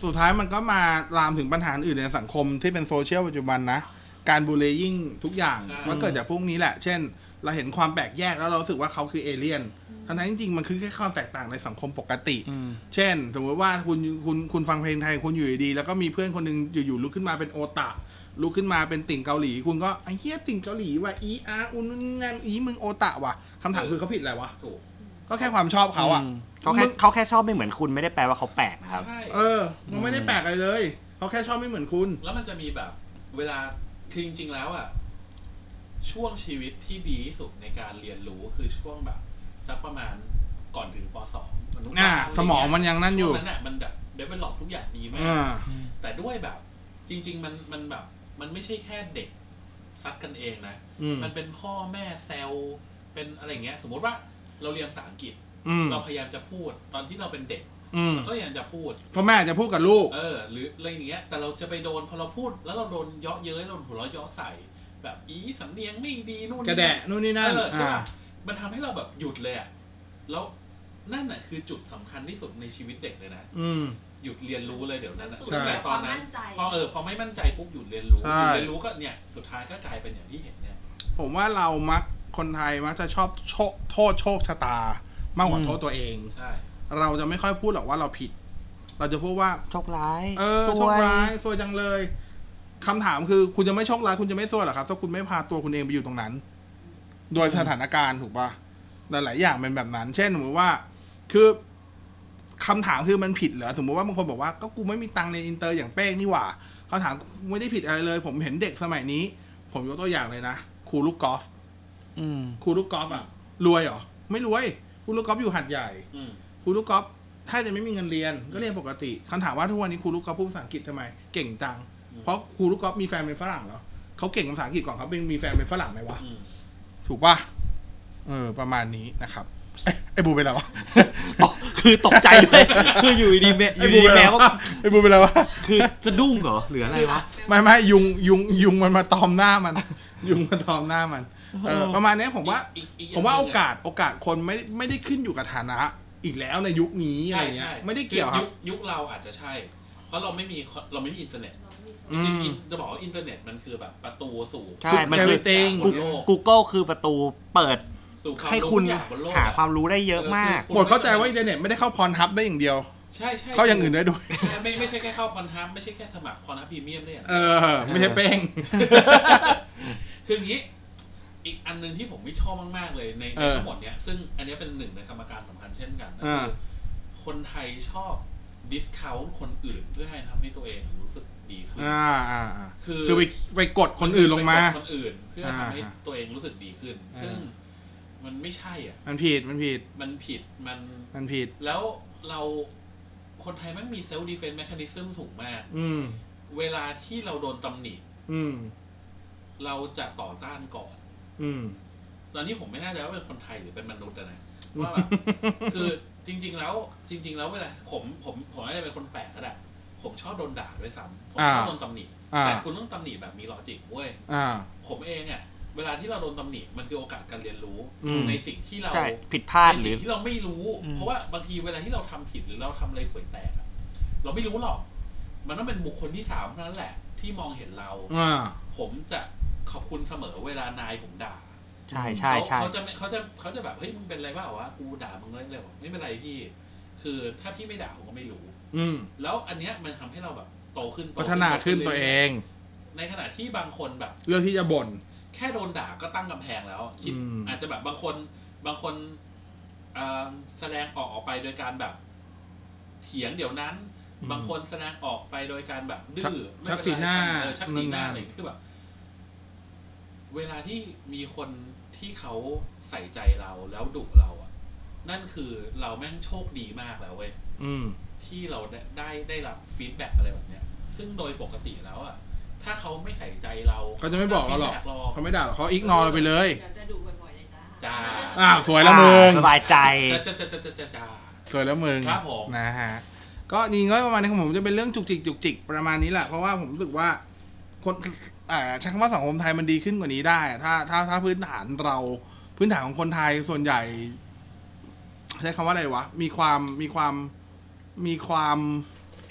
สุดท้ายมันก็มาลามถึงปัญหาอื่นในสังคมที่เป็นโซเชียลปัจจุบันนะการบูลเลยิ่งทุกอย่างมันเกิดจากพวกนี้แหละเช่นเราเห็นความแปลกแยกแล้วเรารู้สึกว่าเขาคือเอเลี่ยนทั้งจริงๆมันคือแค่ความแตกต่างในสังคมปกติเช่นสมมติว่าคุณฟังเพลงไทยคุณอยู่ดีแล้วก็มีเพื่อนคนนึงอยู่ๆลุกขึ้นมาเป็นโอตะลุกขึ้นมาเป็นติ่งเกาหลีคุณก็ไอ้เหี้ยติ่งเกาหลีว่ะอีอาร์อุนนั่นอีมึงโอตะว่ะคำถามคือเขาผิดอะไรวะก็แค่ความชอบเขาอ่ะเขาแค่ชอบไม่เหมือนคุณไม่ได้แปลว่าเขาแปลกนะครับมันไม่ได้แปลกอะไรเลยเขาแค่ชอบไม่เหมือนคุณแล้วมันจะมีแบบเวลาคือจริงๆแล้วอ่ะช่วงชีวิตที่ดีที่สุดในการเรียนรู้คือช่วงแบบสักประมาณก่อนถึงป .2 สมองมันยังนั่นอยู่นั้นน่ะมันแบบเดเวลลอปทุกอย่างดีมากแต่ด้วยแบบจริงๆมันแบบมันไม่ใช่แค่เด็กซัดกันเองนะมันเป็นพ่อแม่แซวเป็นอะไรเงี้ยสมมติว่าเราเรียนภาษาอังกฤษเราพยายามจะพูดตอนที่เราเป็นเด็กเราก็พยายามจะพูดพ่อแม่จะพูดกับลูกหรืออะไรอย่างเงี้ยแต่เราจะไปโดนพอเราพูดแล้วเราโดนเยาะเย้ยเราหัวเราะเยาะใส่แบบอีสำเนียงไม่ดีนู่นกระแดะนู่นนี่นั่นใช่ป่ะมันทำให้เราแบบหยุดเลยอ่ะแล้วนั่นน่ะคือจุดสำคัญที่สุดในชีวิตเด็กเลยนะหยุดเรียนรู้เลยเดี๋ยวนั้นนะแต่ตอนนั้นพอไม่มั่นใจปุ๊บหยุดเรียนรู้ก็เนี่ยสุดท้ายก็กลายเป็นอย่างที่เห็นเนี่ยผมว่าเราคนไทยมักจะชอบโทษโชคชะตามากกว่าโทษตัวเองใช่เราจะไม่ค่อยพูดหรอกว่าเราผิดเราจะพูดว่าโชคร้ายโชคร้ายซวยจังเลยคำถามคือคุณจะไม่โชคร้ายคุณจะไม่ซวยหรอครับถ้าคุณไม่พาตัวคุณเองไปอยู่ตรงนั้นโดยสถานการณ์ถูกป่ะหลายๆอย่างเป็นแบบนั้นเช่นสมมติว่าคือคำถามคือมันผิดเหรอสมมติว่าบางคนบอกว่าก็กูไม่มีตังค์ในอินเตอร์อย่างเป้งนี่หว่าเขาถามไม่ได้ผิดอะไรเลยผมเห็นเด็กสมัยนี้ผมยกตัวอย่างเลยนะครูลูกกอล์ฟครูลูกกอล์ฟอ่ะรวยเหรอไม่รวยครูลูกกอล์ฟอยู่หัดใหญ่ครูลูกกอล์ฟถ้าจะไม่มีเงินเรียนก็เรียนปกติคำถามว่าทุกวันนี้ครูลูกกอล์ฟพูดภาษาอังกฤษทำไมเก่งจังเพราะครูลูกกอล์ฟมีแฟนเป็นฝรั่งเหรอเขาเก่งภาษาอังกฤษก่อนเขาเป็นมีแฟนเป็นฝรั่งไหมวะถูกป่ะประมาณนี้นะครับไอ้บูเป็นอะไรวะคือตกใจด้วยคืออยู่ดีแมวไอ้บูเป็นอะไรวะคือจะดุ้งเหรอหรืออะไรวะไม่ยุงมันมาตอมหน้ามันยุงมาตอมหน้ามันประมาณนี้ผมว่าโอกาสคนไม่ได้ขึ้นอยู่กับฐานะอีกแล้วในยุคนี้อะไรเงี้ยไม่ได้เกี่ยวครับยุคเราอาจจะใช่เพราะเราไม่มีอินเทอร์เน็ตจริงๆจะบอกว่าอินเทอร์เน็ตมันคือแบบประตูสู่ใช่มันคือ Google คือประตูเปิดให้คุณหาความรู้ได้เยอะมากหมดเข้าใจว่าอินเทอร์เน็ตไม่ได้เข้าพรฮับได้อย่างเดียวใช่เข้าอย่างอื่นได้ด้วยไม่ใช่แค่เข้าพรฮับไม่ใช่แค่สมัครพรฮับพรีเมียมได้ไม่ใช่เป้งคืออย่างนี้อีกอันนึงที่ผมไม่ชอบมากๆเลยในทั้งหมดเนี้ยซึ่งอันนี้เป็นหนึ่งในสมการสำคัญเช่นกันก็คือคนไทยชอบดิสเคาท์คนอื่นเพื่อให้ทำให้ตัวเองรู้สึกดีขึ้นคือไปกดคนอื่นลงมาคนอื่นเพื่อทำให้ตัวเองรู้สึกดีขึ้นซึ่งมันไม่ใช่อ่ะมันผิดมันผิดแล้วเราคนไทยมันมีเซลฟ์ดีเฟนส์แมคานิซึมถูกมากเวลาที่เราโดนตำหนิเราจะต่อต้านก่อนตอนนี้ผมไม่แน่ใจว่าเป็นคนไทยหรือเป็นมนุษย์นะว่าแบบคือจริงๆแล้วเวลาผมน่าจะเป็นคนแปลกก็ได้ผมชอบโดนด่าด้วยซ้ำผมชอบโดนตำหนิแต่คุณต้องตำหนิแบบมีลอจิกเว้ยผมเองอ่ะเวลาที่เราโดนตำหนิมันคือโอกาสการเรียนรู้ในสิ่งที่เราผิดพลาดหรือที่เราไม่รู้เพราะว่าบางทีเวลาที่เราทำผิดหรือเราทำอะไรห่วยแตกเราไม่รู้หรอกมันต้องเป็นบุคคลที่3เท่านั้นแหละที่มองเห็นเราผมจะขอบคุณเสมอเวลานายผมด่าใช่เขาจะแบบเฮ้ยมึงเป็นอะไรบ้างวะกูด่ามึงเลยไม่เป็นไรพี่คือถ้าพี่ไม่ด่าผมก็ไม่รู้แล้วอันเนี้ยมันทำให้เราแบบโตขึ้นพัฒนาขึ้นตัวเองในขณะที่บางคนแบบเรื่องที่จะบ่นแค่โดนด่าก็ตั้งกำแพงแล้วคิดอาจจะแบบบางคนแสดงออกไปโดยการแบบเถียงเดี๋ยวนั้นบางคนแสดงออกไปโดยการแบบดื้อชักสีหน้าอะไรคือแบบเวลาที่มีคนที่เขาใส่ใจเราแล้วดุเราอ่ะนั่นคือเราแม่งโชคดีมากแล้วเว้ยที่เราได้รับฟีดแบ็กอะไรแบบเนี้ยซึ่งโดยปกติแล้วอ่ะถ้าเขาไม่ใส่ใจเราเขาจะไม่บอกเราหรอกเขาไม่ด่าหรอกเขาอิกนอร์เราไปเลยจะดูบ่อยๆเลยจ้าสวยแล้วมึงสบายใจจ้าสวยแล้วมึงครับผมนะฮะก็นี่ก็ประมาณนี้ของผมจะเป็นเรื่องจุกจิกประมาณนี้แหละเพราะว่าผมรู้สึกว่าคนใช้คำว่าสังคมไทยมันดีขึ้นกว่านี้ได้ถ้าพื้นฐานของคนไทยส่วนใหญ่ใช้คำว่าอะไรวะมีความ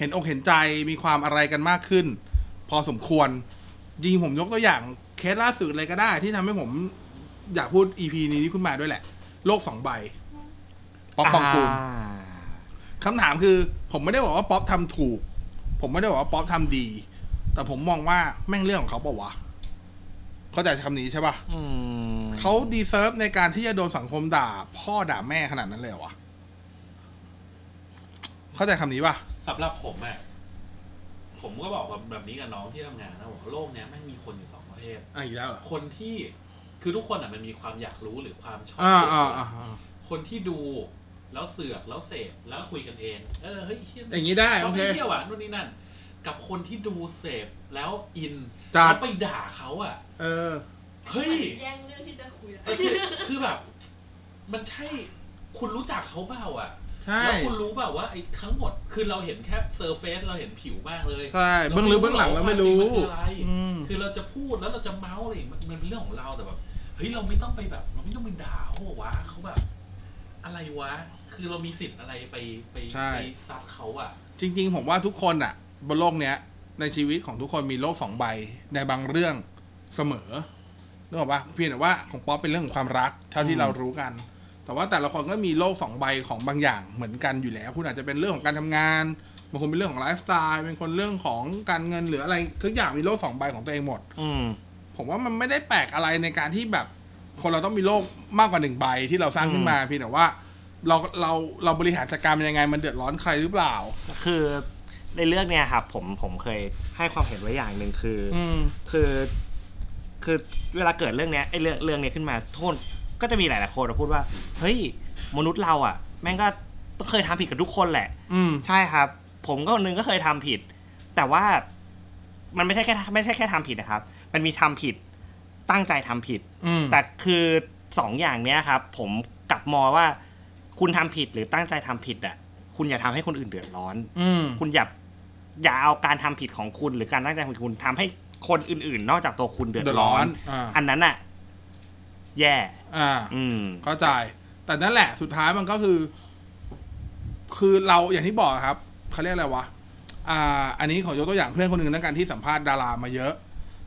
เห็นอกเห็นใจมีความอะไรกันมากขึ้น พอสมควรจริงผมยกตัวอย่างเคสล่าสุดเลยก็ได้ที่ทำให้ผมอยากพูด EP นี้ขึ้นมาด้วยแหละโลก2 ใบป๊อปปองกูลคำถามคือผมไม่ได้บอกว่าป๊อปทำถูกผมไม่ได้บอกว่าป๊อปทำดีแต่ผมมองว่าแม่งเรื่องของเขาเปล่าวะเข้าใจคำนี้ใช่ป่ะเขาดีเซิร์ฟในการที่จะโดนสังคมด่าพ่อด่าแม่ขนาดนั้นเลยเหรอวะเข้าใจคำนี้ป่ะสำหรับผมอะผมก็บอกแบบนี้กับน้องที่ทำงานนะบอกโลกเนี้ยแม่งมีคนอยู่2 ประเภทอีกแล้วคนที่คือทุกคนอะมันมีความอยากรู้หรือความชอบคนที่ดูแล้วเสือกแล้วเสพแล้วคุยกันเองเฮ้ยอย่างนี้ได้โอเคเที่ยวอ่ะนู่นนี่นั่นกับคนที่ดูเสพแล้วอินแล้วไปด่าเขาอ่ะเฮ้ยแย่งเรื่องที่จะคุยคือแบบมันใช่คุณรู้จักเขาเปล่าอ่ะแล้วคุณรู้เปล่าว่าไอ้ทั้งหมดคือเราเห็นแค่เซอร์เฟซเราเห็นผิวมากเลยใช่เบื้องลึกเบื้องหลังเราไม่รู้คือเราจะพูดแล้วเราจะเมาส์อะไรมันเป็นเรื่องของเราแต่แบบเฮ้ยเราไม่ต้องไปแบบเราไม่ต้องไปด่าเขาวะเขาแบบอะไรวะคือเรามีสิทธิ์อะไรไปซับเขาอ่ะจริงๆผมว่าทุกคนอ่ะบนโลกเนี้ยในชีวิตของทุกคนมีโลก2 ใบในบางเรื่องเสมอนึกออกปะเพียงแต่ว่าของป๊อปเป็นเรื่องของความรักเท่าที่เรารู้กันแต่ว่าแต่ละคนก็มีโลก2 ใบของบางอย่างเหมือนกันอยู่แล้วคุณอาจจะเป็นเรื่องของการทำงานบางคนเป็นเรื่องของไลฟ์สไตล์เป็นคนเรื่องของการเงินหรืออะไรทุกอย่างมีโลก2 ใบของตัวเองหมดผมว่ามันไม่ได้แปลกอะไรในการที่แบบคนเราต้องมีโลกมากกว่า1 ใบที่เราสร้างขึ้นมาเพียงแต่ว่าเราบริหารจัดการมันยังไงมันเดือดร้อนใครหรือเปล่าคือในเรื่องเนี้ยครับผมเคยให้ความเห็นไว้อย่างหนึ่งคือเวลาเกิดเรื่องเนี้ยไอ้เรื่องนี้ขึ้นมาโทษก็จะมีหลายๆคนพูดว่าเฮ้ยมนุษย์เราอ่ะแม่งก็เคยทำผิดกับทุกคนแหละใช่ครับผมก็คนนึงก็เคยทำผิดแต่ว่ามันไม่ใช่แค่ทำผิดนะครับมันมีทำผิดตั้งใจทำผิดแต่คือ2 อย่างเนี้ยครับผมกลับมองว่าคุณทำผิดหรือตั้งใจทำผิดอ่ะคุณอย่าทำให้คนอื่นเดือดร้อนคุณอย่าเอาการทำผิดของคุณหรือการตั้งใจของคุณทำให้คนอื่นๆนอกจากตัวคุณเดือดร้อนอันนั้นอ่ะแย่เข้าใจแต่นั่นแหละสุดท้ายมันก็คือเราอย่างที่บอกครับเขาเรียกอะไรวะอันนี้ขอยกตัวอย่างเพื่อนคนหนึ่งในการที่สัมภาษณ์ดารามาเยอะ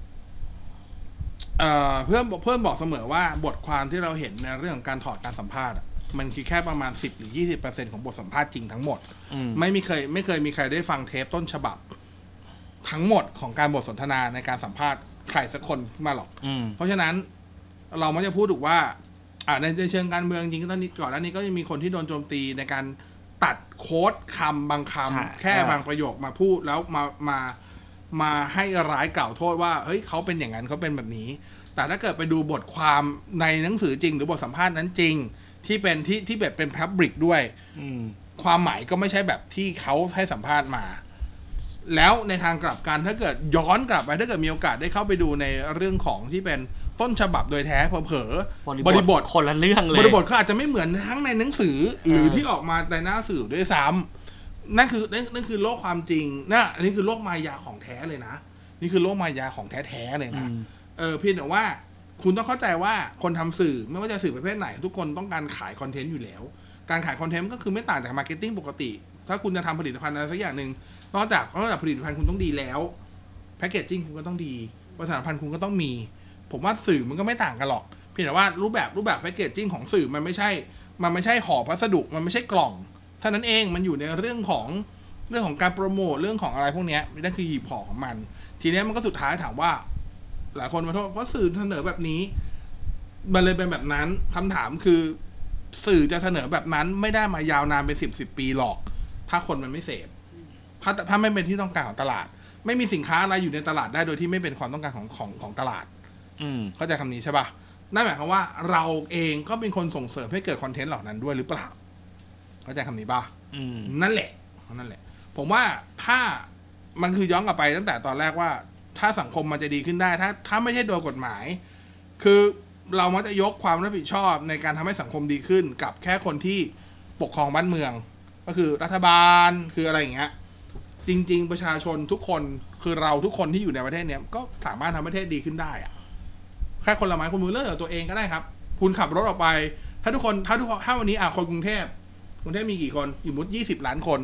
เพื่อนบอกเสมอว่าบทความที่เราเห็นในเรื่องของการถอดการสัมภาษณ์มันคือแค่ประมาณ10 หรือ 20% ของบทสัมภาษณ์จริงทั้งหมดไม่เคยมีใครได้ฟังเทปต้นฉบับทั้งหมดของการบทสนทนาในการสัมภาษณ์ใครสักคนมาหรอกเพราะฉะนั้นเรามักจะพูดถูกว่าในเชิงการเมืองจริงก็ตอนนี้ก่อนหน้านี้ก็ยังมีคนที่โดนโจมตีในการตัดโค้ดคำบางคำแค่บางประโยคมาพูดแล้วมาให้ร้ายกล่าวโทษว่าเฮ้ยเขาเป็นอย่างนั้นเขาเป็นแบบนี้แต่ถ้าเกิดไปดูบทความในหนังสือจริงหรือบทสัมภาษณ์นั้นจริงที่เป็นที่แบบเป็น public ด้วยความหมายก็ไม่ใช่แบบที่เขาให้สัมภาษณ์มาแล้วในทางกลับกันถ้าเกิดย้อนกลับไปถ้าเกิดมีโอกาสได้เข้าไปดูในเรื่องของที่เป็นต้นฉบับโดยแท้เผลอๆบริบทคนละเรื่องเลยบริบทเขาอาจจะไม่เหมือนทั้งในหนังสือหรือที่ออกมาในหน้าสื่อด้วยซ้ำนั่นคือโลกความจริงนะอันนี้คือโลกมายาของแท้เลยนะนี่คือโลกมายาของแท้ๆเลยนะเพียงแต่ว่าคุณต้องเข้าใจว่าคนทำสื่อไม่ว่าจะสื่อประเภทไหนทุกคนต้องการขายคอนเทนต์อยู่แล้วการขายคอนเทนต์ก็คือไม่ต่างจากมาร์เก็ตติ้งปกติถ้าคุณจะทำผลิตภัณฑ์อะไรสักอย่างหนึ่งนอกจากผลิตภัณฑ์คุณต้องดีแล้วแพคเกจจิ้งคุณก็ต้องดีประชาสัมพันธ์คุณก็ต้องมีผมว่าสื่อมันก็ไม่ต่างกันหรอกเพียงแต่ว่ารูปแบบแพคเกจจิ้งของสื่อมันไม่ใช่ห่อพัสดุมันไม่ใช่กล่องเท่านั้นเองมันอยู่ในเรื่องของการโปรโมทเรื่องของอะไรพวกนี้นั่นคือหีบห่อของมันทีนี้มันก็สุดท้ายถามว่าหลายคนมาโทษเพราะสื่อเสนอแบบนี้มันเลยเป็นแบบนั้นคำถามคือสื่อจะเสนอแบบนั้นไม่ได้มายาวนานเป็น10 ปีหรอกถ้าคนมันไม่เสพถ้าไม่เป็นที่ต้องการของตลาดไม่มีสินค้าอะไรอยู่ในตลาดได้โดยที่ไม่เป็นความต้องการของตลาดเข้าใจคำนี้ใช่ป่ะนั่นหมายความว่าเราเองก็เป็นคนส่งเสริมให้เกิดคอนเทนต์เหล่านั้นด้วยหรือเปล่าเข้าใจคำนี้ป่ะนั่นแหละผมว่าถ้ามันคือย้อนกลับไปตั้งแต่ตอนแรกว่าถ้าสังคมมันจะดีขึ้นได้ถ้าไม่ใช่โดยกฎหมายคือเรามักจะยกความรับผิดชอบในการทำให้สังคมดีขึ้นกับแค่คนที่ปกครองบ้านเมืองก็คือรัฐบาลคืออะไรอย่างเงี้ยจริงๆประชาชนทุกคนคือเราทุกคนที่อยู่ในประเทศเนี้ยก็สามารถทำประเทศดีขึ้นได้อะแค่คนละไม้คนมือเลิกกับตัวเองก็ได้ครับคุณขับรถออกไปถ้าวันนี้คนกรุงเทพมีกี่คนอยู่มุด20 ล้านคน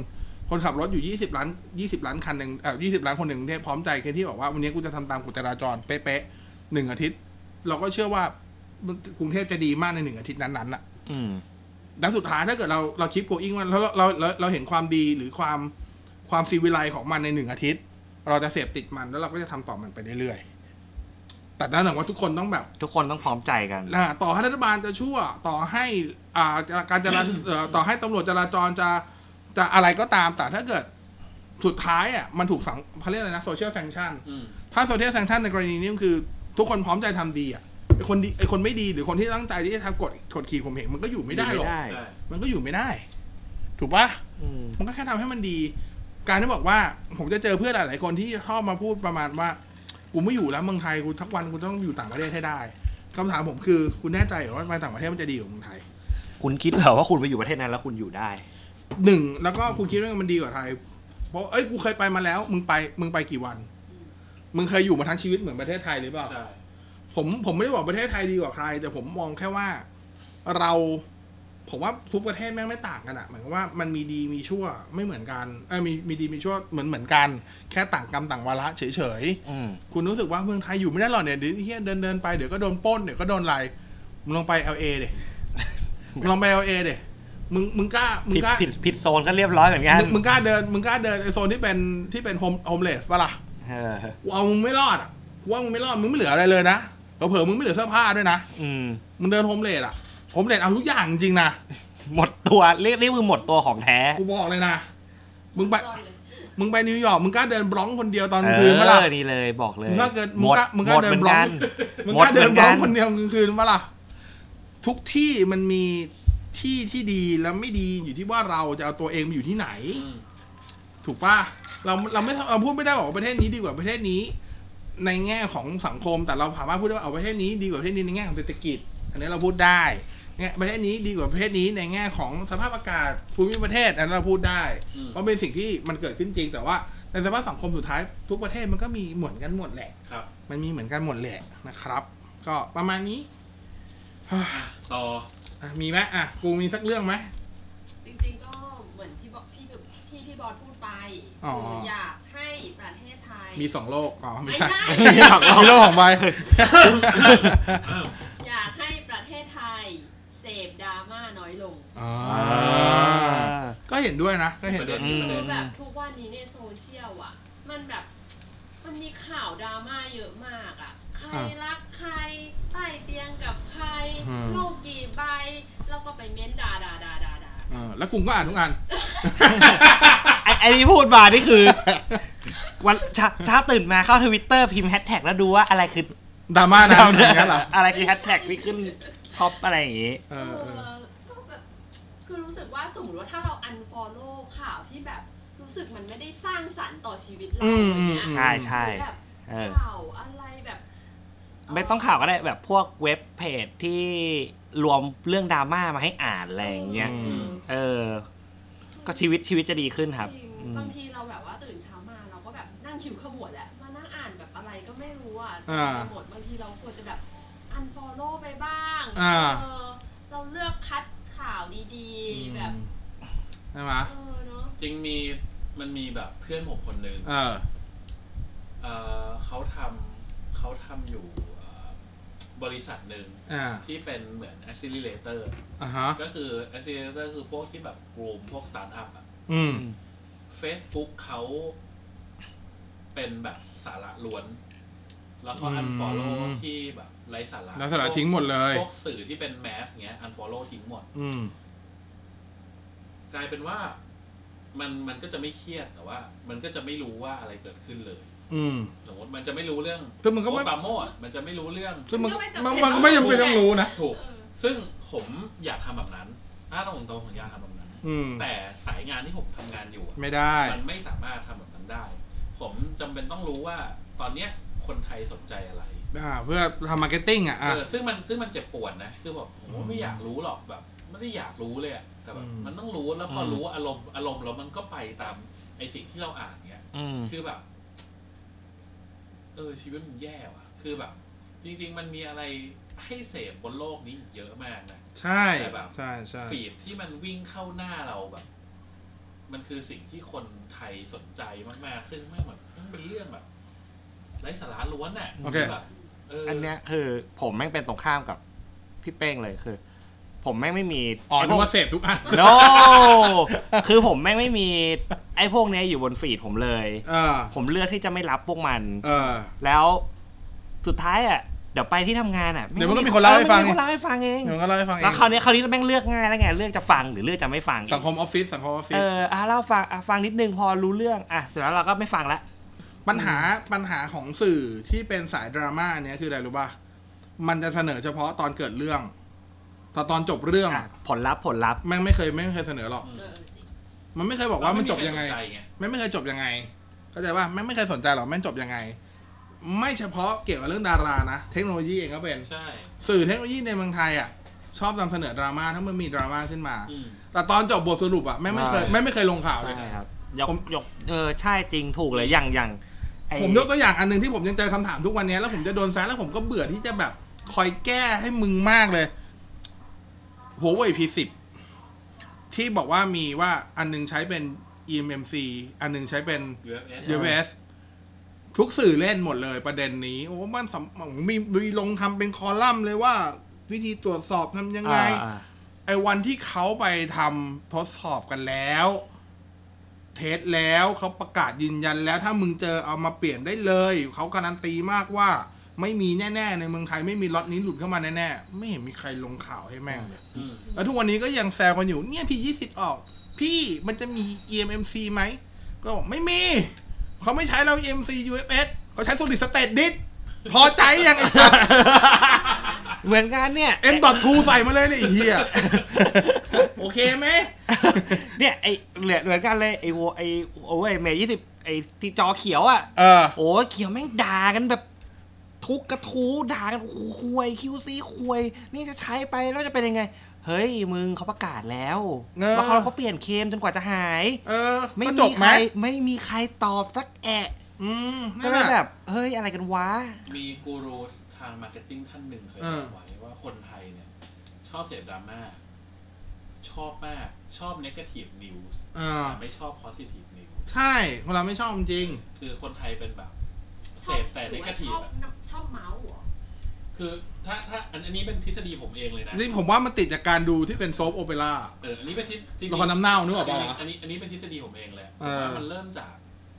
คนขับรถอยู่20 ล้านคันหนึ่ง20 ล้านคนหนึ่งที่พร้อมใจแค่ที่บอกว่าวันนี้กูจะทำตามกฎจราจรเป๊ะๆ1 อาทิตย์เราก็เชื่อว่ากรุงเทพจะดีมากใน1 อาทิตย์นั้นๆน่ะดังสุดท้ายถ้าเกิดเราคิดโกอิงว่าเราเห็นความดีหรือความซีวิไลของมันใน1 อาทิตย์เราจะเสพติดมันแล้วเราก็จะทำต่อมันไปเรื่อยๆแต่นั่นหมายว่าทุกคนต้องแบบทุกคนต้องพร้อมใจกันต่อให้รัฐบาลจะชั่วต่อให้การจราต่อให้ตำรวจจราจรจะอะไรก็ตามแต่ถ้าเกิดสุดท้ายอ่ะมันถูกเขาเรียกอะไรนะโซเชียลแซงชั่นถ้าโซเชียลแซงชั่นในกรณีนี้คือทุกคนพร้อมใจทำดีอ่ะไอคนไม่ดีหรือคนที่ตั้งใจที่จะทำกดขี่ข่มเหงมันก็อยู่ไม่ได้หรอกมันก็อยู่ไม่ได้ถูกปะมันก็แค่ทำให้มันดีการที่บอกว่าผมจะเจอเพื่อนหลายๆคนที่ชอบมาพูดประมาณว่ากูไม่อยู่แล้วเมืองไทยกูทั้งวันกูต้องอยู่ต่างประเทศให้ได้คำถามผมคือคุณแน่ใจหรือว่าไปต่างประเทศมันจะดีกว่าเมืองไทยคุณคิดเหรอว่าคุณไปอยู่ประเทศนั้นแล้วคุณอยู่ได้ 1แล้วก็คุณคิดว่ามันดีกว่าไทยเพราะกูเคยไปมาแล้วมึงไปกี่วันมึงเคยอยู่มาทั้งชีวิตเหมือนประเทศไทยหรือเปล่าใช่ผมไม่ได้บอกประเทศไทยดีกว่าใครแต่ผมมองแค่ว่าผมว่าทุกประเทศแม่งไม่ต่างกันอะหมายความว่ามันมีดีมีชั่วไม่เหมือนกันมีดีมีชั่วเหมือนกันแค่ต่างกรรมต่างวาระเฉยๆคุณรู้สึกว่าเมืองไทยอยู่ไม่ได้หรอกเนี่ยเดี๋ยวเฮียเดินไปเดี๋ยวก็โดนปล้นเดี๋ยวก็โดนอะไรมึงลองไป LA เดะมึงลองไป LA เดะมึงกล้าผิดโซนก็เรียบร้อยเหมือนกันมึงกล้าเดินไอโซนที่เป็นโฮมเลสป่ะล่ะเอามึงไม่รอดอ่ะว่ามึงไม่รอดมึงไม่เหลืออะไรเลยนะเผลอมึงไม่เหลือเสื้อผ้าด้วยนะมึงเดินโฮมเลสอ่ะโฮมเลสเอาทุกอย่างจริงนะหมดตัวเรียกคือหมดตัวของแท้กูบอกเลยนะมึงไปนิวยอร์กมึงกล้าเดินบล็อกคนเดียวตอนคืนป่ะล่ะนี่เลยบอกเลยมึงกล้าเดินบล็อกมึงกล้าเดินบล็อกคนเดียวกลางคืนป่ะล่ะทุกที่มันมีที่ดีแล้วไม่ดีอยู่ที่ว่าเราจะเอาตัวเองมาอยู่ที่ไหนถูกป่ะเราพูดไม่ได้บอกว่าประเทศนี้ดีกว่าประเทศนี้ในแง่ของสังคมแต่เราสามารถพูดได้ว่าเอาประเทศนี้ดีกว่าประเทศนี้ในแง่ของเศรษฐกิจอันนี้เราพูดได้เนี่ยประเทศนี้ดีกว่าประเทศนี้ในแง่ของสภาพอากาศภูมิประเทศอันนั้นเราพูดได้เพราะเป็นสิ่งที่มันเกิดขึ้นจริงแต่ว่าในสภาพสังคมสุดท้ายทุกประเทศมันก็มีเหมือนกันหมดแหละมันมีเหมือนกันหมดแหละนะครับก็ประมาณนี้ต่อมีไหมกูมีสักเรื่องไหมจริงๆก็เหมือนที่พี่บอสพูดไปอยากให้ประเทศไทยมี2 โลกไม่ใช่มีโลกของใบอยากให้ประเทศไทยเสพดราม่าน้อยลงก็เห็นด้วยนะก็เห็นด้วยคือแบบทุกวันนี้ในโซเชียลอ่ะมันมีข่าวดราม่าเยอะมากอ่ะใครรักใครใต้เตียงกับใครลูกกี่ใบแล้วก็ไปเม้นด่าแล้วกูก็อ่านทุกอันไอ้ที่พูดมานี่คือวันเช้าตื่นมาเข้า Twitter พิมพ์แฮชแท็กแล้วดูว่าอะไรคือดราม่านะอะไรคือแฮชแท็กที่ขึ้นท็อปอะไรอย่างงี้ก็แบบคือรู้สึกว่าสมมติว่าถ้าเรา unfollow ข่าวที่แบบรู้สึกมันไม่ได้สร้างสรรค์ต่อชีวิตเราอย่างเงี้ยใช่แบบข่าวอะไรแบบไม่ต้องข่าวก็ได้แบบพวกเว็บเพจที่รวมเรื่องดราม่ามาให้อ่านอะไรอย่างเงี้ยก็ชีวิตจะดีขึ้นครับบางทีเราแบบว่าตื่นเช้ามาเราก็แบบนั่งชิวขมวดแหละมานั่งอ่านแบบอะไรก็ไม่รู้อ่ะหมดบางทีเราควรจะแบบ unfollow ไปบ้างเราเลือกคัดข่าวดีๆแบบใช่ไหมจริงมันมีแบบเพื่อนผมคนนึงเขาทำอยู่บริษัทหนึ่งที่เป็นเหมือน accelerator ก็คือ accelerator คือพวกที่แบบกลุ่มพวกสตาร์ทอัพอ่ะFacebook เขาเป็นแบบสาระล้วนแล้วก็ unfollow ที่แบบไร้สาระแล้วสาระทิ้งหมดเลยพวกสื่อที่เป็นแมสเงี้ย unfollow ทิ้งหมดกลายเป็นว่ามันก็จะไม่เครียดแต่ว่ามันก็จะไม่รู้ว่าอะไรเกิดขึ้นเลยสมมติมันจะไม่รู้เรื่องซึ่งมันก็ไม่ปาโมดมันจะไม่รู้เรื่องซึ่งมันก็ไม่จำเป็นต้องรู้นะถูกซึ่งผมอยากทำแบบนั้นถ้าตรงผมอยากทำแบบนั้นแต่สายงานที่ผมทำงานอยู่ไม่ได้มันไม่สามารถทำแบบนั้นได้ผมจำเป็นต้องรู้ว่าตอนเนี้ยคนไทยสนใจอะไรเพื่อทำมาร์เก็ตติ้งซึ่งมันเจ็บปวดนะคือแบบผมไม่อยากรู้หรอกแบบไม่ได้อยากรู้เลยแต่แบบมันต้องรู้แล้วพอรู้อารมณ์แล้วมันก็ไปตามไอสิ่งที่เราอ่านเนี้ยคือแบบชีวิตมันแย่ว่ะคือแบบจริงๆมันมีอะไรให้เสพบนโลกนี้เยอะมากนะใช่แต่แบบฟีดที่มันวิ่งเข้าหน้าเราแบบมันคือสิ่งที่คนไทยสนใจมากๆซึ่งไม่เหมือนมันเป็นเรื่องแบบไร้สาระล้วนอ่ะแบบอันเนี้ยคือผมแม่งเป็นตรงข้ามกับพี่เป้งเลยคือ ผมแม่งไม่มีนึกว่าเสพทุกอัน no คือผมแม่งไม่มีไอ้พวกนี้อยู่บนฟีดผมเลยผมเลือกที่จะไม่รับพวกมันแล้วสุดท้ายอ่ะเดี๋ยวไปที่ทำงานอ่ะเดี๋ยวมันก็มีคนเล่าให้ฟังเองแล้วคราวนี้แม่งเลือกง่ายแล้วไงเลือกจะฟังหรือเลือกจะไม่ฟังสังคมออฟฟิศเล่าฟังนิดนึงพอรู้เรื่องเสร็จแล้วเราก็ไม่ฟังละปัญหาของสื่อที่เป็นสายดราม่าเนี้ยคืออะไรรู้ป่ะมันจะเสนอเฉพาะตอนเกิดเรื่องแต่ตอนจบเรื่องผลลัพธ์แม่งไม่เคยเสนอหรอกมันไม่เคยบอกว่ามันจบยังไงไม่เคยจบยังไงเข้าใจป่ะไม่เคยสนใจหรอกแม่งจบยังไงไม่เฉพาะเกี่ยวกับเรื่องดารานะเทคโนโลยีเองก็เป็นสื่อเทคโนโลยีในเมืองไทยอ่ะชอบนำเสนอดราม่าถ้ามันมีดราม่าขึ้นมาแต่ตอนจบบทสรุปอ่ะไม่เคยลงข่าวเลยครับยกใช่จริงถูกเลยอย่างผมยกตัวอย่างอันนึงที่ผมยังเจอคำถามทุกวันนี้แล้วผมจะโดนแซะแล้วผมก็เบื่อที่จะแบบคอยแก้ให้มึงมากเลยHuawei P10 ที่บอกว่ามีว่าอันนึงใช้เป็น eMMC อันนึงใช้เป็น UFS ทุกสื่อเล่นหมดเลยประเด็นนี้โอ้มันมีลงทำเป็นคอลัมน์เลยว่าวิธีตรวจสอบทำยังไงไอ้วันที่เขาไปทำทดสอบกันแล้วเทสแล้วเขาประกาศยืนยันแล้วถ้ามึงเจอเอามาเปลี่ยนได้เลยเขาการันตีมากว่าไม่มีแน่ๆในเมืองไทยไม่มีล็อตนี้หลุดเข้ามาแน่ๆไม่เห็นมีใครลงข่าวให้แม่งเลยแล้วทุกวันนี้ก็ยังแซวกันอยู่เนี่ยP20ออกพี่มันจะมี eMMC ไหมก็บอกไม่มีเขาไม่ใช้แล้ว eMMC UFS เขาใช้ Solid State Disk พอใจยังไอ้สัสเหมือนกันเนี่ย M.2 ใส่มาเลยเนี่ยไอ้เหี้ยโอเคไหมเนี่ยไอ้เหมือนกันเลยไอ้โอ้ยเมย์20ไอ้ที่จอเขียวอ่ะโอ้เขียวแม่งด่ากันแบบทุกกระทู้ด่ากันควย QC ควยนี่จะใช้ไปแล้วจะเป็นยังไงเฮ้ยมึงเขาประกาศแล้วว่าเขาเปลี่ยนเคมจนกว่าจะหายไม่มีใครตอบสักแอะก็เลยแบบเฮ้ยอะไรกันวะมีกูรูทางมาร์เก็ตติ้งท่านหนึ่งเคยบอกไว้ว่าคนไทยเนี่ยชอบเสพดราม่าชอบมากชอบ negative news แต่ไม่ชอบ positive news ใช่คนเราไม่ชอบจริงคือคนไทยเป็นแบบเสพแต่ negative ชอบเมาส์เหรอคือถ้าอันนี้เป็นทฤษฎีผมเองเลยนะนี่ผมว่ามันติดจากการดูที่เป็นโซฟโอเปร่าอันนี้เป็นละครน้ำเน่านึกออกป่ะอันนี้เป็นทฤษฎีผมเองเลยว่ามันเริ่มจาก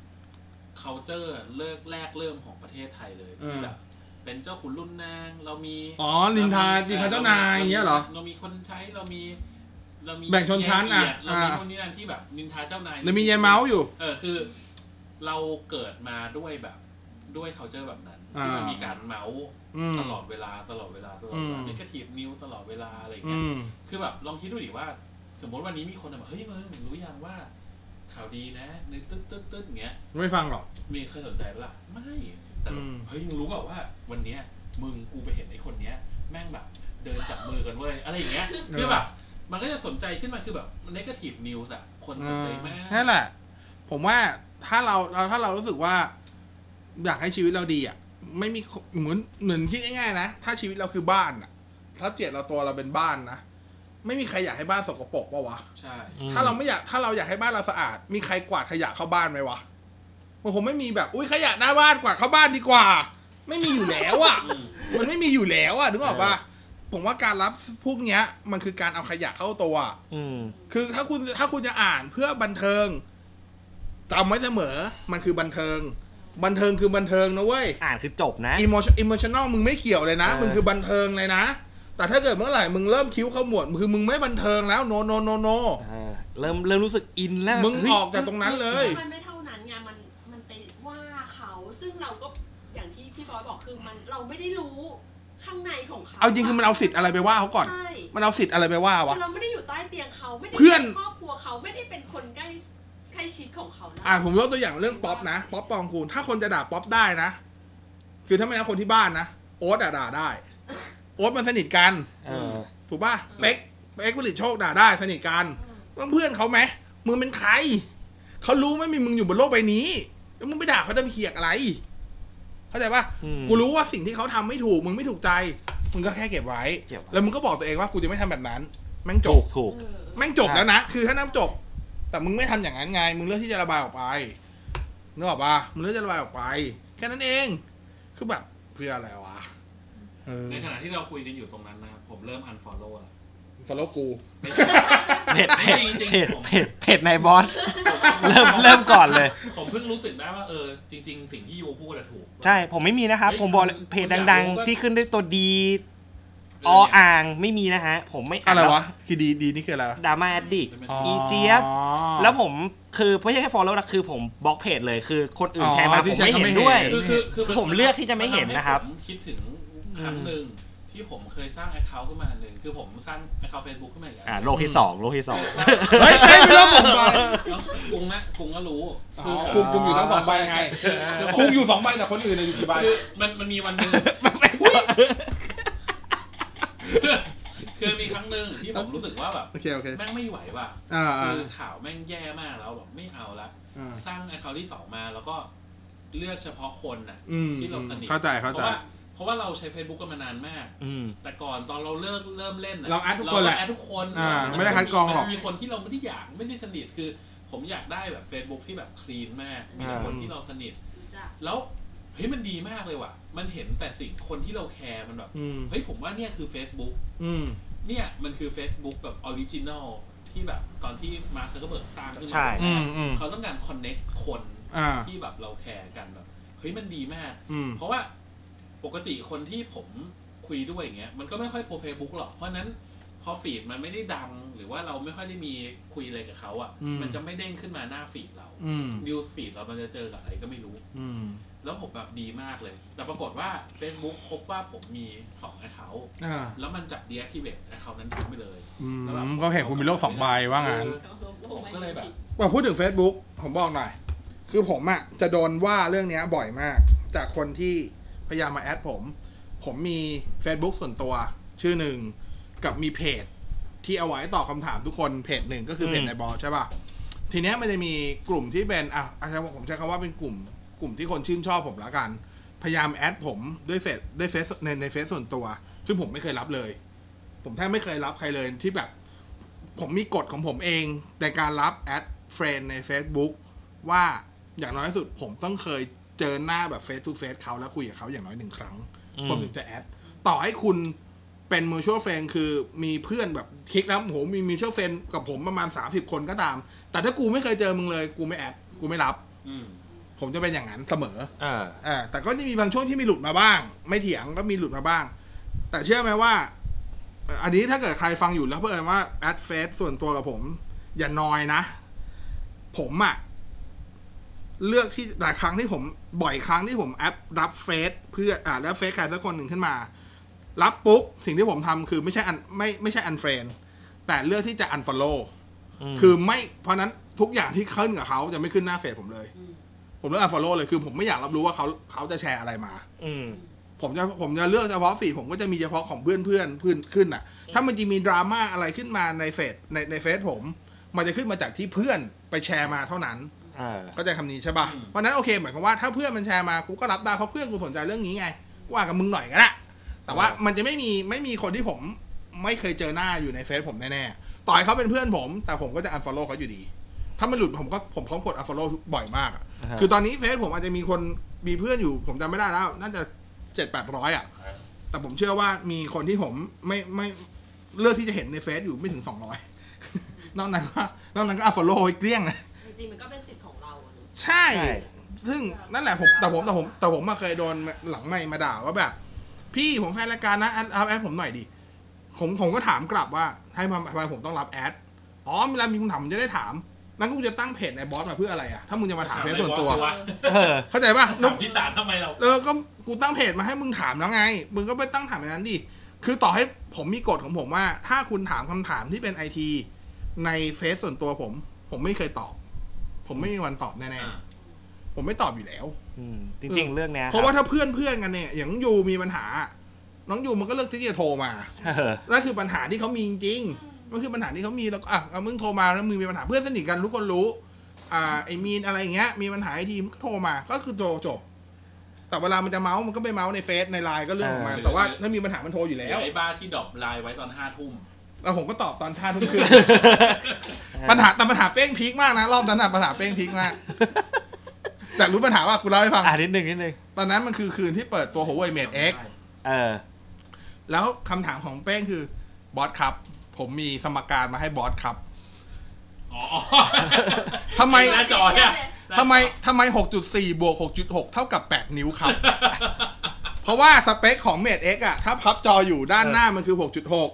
culture แรกเริ่มของประเทศไทยเลยที่แบบเป็นเจ้าขุนรุ่นนางเรามีนินทาเจ้านายอย่างเงี้ยเหรอเรามีคนใช้เรามีแบ่งชนชั้นเรามีคนนี้นั่นที่แบบนินทาเจ้านายแล้วมียายเมาส์อยู่คือเราเกิดมาด้วยculture แบบนั้นที่มันมีการเมาส์ตลอดเวลาnegative news ตลอดเวลาอะไรอย่างเงี้ยคือแบบลองคิดดูดิว่าสมมติวันนี้มีคนบอกเฮ้ยมึงรู้ยังว่าข่าวดีนะนึกตึ๊ดอย่างเงี้ยไม่ฟังหรอกมีเคยสนใจป่ะไม่แต่เฮ้ยมึงรู้เปล่าว่าวันเนี้ยกูไปเห็นไอ้คนเนี้ยแม่งแบบเดินจับมือกันเว้ยอะไรอย่างเงี้ยคือแบบมันก็จะสนใจขึ้นมาคือแบบ negative news อ่ะคนสนใจมากนั่นแหละผมว่าถ้าเรารู้สึกว่าอยากให้ชีวิตเราดีอ่ะไม่มีเหมือนคิดง่ายๆนะถ้าชีวิตเราคือบ้านอ่ะถ้าเจตเราตัวเราเป็นบ้านนะไม่มีใครอยากให้บ้านสกปรกป่ะวะใช่ถ้าเราอยากให้บ้านเราสะอาดมีใครกวาดขยะเข้าบ้านไหมวะผมไม่มีแบบอุ้ยขยะหน้าบ้านกวาดเข้าบ้านดีกว่าไม่มีอยู่แล้วอ่ะมันไม่มีอยู่แล้วอ่ะนึกออกป่ะผมว่าการรับพวกเนี้ยมันคือการเอาขยะเข้าตัวคือถ้าคุณจะอ่านเพื่อบันเทิงจำไว้เสมอมันคือบันเทิงคือบันเทิงนะเว้ยอ่านคือจบนะ emotional มึงไม่เกี่ยวเลยนะมึงคือบันเทิงเลยนะแต่ถ้าเกิดเมื่อไหร่มึงเริ่มคิ้วเข้าหมวดคือมึงไม่บันเทิงแล้วno เริ่มรู้สึกอินแล้วมึงออกจากตรงนั้นเลยมันไม่เท่านั้นไงมันไปว่าเขาซึ่งเราก็อย่างที่พี่บอยบอกคือเราไม่ได้รู้ข้างในของเขาเอาจริงคือมันเอาสิทธิ์อะไรไปว่าเขาก่อนมันเอาสิทธิ์อะไรไปว่าวะเราไม่ได้อยู่ใต้เตียงเขาไม่ได้เป็นครอบครัวเขาไม่ได้เป็นคนใกล้ชิดของเขาผมยกตัวอย่างเรื่องป๊อปนะป๊อปปองกูลถ้าคนจะด่าป๊อปได้นะคือถ้าไม่นับคนที่บ้านนะโอ๊ตด่าได้โอ๊ตมันสนิทกันถูกป่ะเป๊กผลิตโชคด่าได้สนิทกันต้องเพื่อนเขาไหมมึงเป็นใครเขารู้ไหมมีมึงอยู่บนโลกใบนี้แล้วมึงไปด่าเขาจะเขียกอะไรเข้าใจป่ะกูรู้ว่าสิ่งที่เขาทำไม่ถูกมึงไม่ถูกใจมึงก็แค่เก็บไว้แล้วมึงก็บอกตัวเองว่ากูจะไม่ทำแบบนั้นแม่งจบถูกแม่งจบแล้วนะคือถ้าน้ำจบแต่มึงไม่ทำอย่างนั้นไงมึงเลือกที่จะระบายออกไปนึกออกปะมึงเลือกจะระบายออกไปแค่นั้นเองคือแบบเพื่ออะไรวะในขณะที่เราคุยกันอยู่ตรงนั้นนะครับผมเริ่ม unfollow แล้ว follow กูเพจในบอสเริ่มก่อนเลยผมเพิ่งรู้สึกได้ว่าจริงๆสิ่งที่ยูพูดถูกใช่ผมไม่มีนะครับผมบอกเพจดังๆที่ขึ้นด้วยตัวดีอ่างไม่มีนะฮะผมไม่อะไรวะคือดีนี่คืออะไรดราม่าแอดดิกอีเจี๊ยบแล้วผมคือไม่ใช่แค่ follow นะคือผมบล็อกเพจเลยคือคนอื่นแชร์มาผมไม่เห็นด้วยคือผมเลือกที่จะไม่เห็นนะครับผมคิดถึงครั้งนึงที่ผมเคยสร้าง account ขึ้นมาหนึ่งคือผมสร้าง account Facebook ขึ้นมาอย่างโลกที่2เฮ้ยไม่ต้องผมไปกุ้งก็รู้คือกุ้งอยู่ทั้ง2ใบไงกุ้งอยู่2ใบแต่คนอื่นอยู่กี่ใบคือมันมีวันนึงคือมีครั้งนึงที่ผมรู้สึกว่าแบบแม่งไม่ไหวว่ะคือข่าวแม่งแย่มากแล้วแบบไม่เอาละสร้าง account ที่2มาแล้วก็เลือกเฉพาะคนน่ะที่เราสนิทเข้าใจเพราะว่าเราใช้ Facebook กันมานานมากแต่ก่อนตอนเราเริ่มเล่นเราแอดทุกคนแหละไม่ได้คัดกรองหรอกมีคนที่เราไม่ได้สนิทคือผมอยากได้แบบ Facebook ที่แบบคลีนมากมีคนที่เราสนิทแล้วเฮ้ยมันดีมากเลยว่ะมันเห็นแต่สิ่งคนที่เราแคร์มันแบบเฮ้ยผมว่าเนี่ยคือ Facebook เนี่ยมันคือ Facebook แบบออริจินอลที่แบบตอนที่มาร์ค ซักเคอร์เบิร์กสร้างขึ้นมาเขาต้องการคอนเนคคนที่แบบเราแคร์กันแบบเฮ้ยมันดีมากเพราะว่าปกติคนที่ผมคุยด้วยอย่างเงี้ยมันก็ไม่ค่อยโพสเฟซบุ๊กหรอกเพราะนั้นพอฟีดมันไม่ได้ดังหรือว่าเราไม่ค่อยได้มีคุยอะไรกับเขาอ่ะมันจะไม่เด้งขึ้นมาหน้าฟีดเรานิวส์ฟีดเรามันจะเจอกับอะไรก็ไม่รู้แล้วผมแบบดีมากเลยแต่ปรากฏว่า Facebook พบว่าผมมี2 account แล้วมันจับ deactivate account นั้นทิ้งไปเลยแล้วก็เห็นคุณมีโลก2ใบว่างั้นก็เลยแบบว่าพูดถึง Facebook ผมบอกหน่อยคือผมอ่ะจะโดนว่าเรื่องนี้บ่อยมากจากคนที่พยายามมาแอดผมมี Facebook ส่วนตัวชื่อหนึ่งกับมีเพจที่เอาไว้ตอบคำถามทุกคนเพจหนึ่งก็คือเพจในบอสใช่ป่ะทีเนี้ยมันจะมีกลุ่มที่เป็นอาจารย์ผมใช้คำว่าเป็นกลุ่มที่คนชื่นชอบผมละกันพยายามแอดผมด้วยเฟซในเฟซส่วนตัวซึ่งผมไม่เคยรับเลยผมแทบไม่เคยรับใครเลยที่แบบผมมีกฎของผมเองในการรับแอดเฟรนด์ใน Facebook ว่าอย่างน้อยที่สุดผมต้องเคยเจอหน้าแบบเฟซทูเฟซเขาแล้วคุยกับเขาอย่างน้อย1 ครั้งผมถึงจะแอดต่อให้คุณเป็น mutual friend คือมีเพื่อนแบบคลิกแล้วโหมี mutual friend กับผมประมาณ30 คนก็ตามแต่ถ้ากูไม่เคยเจอมึงเลยกูไม่แอดกูไม่รับผมจะเป็นอย่างนั้นเสมอแต่ก็จะมีบางช่วงที่มีหลุดมาบ้างไม่เถียงก็มีหลุดมาบ้างแต่เชื่อไหมว่าอันนี้ถ้าเกิดใครฟังอยู่แล้วเพื่อนว่าแอดเฟซส่วนตัวกับผมอย่านอยนะผมอะเลือกที่หลายครั้งที่ผมบ่อยครั้งที่ผมแอปรับเฟซเพื่อแล้วเฟซใครสักคนหนึ่งขึ้นมารับปุ๊บสิ่งที่ผมทำคือไม่ใช่อันเฟรนแต่เลือกที่จะอันฟอลโล่คือไม่เพราะนั้นทุกอย่างที่ขึ้นกับเขาจะไม่ขึ้นหน้าเฟซผมเลยผมเลือกอันฟอลโล่เลยคือผมไม่อยากรับรู้ว่าเขาจะแชร์อะไรมาผมจะเลือกเฉพาะฟีดผมก็จะมีเฉพาะของเพื่อนขึ้นอ่ะถ้ามันจะมีดราม่าอะไรขึ้นมาในเฟซในเฟซผมมันจะขึ้นมาจากที่เพื่อนไปแชร์มาเท่านั้นก็จะคำนี้ใช่ป่ะเพราะนั้นโอเคหมายความว่าถ้าเพื่อนมันแชร์มากูก็รับได้เพราะเพื่อนกูสนใจเรื่องนี้ไงกูอ่านกับมึงหน่อยก็ได้แต่ว่ามันจะไม่มีคนที่ผมไม่เคยเจอหน้าอยู่ในเฟซผมแน่ๆต่อให้เขาเป็นเพื่อนผมแต่ผมก็จะ unfollow เขาอยู่ดีถ้ามันหลุดผมพร้อมกด unfollow บ่อยมากคือตอนนี้เฟซผมอาจจะมีเพื่อนอยู่ผมจำไม่ได้แล้วน่าจะ 700-800 แต่ผมเชื่อว่ามีคนที่ผมไม่เลือกที่จะเห็นในเฟซอยู่ไม่ถึง200นอกนั้นก็ unfollow ให้เกลี้ยงจริงๆมันก็เป็นสิทธิ์ของเราใช่ซึ่งนั่นแหละแต่ผมมาเคยโดนหลังไมค์มาด่าว่าแบบพี่ผมแฟนรายการนะแอดผมหน่อยดิผมก็ถามกลับว่าให้ทำไมผมต้องรับแอดเวลามีคำถามผมจะได้ถามนั่นกูจะตั้งเพจในบอสมาเพื่ออะไรอ่ะถ้ามึงจะมาถามเฟซส่วนตัวเข้าใจป่ะถามที่ศาลทำไมเราก็กูตั้งเพจมาให้มึงถามแล้วไงมึงก็ไปตั้งถามในนั้นดิคือต่อให้ผมมีกฎของผมว่าถ้าคุณถามคำถามที่เป็น IT ในเฟซส่วนตัวผมไม่เคยตอบผมไม่มีวันตอบแน่ๆผมไม่ตอบอยู่แล้วจริงๆเรื่องนี้เพราะว่าถ้าเพื่อนกันเนี่ยอย่างน้องยูมีปัญหาน้องยูมันก็เลือกที่จะโทรมานั่นคือปัญหาที่เขามีจริงมันคือปัญหาที่เขามีแล้วมึงโทรมาแล้วมึงมีปัญหาเพื่อนสนิทกันทุกคนรู้ไอ้มีนอะไรอย่างเงี้ยมีปัญหาไอทีมก็โทรมาก็คือโทรจบแต่เวลามันจะเมาส์มันก็ไปเมาส์ในเฟซในไลน์ก็เรื่องของมันแต่ว่าถ้ามีปัญหามันโทรอยู่แล้วไอ้บ้าที่ดรอปไลน์ไว้ตอน5 ทุ่มแล้วผมก็ตอบตอน5 ทุ่มครึ่งปัญหาเป้งพีคมากนะรอบนั้นปัญหาเป้งพีคมากแต่รู้ปัญหาว่ากูเล่าให้ฟังนิดนึงตอนนั้นมันคือคืนที่เปิดตัว Huawei Mate X แล้วคำถามของเป้งคือบอสครับผมมีสมการมาให้บอสครับทำไม 6.4 บวก 6.6 เท่ากับ 8 นิ้วครับ เพราะว่าสเปคของ Mate X อ่ะถ้าพับจออยู่ด้านหน้ามันคือ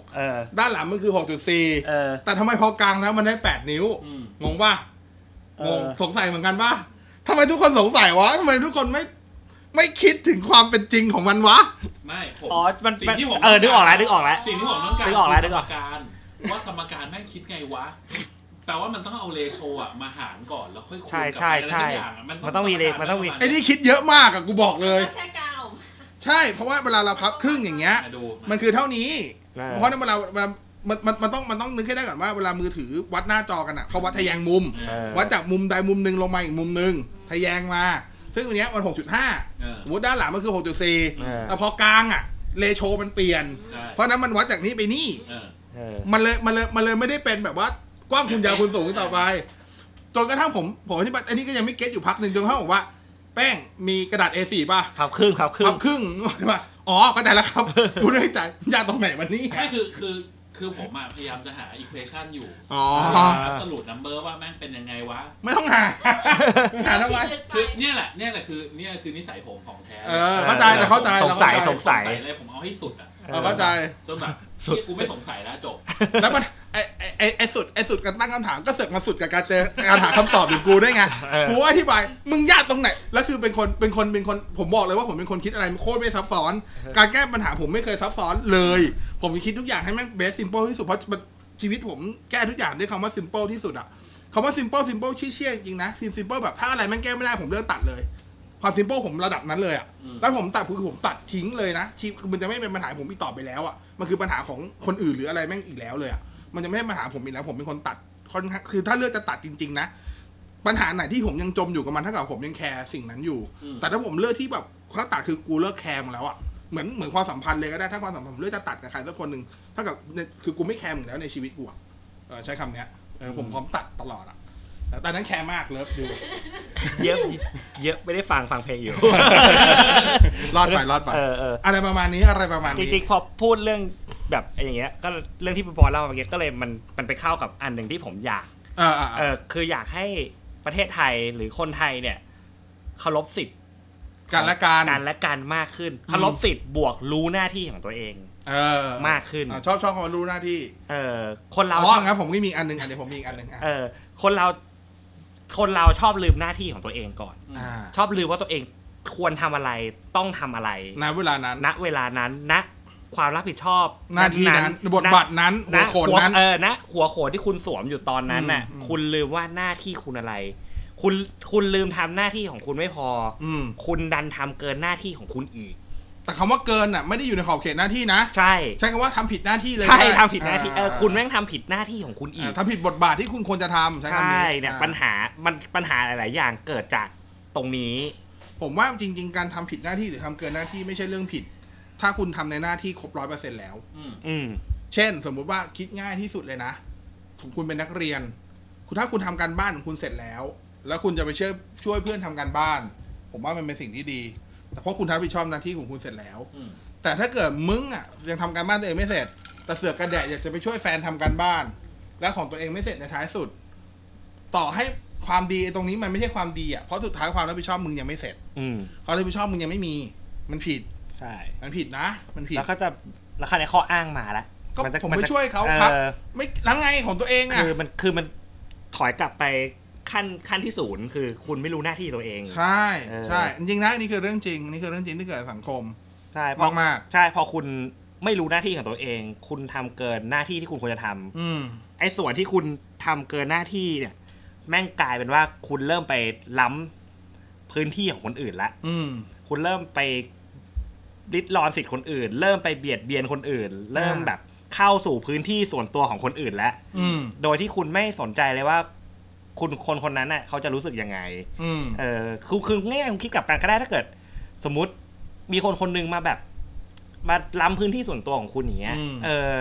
6.6 ด้านหลังมันคือ 6.4 แต่ทำไมพอกลางแล้วมันได้ 8 นิ้วงงป่ะงงสงสัยเหมือนกันป่ะทำไมทุกคนสงสัยวะทำไมทุกคนไม่คิดถึงความเป็นจริงของมันวะไม่ผมมันสิ่งที่ผมนึกออกแล้วสิ่งที่ผมต้องการคือสมการว่าสมการแม่งคิดไงวะแปลว่ามันต้องเอาเรโชอ่ะมาหารก่อนแล้วค่อยคูณกับอะไรทุกอย่างมันต้องมีไอ้นี่คิดเยอะมากอ่ะกูบอกเลยแค่กาวใช่เพราะว่าเวลาเราพับครึ่งอย่างเงี้ยมันคือเท่านี้เพราะนั้นเวลามันต้องนึกให้ได้ก่อนว่าเวลามือถือวัดหน้าจอกันอ่ะเขาวัดทะแยงมุมวัดจากมุมใดมุมนึงลงมาอีกมุมนึงทะแยงมาซึ่งอันเนี้ยมัน 6.5 วุฒิด้านหลังมันคือ 6.4 แต่พอกลางอ่ะเรโชมันเปลี่ยนเพราะนั้นมันวัดจากนี้ไปนี่มันเลยไม่ได้เป็นแบบว่ากว้างคูณยาวคูณสูงต่อไปจนกระทั่งผมอธิบายอันนี้ก็ยังไม่เก็ตอยู่พักหนึ่งจนกระทั่งบอกว่าแป้งมีกระดาษ A4 ป่ะพับครึ่งว่าอ๋อเข้าใจแล้วครับรู้ได้ใจยากตรงไหนวันนี้ไม่คือผมพยายามจะหาอีควอชั่นอยู่สรุปนัมเบอร์ว่าแม่งเป็นยังไงวะไม่ต้องหาทำไมคือเนี่ยแหละคือนิสัยผมของแท้เข้าใจแต่เข้าใจสงสัยอะไรผมเอาให้สุดอ่ะเข้าใจจนแบบกูไม่สงสัยแล้วจบแล้วมันไอ้สุดการตั้งคำถามก็เสือกมาสุดกับการหาคำตอบอย่างกูได้ไงกูอธิบายมึงยากตรงไหนแล้วคือเป็นคนผมบอกเลยว่าผมเป็นคนคิดอะไรโคตรไม่ซับซ้อนการแก้ปัญหาผมไม่เคยซับซ้อนเลยผมคิดทุกอย่างให้แม่งเบสซิมเปิลที่สุดเพราะชีวิตผมแก้ทุกอย่างด้วยคำว่าซิมเปิลที่สุดอ่ะคำว่าซิมเปิลเชี่ยจริงนะซิมเปิลแบบถ้าอะไรแม่งแก้ไม่ได้ผมเลิกตัดเลยความซิมเปิลผมระดับนั้นเลยอ่ะแล้วผมตัดคือผมตัดทิ้งเลยนะที่มันจะไม่เป็นปัญหาผมอีกต่อไปแล้วอ่ะมันคือปัญหาของคนอื่นหรืออะไรแม่งอีกแล้วเลยอ่ะมันจะไม่ใช่ปัญหาผมอีกแล้วผมเป็นคนตัดคือถ้าเลือกจะตัดจริงๆนะปัญหาไหนที่ผมยังจมอยู่กับมันเท่ากับผมยังแคร์สิ่งนั้นอยู่แต่ถ้าผมเลือกที่แบบถ้าตัดคือกูเลิกแคร์แล้วอ่ะเหมือนความสัมพันธ์เลยก็ได้ถ้าความสัมพันธ์ผมเลือกจะตัดกับใครสักคนหนึ่งเท่ากับคือกูไม่แคร์มึงแล้วในชีวิตกูใช้คำเนี้ยผมพร้อมตัดตลอดอ่ะแต่นั้นแคร์มากเลิฟดูเยอะไม่ได้ฟังเพลงอยู่รอดไปอะไรประมาณนี้จริงๆพอพูดเรื่องแบบอย่างเงี้ยก็เรื่องที่พี่บอลเล่าเมื่อกี้ก็เลยมันไปเข้ากับอันหนึ่งที่ผมอยากคืออยากให้ประเทศไทยหรือคนไทยเนี่ยเคารพสิทธิ์กันและกันมากขึ้นเคารพสิทธิ์บวกรู้หน้าที่ของตัวเองมากขึ้นชอบคำว่ารู้หน้าที่คนเรางั้นผมก็มีอันนึงเดี๋ยวผมมีอีกอันนึงคนเราชอบลืมหน้าที่ของตัวเองก่อนชอบลืมว่าตัวเองควรทำอะไรต้องทำอะไรณเวลานั้นณความรับผิดชอบหน้าที่นั้นบทบาทนั้นหัวโขนนั้นณหัวโขนที่คุณสวมอยู่ตอนนั้นน่ะคุณลืมว่าหน้าที่คุณอะไรคุณลืมทำหน้าที่ของคุณไม่พอคุณดันทำเกินหน้าที่ของคุณอีกแต่คำว่าเกินอ่ะไม่ได้อยู่ในขอบเขตหน้าที่นะใช่คำว่าทำผิดหน้าที่เลยใช่ทำผิดหน้าที่คุณแม่งทำผิดหน้าที่ของคุณอีกทำผิดบทบาทที่คุณควรจะทำใช่เนี่ยปัญหาหลายๆอย่างเกิดจากตรงนี้ผมว่าจริงๆการทำผิดหน้าที่หรือทำเกินหน้าที่ไม่ใช่เรื่องผิดถ้าคุณทำในหน้าที่ครบ 100% แล้วเช่นสมมุติว่าคิดง่ายที่สุดเลยนะคุณเป็นนักเรียนถ้าคุณทำการบ้านของคุณเสร็จแล้วคุณจะไปช่วยเพื่อนทำการบ้านผมว่ามันเป็นสิ่งที่ดีแต่เพราะคุณรับผิดชอบหน้าที่ของคุณเสร็จแล้วแต่ถ้าเกิดมึงอ่ะยังทำการบ้านตัวเองไม่เสร็จแต่เสือกกระแดะอยากจะไปช่วยแฟนทำการบ้านและของตัวเองไม่เสร็จในท้ายสุดต่อให้ความดีตรงนี้มันไม่ใช่ความดีอ่ะเพราะสุดท้ายความรับผิดชอบมึงยังไม่เสร็จความรับผิดชอบมึงยังไม่มีมันผิดใช่มันผิดนะมันผิดแล้วก็จะแล้วในข้ออ้างมาแล้วก็ผมไปช่วยเขาครับไม่แล้วไงของตัวเองอ่ะคือมันถอยกลับไปขั้นที่ศูนย์คือคุณไม่รู้หน้าที่ตัวเองใช่จริงๆนะนี่คือเรื่องจริงที่เกิดสังคมใช่มากใช่พอคุณไม่รู้หน้าที่ของตัวเองคุณทำเกินหน้าที่ที่คุณควรจะทำไอ้ส่วนที่คุณทำเกินหน้าที่เนี่ยแม่งกลายเป็นว่าคุณเริ่มไปล้ำพื้นที่ของคนอื่นละคุณเริ่มไปริดรอนสิทธิ์คนอื่นเริ่มไปเบียดเบียนคนอื่นเริ่มแบบเข้าสู่พื้นที่ส่วนตัวของคนอื่นแล้วโดยที่คุณไม่สนใจเลยว่าคนนั้นน่ะเขาจะรู้สึกยังไงคือง่ายๆคุณคิดกลับกันก็ได้ถ้าเกิดสมมุติมีคนนึงมาแบบมาล้ำพื้นที่ส่วนตัวของคุณอย่างเงี้ย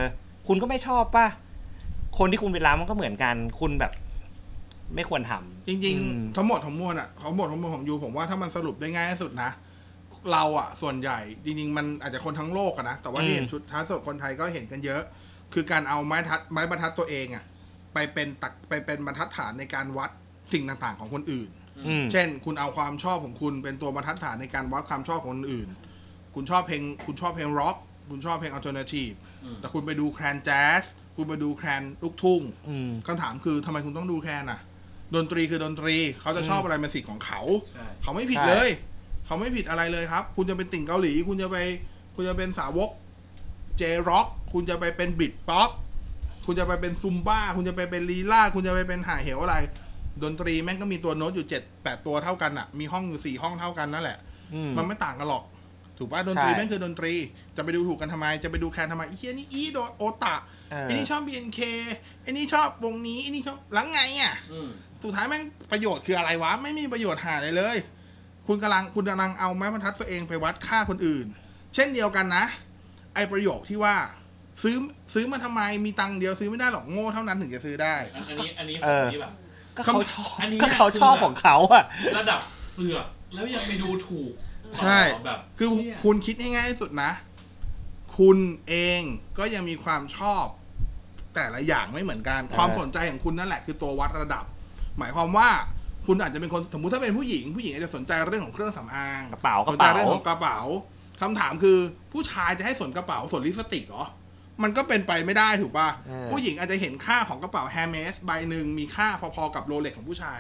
คุณก็ไม่ชอบป่ะคนที่คุณไปร้านมันก็เหมือนกันคุณแบบไม่ควรทำจริงๆทั้งหมดทั้งมวลของยูผมว่าถ้ามันสรุปได้ง่ายที่สุดนะเราอะส่วนใหญ่จริงๆมันอาจจะคนทั้งโลกอะนะแต่ว่าที่เห็นชุดท้าสดคนไทยก็เห็นกันเยอะคือการเอาไม้บรรทัดตัวเองอะไปเป็นบรรทัดฐานในการวัดสิ่งต่างๆของคนอื่นเช่นคุณเอาความชอบของคุณเป็นตัวบรรทัดฐานในการวัดความชอบของคนอื่นคุณชอบเพลงร็อกคุณชอบเพลงอัลเทอร์เนทีฟแต่คุณไปดูแคลนแจ๊สคุณไปดูแคลนลูกทุ่งคำถามคือทำไมคุณต้องดูแคลนอะดนตรีคือดนตรีเขาจะชอบอะไรเป็นสิทธิ์ของเขาเขาไม่ผิดเลยเขาไม่ผิดอะไรเลยครับคุณจะเป็นติ่งเกาหลีคุณจะเป็นสาวกเจร็อกคุณจะไปเป็นบิทป๊อปคุณจะไปเป็นซุมบ้าคุณจะไปเป็นลีลาคุณจะไปเป็นหาเหวอะไรดนตรีแม่งก็มีตัวโน้ตอยู่ 7-8 ตัวเท่ากันอ่ะมีห้องอยู่4ห้องเท่ากันนั่นแหละมันไม่ต่างกันหรอกถูกป่ะดนตรีแม่งคือดนตรีจะไปดูถูกกันทำไมจะไปดูแคลนทำไมไอ้เหี้ยนี่อีโอตะไอ้นี่ชอบ BNK ไอ้นี่ชอบวงนี้ไอ้นี่ชอบหลังไงอ่ะสุดท้ายแม่งประโยชน์คืออะไรวะไม่มีประโยชน์หาอะไรเลยคุณกำลังเอาไม้บรรทัดตัวเองไปวัดค่าคนอื่นเช่นเดียวกันนะไอประโยคที่ว่าซื้อมาทำไมมีตังค์เดียวซื้อไม่ได้หรอกโง่เท่านั้นถึงจะซื้อได้อันนี้แบบก็เขาชอบของเขาอะระดับเสือกแล้วยังไปดูถูกใช่แบบคือคุณคิดให้ง่ายที่สุดนะคุณเองก็ยังมีความชอบแต่ละอย่างไม่เหมือนกันความสนใจของคุณนั่นแหละคือตัววัดระดับหมายความว่าคุณอาจจะเป็นคนสมมุติถ้าเป็นผู้หญิงอาจจะสนใจเรื่องของเครื่องสำอางกระเป๋าสนใจเรื่องของกระเป๋าคำถามคือผู้ชายจะให้สนกระเป๋าสนลิปสติกเหรอมันก็เป็นไปไม่ได้ถูกป่ะผู้หญิงอาจจะเห็นค่าของกระเป๋าแฮร์เมสใบหนึ่งมีค่าพอๆกับโรเล็กของผู้ชาย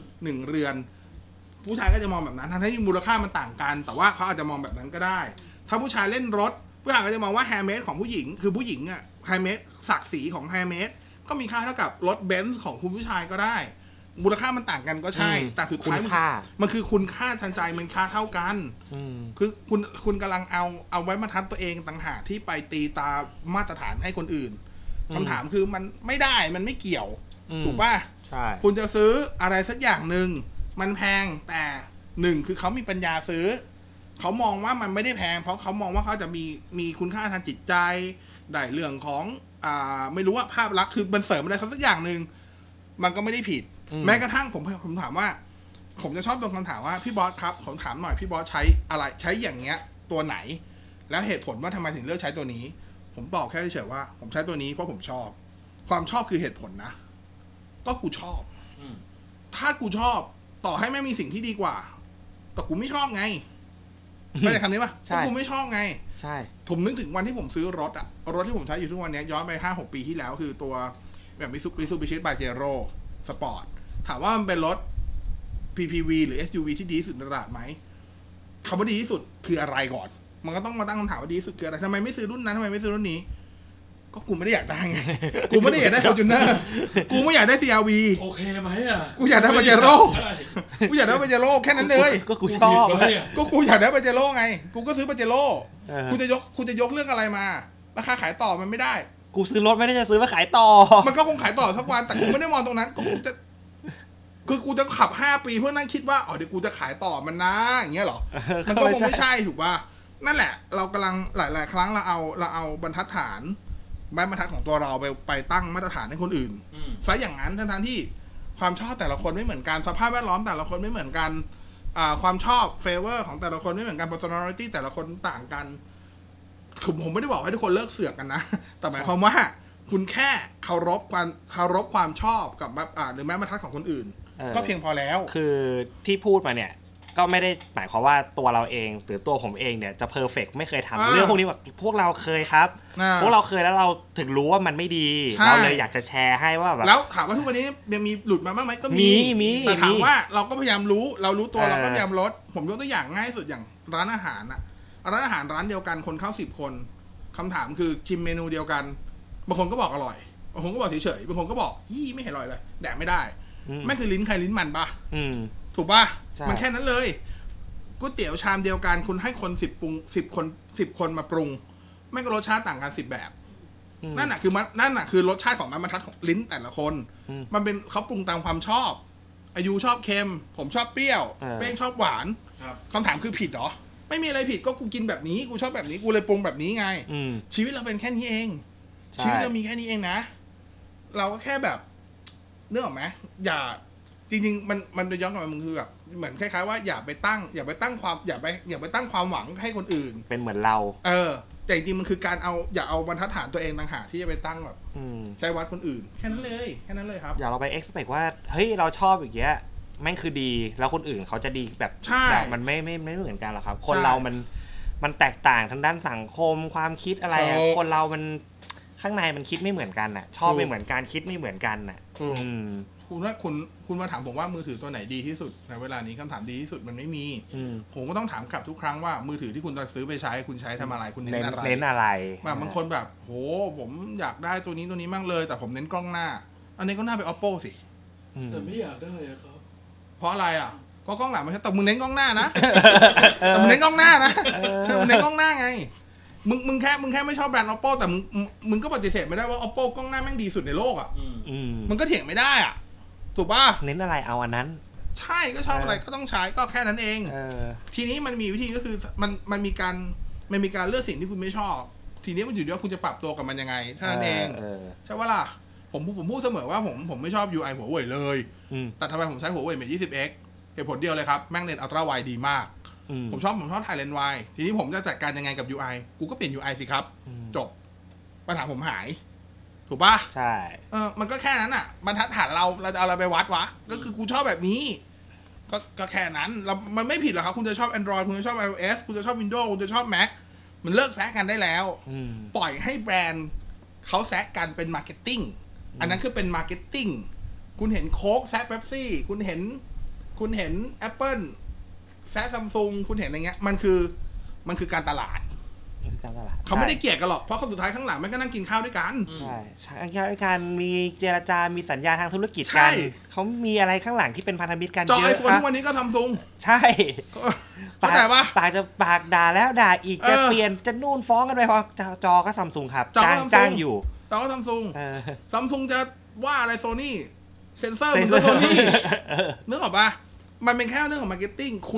1 เรือนผู้ชายก็จะมองแบบนั้นทั้งที่มูลค่ามันต่างกันแต่ว่าเขาอาจจะมองแบบนั้นก็ได้ถ้าผู้ชายเล่นรถผู้ชายก็จะมองว่าแฮร์เมสของผู้หญิงคือผู้หญิงอะแฮร์เมสศักดิ์ศรีของแฮร์เมสก็มีค่าเท่ากับรถเบนซ์ของคุณผู้ชายก็ได้มูลค่ามันต่างกันก็ใช่แต่สุดท้ายมันคือคุณค่าทางใจมันค่าเท่ากันคือคุณกำลังเอาไว้มาทัดตัวเองต่างหากที่ไปตีตามาตรฐานให้คนอื่นคำถามคือมันไม่ได้มันไม่เกี่ยวถูกป่ะใช่คุณจะซื้ออะไรสักอย่างหนึ่งมันแพงแต่1คือเขามีปัญญาซื้อเขามองว่ามันไม่ได้แพงเพราะเขามองว่าเขาจะมีคุณค่าทางจิตใจได้เรื่องของไม่รู้ว่าภาพลักษณ์คือมันเสริมอะไรสักอย่างหนึ่งมันก็ไม่ได้ผิดแม้กระทั่งผมถามว่าผมจะชอบตรงคำถามว่าพี่บอสครับผมถามหน่อยพี่บอสใช้อะไรใช้อย่างเงี้ยตัวไหนแล้วเหตุผลว่าทำไมถึงเลือกใช้ตัวนี้ผมตอบแค่เฉยๆว่าผมใช้ตัวนี้เพราะผมชอบความชอบคือเหตุผลนะก็กูชอบถ้ากูชอบต่อให้ไม่มีสิ่งที่ดีกว่าแต่กูไม่ชอบไงเข้าใจคำนี้ป่ะก็กูไม่ชอบไงใช่ผมนึกถึงวันที่ผมซื้อรถที่ผมใช้อยู่ทุกวันนี้ย้อนไป 5-6 ปีที่แล้วคือตัวแบบมิซูบิชิปาเจโร่สปอร์ตถามว่ามันเป็นรถ PPV หรือ SUV ที่ดีที่สุดในตลาดไหมคำว่าดีที่สุดคืออะไรก่อนมันก็ต้องมาตั้งคำถามว่าดีที่สุดคืออะไรทำไมไม่ซื้อรุ่นนั้นทำไมไม่ซื้อรุ่นนี้ก็กูไม่ได้อยากได้ไงกูไม่ได้อยากได้ Fortuner กูไม่อยากได้ CRV โอเคไหมอ่ะกูอยากได้ปาเจโร่กูอยากได้ปาเจโร่แค่นั้นเลยก็กูชอบก็กูอยากได้ปาเจโร่ไงกูก็ซื้อปาเจโร่กูจะยกเรื่องอะไรมาราคาขายต่อมันไม่ได้กูซื้อรถไม่ได้จะซื้อมาขายต่อมันก็คงขายต่อสักวันแต่กูไม่ได้มองตรงนั้นกูจะขับ5 ปีเพื่อนั่งคิดว่าเดี๋ยวกูจะขายต่อมันนะอย่างเงี้ยหรอมันก็คงไม่ใช่ถูกป่ะนั่นแหละเรากำลังหลายๆครั้งเราเอาบรรทัดฐานไม้บรรทัดของตัวเราไปตั้งมาตรฐานให้คนอื่นซะอย่างนั้นทั้งที่ความชอบแต่ละคนไม่เหมือนกันสภาพแวดล้อมแต่ละคนไม่เหมือนกันความชอบเฟเวอร์ของแต่ละคนไม่เหมือนกัน personality แต่ละคนต่างกันผมไม่ได้บอกให้ทุกคนเลิกเสือกกันนะแต่หมายความว่าคุณแค่เคารพความชอบกับหรือแม้บรรทัดของคนอื่นก็เพียงพอแล้วคือที่พูดมาเนี่ยก็ไม่ได้หมายความว่าตัวเราเองหรือตัวผมเองเนี่ยจะเพอร์เฟกต์ไม่เคยทำเรื่องพวกนี้แบบพวกเราเคยครับพวกเราเคยแล้วเราถึงรู้ว่ามันไม่ดีเราเลยอยากจะแชร์ให้ว่าแบบแล้วถามว่าทุกวันนี้ยังมีหลุดมาบ้างไหมก็มีแต่ถามว่าเราก็พยายามเรารู้ตัวเราก็พยายามลดผมยกตัวอย่างง่ายสุดอย่างร้านอาหารอะร้านอาหารร้านเดียวกันคนเข้า10 คนคำถามคือชิมเมนูเดียวกันบางคนก็บอกอร่อยบางคนก็บอกเฉยๆบางคนก็บอกไม่เห็นอร่อยเลยแดกไม่ได้ไม่คือลิ้นใครลิ้นมันปะถูกปะมันแค่นั้นเลยก๋วยเตี๋ยวชามเดียวกันคุณให้คน10 คนมาปรุงไม่ก็รสชาติต่างกัน10 แบบนั่นน่ะคือรสชาติของมันทัดของลิ้นแต่ละคนมันเป็นเขาปรุงตามความชอบอายุชอบเค็มผมชอบเปรี้ยวเป้งชอบหวานคำถามคือผิดเหรอไม่มีอะไรผิดก็กูกินแบบนี้กูชอบแบบนี้กูเลยปรุงแบบนี้ไงชีวิตเราเป็นแค่นี้เองชีวิตเรามีแค่นี้เองนะเราก็แค่แบบนึกออกไหมอย่าจริงๆมันย้อนกลับมามันคือแบบเหมือนคล้ายๆว่าอย่าไปตั้งความหวังให้คนอื่นเป็นเหมือนเราแต่จริงๆมันคือการอย่าเอาบรรทัดฐานตัวเองต่างหากที่จะไปตั้งแบบใช้วัดคนอื่นแค่นั้นเลยครับอย่าเราไป expect ว่าเฮ้ยเราชอบอย่างเงี้ยแม่งคือดีแล้วคนอื่นเขาจะดีแบบมันไม่เหมือนกันหรอกครับคนเรามันแตกต่างทางด้านสังคมความคิดอะไรคนเรามันข้างในมันคิดไม่เหมือนกันน่ะชอบไม่เหมือนกันคิดไม่เหมือนกันน่ะคุณมาถามผมว่ามือถือตัวไหนดีที่สุดในเวลานี้คำถามดีที่สุดมันไม่มีผมก็ต้องถามกลับทุกครั้งว่ามือถือที่คุณจะซื้อไปใช้คุณใช้ทำอะไรคุณเน้นอะไรบางคนแบบโหผมอยากได้ตัวนี้มากเลยแต่ผมเน้นกล้องหน้าอันนี้ก็น่าไป Oppo สิแต่ไม่อยากได้ครับเพราะอะไรอ่ะก็กล้องหลังไม่ใช่แต่มึงเน้นกล้องหน้านะแต่มึงเน้นกล้องหน้านะมึงเน้นกล้องหน้าไงมึงแค่ไม่ชอบแบรนด์ Oppo แต่มึงก็ปฏิเสธไม่ได้ว่า Oppo กล้องหน้าแม่งดีสุดในโลกอ่ะมันก็เถียงไม่ได้อ่ะถูกป่ะเน้นอะไรเอาอันนั้นใช่ก็ชอบอะไรก็ต้องใช้ก็แค่นั้นเองทีนี้มันมีวิธีก็คือมันมีการเลือกสิ่งที่คุณไม่ชอบทีนี้มันอยู่ที่ว่าคุณจะปรับตัวกับมันยังไงเท่านั้นเองใช่ป่ะล่ะผมพูดเสมอว่าผมไม่ชอบ UI หัวเว่ยเลยแต่ทำไมผมใช้หัวเว่ย Mate 20X เหตุผลเดียวเลยครับแม่งเลนส์อัลตร้าไวด์ดีมากผมชอบถ่ายเลนส์ไวด์ทีนี้ผมจะจัดการยังไงกับ UI กูก็เปลี่ยน UI สิครับจบปัญหาผมหายถูกป่ะใช่มันก็แค่นั้นอ่ะบรรทัดฐานเราจะเอาอะไรไปวัดวะก็คือกูชอบแบบนี้ก็แค่นั้นมันไม่ผิดหรอกครับคุณจะชอบ Android คุณจะชอบ iOS คุณจะชอบ Windows คุณจะชอบ Mac มันเลิกแซะกันได้แล้วปล่อยให้แบรนด์เขาแซะกันเป็นมาร์เก็ตติ้งอันนั้นคือเป็นมาร์เก็ตติ้งคุณเห็นโค้กแซะเป๊ปซี่คุณเห็น Apple แซะ Samsung คุณเห็นอะไรเงี้ยมันคือการตลาดเขาไม่ได้เกลียดกันหรอกเพราะคนสุดท้ายข้างหลังมันก็นั่งกินข้าวด้วยกันใช่กินข้าวด้วยกันมีเจรจามีสัญญาทางธุรกิจกันเขามีอะไรข้างหลังที่เป็นพันธมิตรกันเยอะจอไอโฟนทุกวันนี้ก็Samsung ใช่เข้าใจปะปากจะปากด่าแล้วด่าอีกจะเปลี่ยนจะนู่นฟ้องกันไปเพราะจอก็Samsungครับจ้างอยู่จอก็Samsungจะว่าอะไรโซนี่เซ็นเซอร์มันก็โซนี่นึกออกปะมันเป็นแค่เรื่องของมาร์เก็ตติ้งคุณ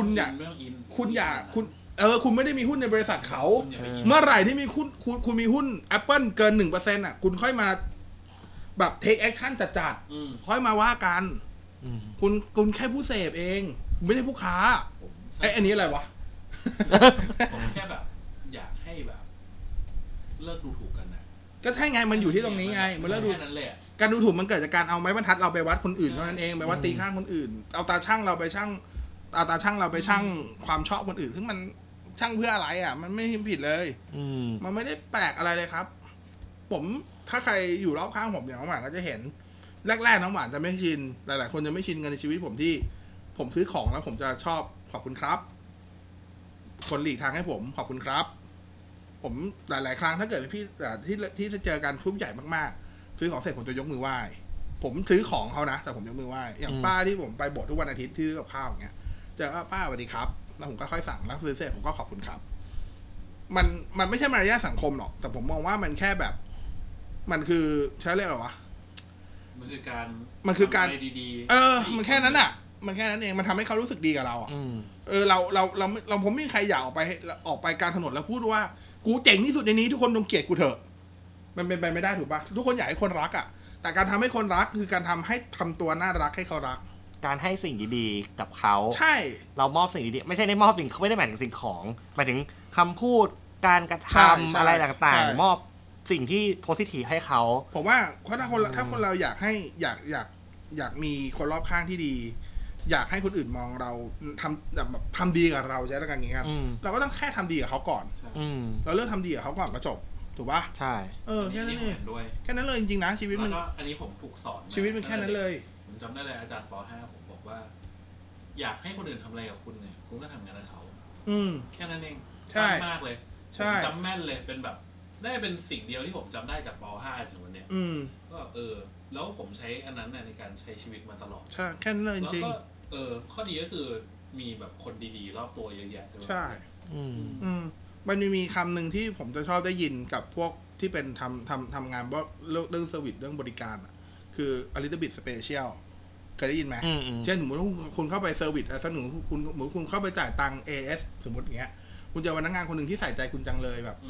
ไม่ได้มีหุ้นในบริษัทเขาเมื่อไหร่ที่มีคุณมีหุ้น Apple เกิน 1% อ่ะคุณค่อยมาแบบ take action จัดค่อยมาว่ากันคุณแค่ผู้เสพเองไม่ใช่ผู้ค้าอันนี้อะไรวะผมแค่แบบอยากให้แบบเลิกดูถูกกันนะก็ใช่ไงมันอยู่ที่ตรงนี้ไงมันเลิกดูการดูถูกมันเกิดจากการเอาไม้บรรทัดเราไปวัดคนอื่นเท่านั้นเองไปวัดตีข้างคนอื่นเอาตาช่างเราไปช่างความชอบคนอื่นซึ่งมันช่างเพื่ออะไรอ่ะมันไม่ผิดเลยมันไม่ได้แปลกอะไรเลยครับผมถ้าใครอยู่รอบข้างผมอย่างน้องหวานก็จะเห็นแรกๆน้องหวานจะไม่ชินหลายๆคนจะไม่ชินกันในชีวิตผมที่ผมซื้อของแล้วผมจะชอบขอบคุณครับคนหลีกทางให้ผมขอบคุณครับผมหลายๆครั้งถ้าเกิดพี่ที่จะเจอกันทุกใหญ่มากๆซื้อของเสร็จผมจะยกมือไหว้ผมซื้อของเขานะแต่ผมยกมือไหว้อย่างป้าที่ผมไปโบสถ์ทุกวันอาทิตย์ที่กับข้าวอย่างเงี้ยเจอป้าสวัสดีครับแล้วผมก็ค่อยสั่งแล้วซื้อเสร็จผมก็ขอบคุณครับมันไม่ใช่มารยาทสังคมหรอกแต่ผมมองว่ามันแค่แบบมันคือใช้เรียกอะไรวะมันคือการดีๆมันแค่นั้นอ่ะมันแค่นั้นเองมันทำให้เขารู้สึกดีกับเราอ่ะเราผมไม่มีใครอยากออกไปกลางถนนแล้วพูดว่ากูเจ๋งที่สุดในนี้ทุกคนจงเกลียดกูเถอะมันเป็นไปไม่ได้ถูกป่ะทุกคนอยากให้คนรักอ่ะแต่การทำให้คนรักคือการทำตัวน่ารักให้เขารักการให้สิ่งดีๆกับเขาใช่เรามอบสิ่งดีๆไม่ใช่ได้มอบสิ่งเขาไม่ได้หมายถึงสิ่งของหมายถึงคำพูดการกระทำอะไรต่างๆมอบสิ่งที่โพสิทีฟให้เขาผมว่าถ้าคนเราอยากมีคนรอบข้างที่ดีอยากให้คนอื่นมองเราทำดีกับเราใช่ไหมกันอย่างเงี้ยเราก็ต้องแค่ทำดีกับเขาก่อนเราเลิกทำดีกับเขาก่อนก็จบถูกป่ะใช่แค่นั้นเองแค่นั้นเลยจริงๆนะชีวิตมันอันนี้ผมถูกสอนชีวิตมันแค่นั้นเลยผมจำได้เลยอาจารย์ป.5 ผมบอกว่าอยากให้คนอื่นทำอะไรกับคุณเนี่ยคุณก็ทำงานกับเขาแค่นั้นเองสั้นมากเลยจำแม่นเลยเป็นแบบได้เป็นสิ่งเดียวที่ผมจำได้จากป.5 ถึงวันเนี้ยก็แล้วผมใช้อันนั้นในการใช้ชีวิตมาตลอดใช่แค่นั้นเลยจริงข้อดีก็คือมีแบบคนดีๆรอบตัวเยอะแยะใช่มันมีคำหนึ่งที่ผมจะชอบได้ยินกับพวกที่เป็นทำงานเรื่องเซอร์วิสเรื่องบริการอ่ะคือ a little bit special เคยได้ยินไหมเช่นสมมติว่าคุณเข้าไปเซอร์วิสอะไรสักหนึ่งคุณเข้าไปจ่ายตังค์ AS สมมติอย่างเงี้ยคุณเจอพนักงานคนหนึ่งที่ใส่ใจคุณจังเลยแบบ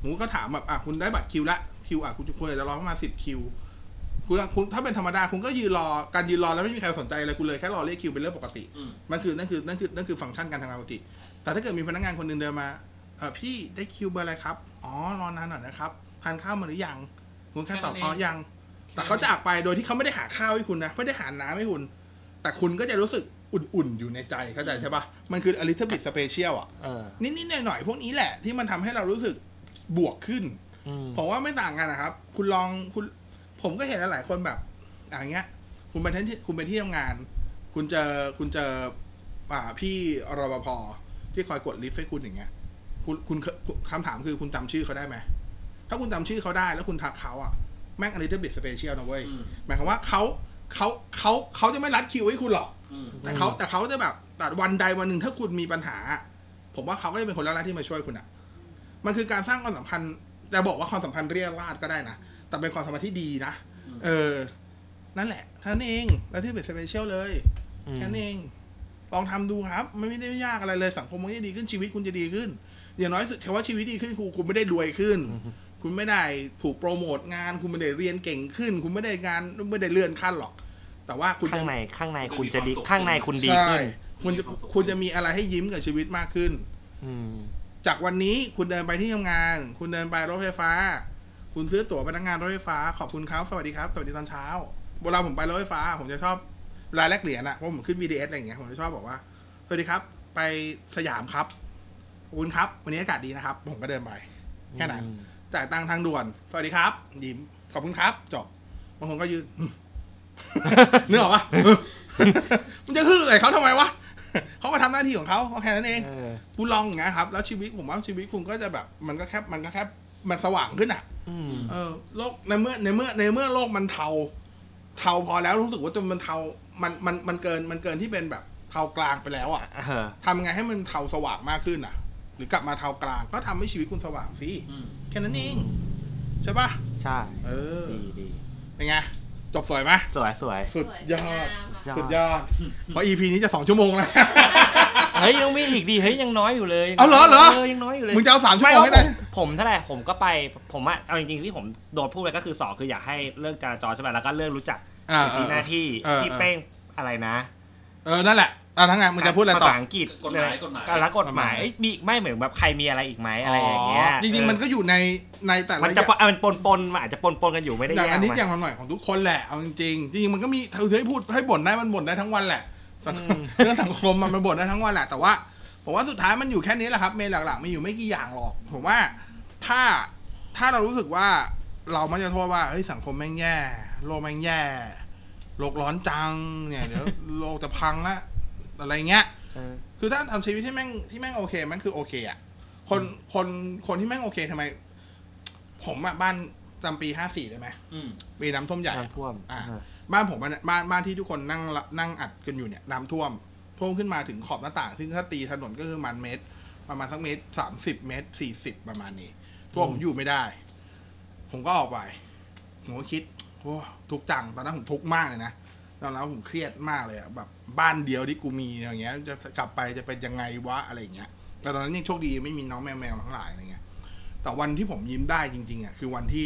ผมก็ถามแบบคุณได้บัตรคิวละคิวคุณอาจจะรอประมาณ10 คิวคุณถ้าเป็นธรรมดาคุณก็ยืนรอการยืนรอแล้วไม่มีใครสนใจเลยคุณเลยแค่รอเรียกคิวเป็นเรื่องปกตินั่นคือฟังก์ชันการทำงานปกติแต่ถ้าเกิดมีพนักงานคนนึงเดินมาพี่ได้คิวเบอร์อะไรครับรอนานหน่อยนะครับทานข้าวมาหรือยังคุณแค่ตอบยังแต่เขาจากไปโดยที่เขาไม่ได้หาข้าวให้คุณนะไม่ได้หาน้ำให้คุณแต่คุณก็จะรู้สึกอุ่นๆอยู่ในใจเข้าใจใช่ปะมันคือ a little bit special นิดๆหน่อยๆพวกนี้แหละที่มันทำให้เรารู้สึกบวกขึ้นผมว่าไม่ต่างกันนะครับผมก็เห็นหลายคนแบบอย่างเงี้ยคุณไปที่ทำงานคุณเจอพี่รปภที่คอยกดลิฟต์ให้คุณอย่างเงี้ยคุณคำถามคือคุณจำชื่อเขาได้ไหมถ้าคุณจำชื่อเขาได้แล้วคุณทักเขาแม่ง a little bit special นะเว้ยหมายความว่าเขาจะไม่รัดคิวให้คุณหรอกแต่เขาจะแบบแต่วันใดวันหนึ่งถ้าคุณมีปัญหาผมว่าเขาก็จะเป็นคนแรกๆที่มาช่วยคุณมันคือการสร้างความสัมพันธ์จะบอกว่าความสัมพันธ์เรียราดก็ได้นะแต่เป็นความสัมพันธ์ที่ดีนะนั่นแหละท่านเองแล้วที่เป็นสเปเชียลเลยแค่นั้นเองลองทำดูครับมันไม่ได้ยากอะไรเลยสังคมมันจะดีขึ้นชีวิตคุณจะดีขึ้นอย่างน้อยสุดแค่ว่าชีวิตดีขึ้นคุณไม่ได้รวยขึ้นคุณไม่ได้ถูกโปรโมทงานคุณไม่ได้เรียนเก่งขึ้นคุณไม่ได้เลื่อนขั้นหรอกแต่ว่าคุณข้างในคุณจะดีข้างในคุณดีขึ้นคุณจะมีอะไรให้ยิ้มกับชีวิตมากขึ้นจากวันนี้คุณเดินไปที่ทำงานคุณเดินไปรถไฟฟ้าคุณซื้อตั๋วพนักงานรถไฟฟ้าขอบคุณครับสวัสดีครับสวัสดีตอนเช้าเวลาผมไปรถไฟฟ้าผมจะชอบรายแลกเหรียญเพราะผมขึ้น BTS อะไรอย่างเงี้ยผมจะชอบบอกว่าสวัสดีครับไปสยามครับขอบคุณครับวันนี้อากาศดีนะครับผมก็เดินไปแค่นั้นจ่ายตังค์ทางด่วนสวัสดีครับยิ้มขอบคุณครับจบบางคนก็ยืนนึกออกปะมันจะฮือใส่เขาทำไมวะเขาก็ทำหน้าที่ของเขาแค่นั้นเองคุณลองอย่างเงี้ยครับแล้วชีวิตผมว่าชีวิตคุณก็จะแบบมันก็แค่มันสว่างขึ้นโลกในเมื่อโลกมันเทาพอแล้วรู้สึกว่าจนมันเทามันเกินที่เป็นแบบเทากลางไปแล้วทำไงให้มันเทาสว่างมากขึ้นหรือกลับมาเทากลางก็ทำให้ชีวิตคุณสว่างสิแค่นั้นเองใช่ปะใช่ดีเป็นไงจบสวยไหมสวยสุดยอดเพราะ EP นี้จะ2 ชั่วโมงแล้วเฮ้ยยังมีอีกดีเฮ้ยยังน้อยอยู่เลยเหรอยังน้อยอยู่เลยมึงจะเอา3 ชั่วโมงให้ได้ผมเท่าไหร่ผมก็ไปผมเอาจริงๆที่ผมโดนพูดไปก็คือ2คืออยากให้เลิกจราจรใช่ไหมแล้วก็เลิกรู้จักสิทธิหน้าที่ที่เป้งอะไรนะนั่นแหละทั้งงานมึงจะพูดอะไรต่อภาษาอังกฤษกฎหมายมีไม่เหมือนแบบใครมีอะไรอีกไหมอะไรอย่างเงี้ยจริงๆมันก็อยู่ในแต่ละมันจะมันปนอาจจะปนกันอยู่ไม่ได้แยกอันนี้อย่างหน่อยของทุกคนแหละเอาจริงๆมันก็มีเธอให้พูดให้บ่นได้มันบ่นได้ทั้งวันแหละเรื่องสังคมมันบ่นได้ทั้งวันแหละแต่ว่าผมว่าสุดท้ายมันอยู่แค่นี้แหละครับเมนหลักๆมีอยู่ไม่กี่อย่างหรอกผมว่าถ้าเรารู้สึกว่าเรามันจะโทษว่าเฮ้ยสังคมแม่งแย่โลกแม่งแย่โลกร้อนจังเนี่ยเดี๋ยวโลกจะพังละอะไรเงี้ยคือถ้าทำชีวิตที่แม่งโอเคมันคือโอเคคนที่แม่งโอเคทำไมผมบ้านจำปี54ได้ไหมมีน้ำท่วมใหญ่บ้านผมบ้านที่ทุกคนนั่งอัดกันอยู่เนี่ยน้ำท่วมขึ้นมาถึงขอบหน้าต่างซึ่งถ้าตีถนนก็คือมันประมาณสักเมตร30 เมตร40ประมาณนี้ท่วมผมอยู่ไม่ได้ผมก็ออกไปผมก็คิดโอ้ทุกจังตอนนั้นผมทุกข์มากเลยนะตอนนั้นผมเครียดมากเลยแบบบ้านเดียวที่กูมีอย่างเงี้ยจะกลับไปจะเป็นยังไงวะอะไรอย่างเงี้ยแต่ตอนนั้นยังโชคดีไม่มีน้องแมวทั้งหลายอะไรเงี้ยแต่วันที่ผมยิ้มได้จริงๆคือวันที่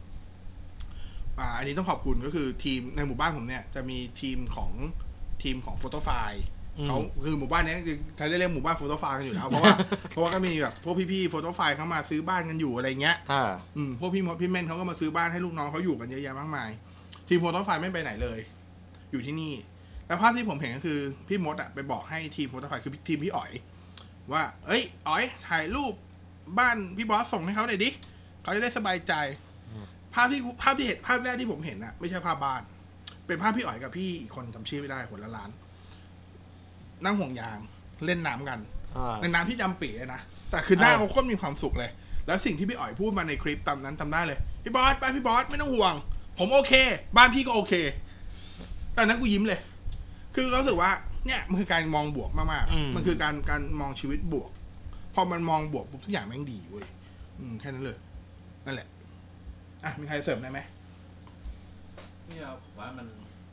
อันนี้ต้องขอบคุณก็คือทีมในหมู่บ้านผมเนี่ยจะมีทีมของโฟโต้ไฟล์เขาคือหมู่บ้านนี้ใช้เรียกหมู่บ้านโฟโต้ไฟล์กันอยู่แล้วเพราะว่าก็มีแบบพวกพี่ๆโฟโต้ไฟล์เขามาซื้อบ้านกันอยู่อะไรเงี้ยพวกพี่เม่นเขาก็มาซื้อบ้านให้ลูกน้องเขาอยู่กันเยอะแยะมากมายทีมโฟโต้ไฟล์ไม่ไปไหนเลยอยู่ที่นี่แล้วภาพที่ผมเห็นก็คือพี่มดไปบอกให้ทีมโฟโต้ไฟล์คือทีมพี่อ๋อยว่าเอ้ยอ๋อยถ่ายรูปบ้านพี่บอสส่งให้เขาหน่อยดิเขาจะได้สบายใจภาพที่เห็นภาพแรกที่ผมเห็นไม่ใช่ภาพบ้านเป็นภาพพี่อ๋อยกับพี่อีกคนจำชื่อไม่ได้คนละล้านนั่งห่วงยางเล่นน้ำกันในน้ำที่จำปีนะแต่คือหน้าเขาโคตรมีความสุขเลยแล้วสิ่งที่พี่อ๋อยพูดมาในคลิปตามนั้นทำได้เลยพี่บอสบ้านพี่บอสไม่ต้องห่วงผมโอเคบ้านพี่ก็โอเคตอนนั้นกูยิ้มเลยคือรู้สึกว่าเนี่ยมันคือการมองบวกมากๆมันคือการมองชีวิตบวกพอมันมองบวกปุ๊บทุกอย่างแม่งดีเว้ยแค่นั้นเลยนั่นแหละมีใครเสริมได้ไหมนี่ผมว่ามัน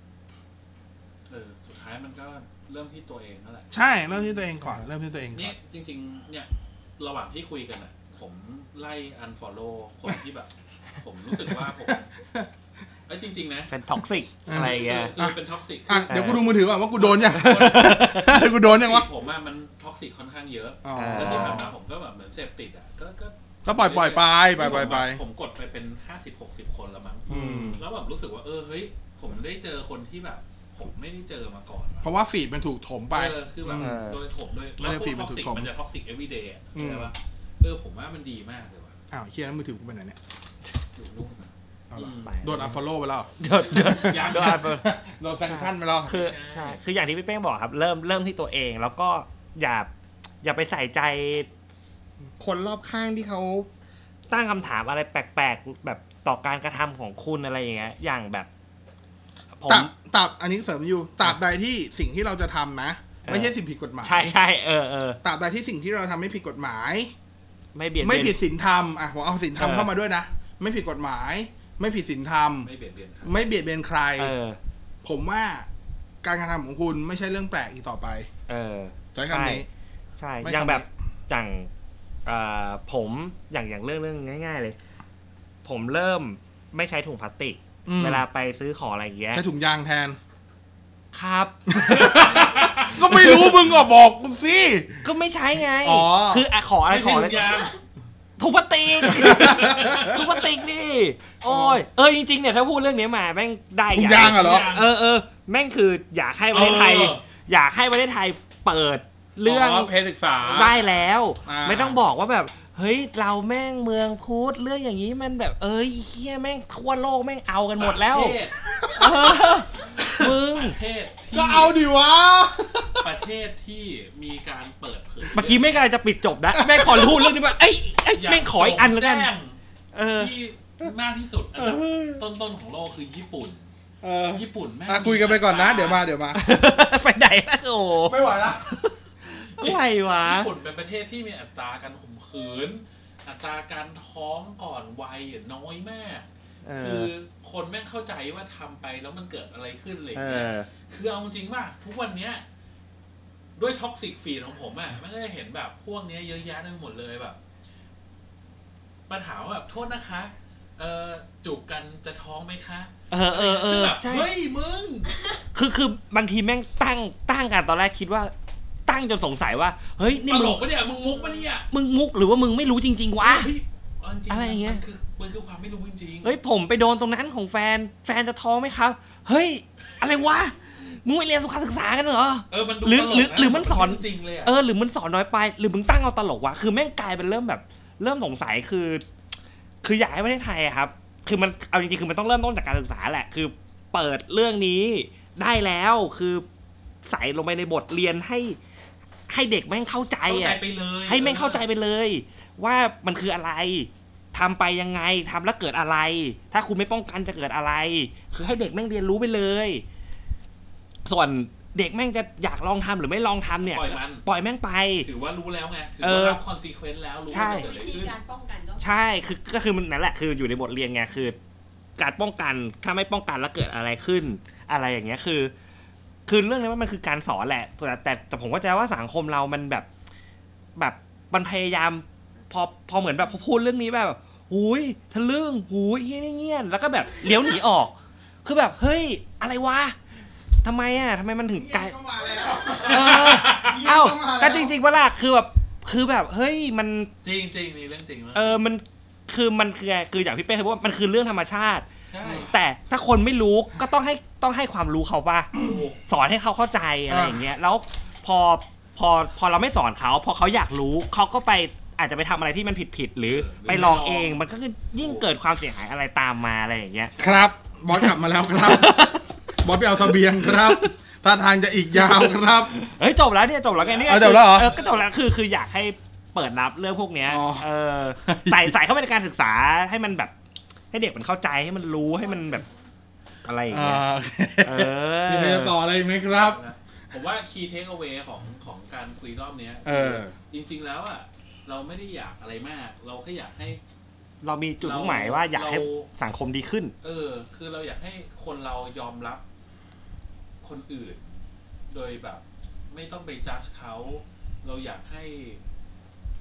สุดท้ายมันก็เริ่มที่ตัวเองนั่นแหละใช่เริ่มที่ตัวเองก่อนเริ่มที่ตัวเองนี่จริงๆเนี่ยระหว่างที่คุยกันผมไล่ unfollow คนที่แบบ ผมรู้สึกว่าผมจริงๆนะเป็นท็อกซิกอะไรเงี้ยคือเป็นท็อกซิกเดี๋ยวกูดูมือถือก่อนว่ากูโดนยังกูโดนยังวะผมมันท็อกซิกค่อนข้างเยอะแล้วที่ผ่านมาผมก็แบบเหมือนเสพติดอ่ะก็ปล่อยไปผมกดไปเป็น50-60 คนแล้วมั้งแล้วแบบรู้สึกว่าเฮ้ยผมได้เจอคนที่แบบผมไม่ได้เจอมาก่อนเพราะว่าฟีดมันถูกถมไปคือแบบโดยถมโดยแล้วฟีดมันถูกถมมันจะท็อกซิก everyday อ่ะใช่ป่ะผมว่ามันดีมากเลยว่ะเฮียแล้วมือถือกูเป็นไหนเนี่ยอยู่นู่นโดน unfollow ไปแล้วโดน sanction ไปแล้วคือใช่คืออย่างที่พี่เป้งบอกครับเริ่มที่ตัวเองแล้วก็อย่าไปใส่ใจคนรอบข้างที่เขาตั้งคำถามอะไรแปลกๆแบบต่อการกระทำของคุณอะไรอย่างเงี้ยอย่างแบบผมตับอันนี้เสริมอยู่ตราบใดที่สิ่งที่เราจะทำนะไม่ใช่สิ่งผิดกฎหมายใช่ตราบใดที่สิ่งที่เราทำไม่ผิดกฎหมายไม่ผิดศีลธรรมผมเอาศีลธรรมเข้ามาด้วยนะไม่ผิดกฎหมายไม่ผิดศีลธรรมไม่เบียดเบียนใครผมว่าการกระทำของคุณไม่ใช่เรื่องแปลกอีกต่อไปใช้คำนี้ใช่อย่างแบบอย่างผมอย่างเรื่องง่ายๆเลยผมเริ่มไม่ใช้ถุงพลาสติกเวลาไปซื้อของอะไรอย่างเงี้ยใช้ถุงยางแทนครับก็ไม่รู้มึงก็บอกกูสิก็ไม่ใช้ไงคือขออะไรขออะไรถุงพลาสติกถุงพลาสติกนี่โอ้ยจริงๆเนี่ยถ้าพูดเรื่องนี้มาแม่งได้ถุงยางเหรอแม่งคืออยากให้ประเทศไทยเปิดเรื่องเพศศึกษาได้แล้วไม่ต้องบอกว่าแบบเฮ้ยเราแม่งเมืองพุทธเรื่องอย่างนี้มันแบบเฮียแม่งทั่วโลกแม่งเอากันหมดแล้วมึงก็เอาดิวะประเทศที่มีการเปิดเผยเมื่อกี้แม่งกำลังจะปิดจบนะแม่งขอพูดเรื่องนี้ว่าแม่งขออีกอันแล้วกันที่มากที่สุดต้นของโลกคือญี่ปุ่นแม่งคุยกันไปก่อนนะเดี๋ยวมาไปไหนล่ะโอ้ไม่ไหวละอะไรวะญี่ปุ่นเป็นประเทศที่มีอัตราการข่มขืนอัตราการท้องก่อนวัยน้อยมากคือคนแม่งเข้าใจว่าทำไปแล้วมันเกิดอะไรขึ้นอะไรอย่างเงี้ยคือเอาจริงว่าทุกวันเนี้ยด้วยท็อกซิกฟีดของผมมันก็จะเห็นแบบพวกนี้เยอะแยะไปหมดเลยแบบมาถามว่าแบบโทษนะคะจูบกันจะท้องไหมคะใช่เฮ้ยมึงคือบางทีแม่งตั้งกันตอนแรกคิดว่าตั้งจนสงสัยว่าเฮ้ยนี่มึงตลกปะเนี่ยมึงมุกปะเนี่ยมึงมุกหรือว่ามึงไม่รู้จริงๆวะอะไรอย่างเงี้ยมันคือความไม่รู้จริงเฮ้ยผมไปโดนตรงนั้นของแฟนจะท้องไหมครับเฮ้ยอะไรวะมึงไม่เรียนสุขศึกษากันเหรอมันดูหรือมันสอนจริงเลยหรือมันสอนน้อยไปหรือมึงตั้งเอาตลกวะคือแม่งกลายเป็นเริ่มสงสัยคืออยากให้ประเทศไทยครับคือมันเอาจริงๆคือมันต้องเริ่มต้นจากการศึกษาแหละคือเปิดเรื่องนี้ได้แล้วคือใส่ลงไปในบทเรียนให้เด็กแม่งเข้าใจให้แม่งเข้าใจไปเลยว่ามันคืออะไรทำไปยังไงทำแล้วเกิดอะไรถ้าคุณไม่ป้องกันจะเกิดอะไรคือให้เด็กแม่งเรียนรู้ไปเลยส่วนเด็กแม่งจะอยากลองทำหรือไม่ลองทำเนี่ยปล่อยแม่งไปถือว่ารู้แล้วไงถือว่ารับคอนซีเควนซ์แล้วรู้ว่าจะเกิดอะไรขึ้นการป้องกันใช่ก็คือมันนั่นแหละคืออยู่ในบทเรียนไงคือการป้องกันถ้าไม่ป้องกันแล้วเกิดอะไรขึ้นอะไรอย่างเงี้ยคือเรื่องนี้มันคือการสอนแหละแต่ผมก็ใจว่าสังคมเรามันแบบมันพยายามพอเหมือนแบบพอพูดเรื่องนี้แบบหูยทะลึ่งหูยเงี้ยแล้วก็แบบเลี้ยวหนีออกคือแบบเฮ้ยอะไรวะทำไมมันถึงไกลก็จริงๆว่าล่ะคือแบบเฮ้ยมันจริงนี่เรื่องจริงมันคืออย่างพี่เป้เคยบอกว่ามันคือเรื่องธรรมชาติแต่ถ้าคนไม่รู้ก็ต้องให้ความรู้เขาป่ะสอนให้เขาเข้าใจอะไรอย่างเงี้ยแล้วพอเราไม่สอนเขาพอเขาอยากรู้เขาก็ไปอาจจะไปทำอะไรที่มันผิดหรือไปลองเองมันก็คือยิ่งเกิดความเสียหายอะไรตามมาอะไรอย่างเงี้ยครับบอสกลับมาแล้วครับบอสไปเอาเสบียงครับท่าทางจะอีกยาวครับเฮ้ยจบแล้วไงเนี่ยจบแล้วเหรอก็จบแล้วคืออยากให้เปิดรับเรื่องพวกเนี้ยใส่เข้าไปในการศึกษาให้มันแบบให้เด็กมันเข้าใจให้มันรู้ให้มันแบบอะไรอย่างเงี้ยมีใครจะต่ออะไรไหมครับผมว่า key take away ของการคุยรอบเนี้ยจริงๆแล้วเราไม่ได้อยากอะไรมากเราแค่อยากให้เรามีจุดมุ่งหมายว่าอยากให้สังคมดีขึ้นคือเราอยากให้คนเรายอมรับคนอื่นโดยแบบไม่ต้องไปจัดเขาเราอยากให้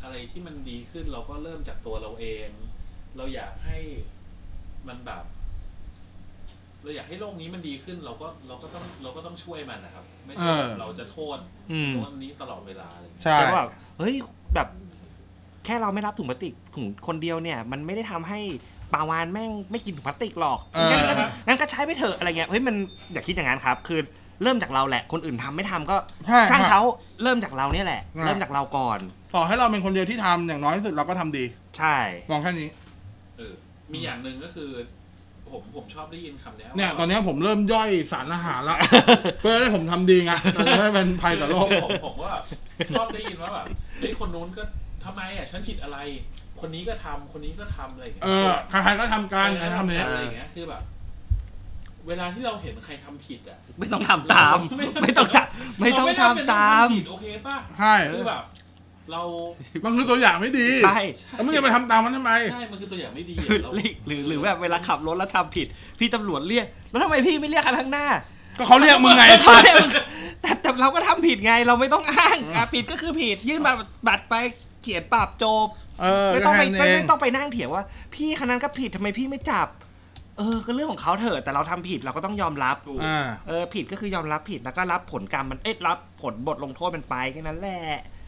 อะไรที่มันดีขึ้นเราก็เริ่มจากตัวเราเอง เราอยากให้มันแบบเราอยากให้โลกนี้มันดีขึ้นเราก็ต้องช่วยมันนะครับไม่ใช่เราจะโทษโน้นนี้ตลอดเวลาเลยใช่แต่ว่าเฮ้ยแบบแค่เราไม่รับถุงพลาสติกถุงคนเดียวเนี่ยมันไม่ได้ทำให้ปลาวานแม่งไม่กินถุงพลาสติกหรอกงั้นก็ใช้ไปเถอะอะไรเงี้ยเฮ้ยมันอย่าคิดอย่างนั้นครับคือเริ่มจากเราแหละคนอื่นทำไม่ทำก็ช่างเขาเริ่มจากเราเนี่ยแหละเริ่มจากเราก่อนต่อให้เราเป็นคนเดียวที่ทำอย่างน้อยที่สุดเราก็ทำดีใช่มองแค่นี้มีอย่างหนึ่งก็คือผมชอบได้ยินคำนี้เนี่ยตอนนี้ผมเริ่มย่อยสารอาหารแล้วเพื่อให้ผมทำดีไงจะไม่เป็นภัยต่อโลกผมว่าชอบได้ยินว่าแบบเฮ้ยคนนู้นก็ทำไมฉันผิดอะไรคนนี้ก็ทำคนนี้ก็ทำอะไรอย่างเงี้ยใครๆก็ทำการใครทำเนี่ยอะไรอย่างเงี้ยคือแบบเวลาที่เราเห็นใครทำผิดอ่ะไม่ต้องทำตามไม่ต้องทำตามโอเคป่ะใช่คือแบบมันคือตัวอย่างไม่ดีใช่แล้วมึงจะไปทำตามมันทำไมใช่มันคือตัวอย่างไม่ดีหรือแบบเวลาขับรถแล้วทำผิดพี่ตำรวจเรียกแล้วทำไมพี่ไม่เรียกคันข้างหน้าก็เขาเรียกมึงไงแต่เราก็ทำผิดไงเราไม่ต้องอ้างผิดก็คือผิดยื่นบัตรไปเขียนปรับจบไม่ต้องไปนั่งเถียงว่าพี่คันนั้นก็ผิดทำไมพี่ไม่จับก็เรื่องของเขาเถอะแต่เราทำผิดเราก็ต้องยอมรับผิดก็คือยอมรับผิดแล้วก็รับผลกรรมมันรับผลบทลงโทษมันไปแค่นั้นแหละ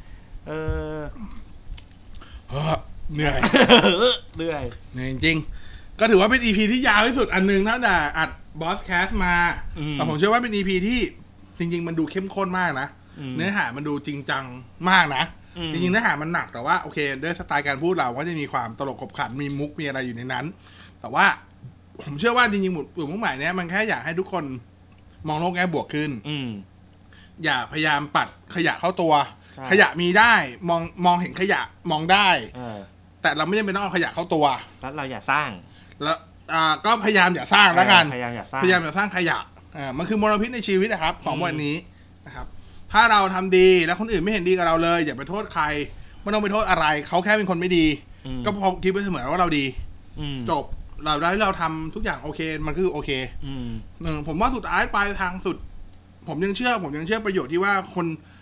เหนื่อยเหนื่อยจริงก็ถือว่าเป็น EP ที่ยาวที่สุดอันนึงตั้งแต่อัดบอสแคสมาแต่ผมเชื่อว่าเป็น EP ที่จริงๆมันดูเข้มข้นมากนะเนื้อหามันดูจริงจังมากนะจริงๆเนื้อหามันหนักแต่ว่าโอเคด้วยสไตล์การพูดเราก็จะมีความตลกขบขันมีมุกมีอะไรอยู่ในนั้นแต่ว่าผมเชื่อว่าจริงๆหมุดมุ่งหมายเนี้ยมันแค่อยากให้ทุกคนมองโลกแง่บวกขึ้นอย่าพยายามปัดขยะเข้าตัวขยะมีได้มองเห็นขยะมองได้แต่เราไม่จำเป็นต้องเอาขยะเข้าตัวแล้วเราอย่าสร้างแล้วก็พยายามอย่าสร้างแล้วกันพยายามอย่าสร้างขยะมันคือมลพิษในชีวิตนะครับของวันนี้นะครับถ้าเราทำดีแล้วคนอื่นไม่เห็นดีกับเราเลยอย่าไปโทษใครไม่ต้องไปโทษอะไรเขาแค่เป็นคนไม่ดีก็พอคิดไปเสมอว่าเราดีจบเราทำทุกอย่างโอเคมันคือโอเคผมว่าสุดท้ายปลายทางสุดผมยังเชื่อประโยชน์ที่ว่าคน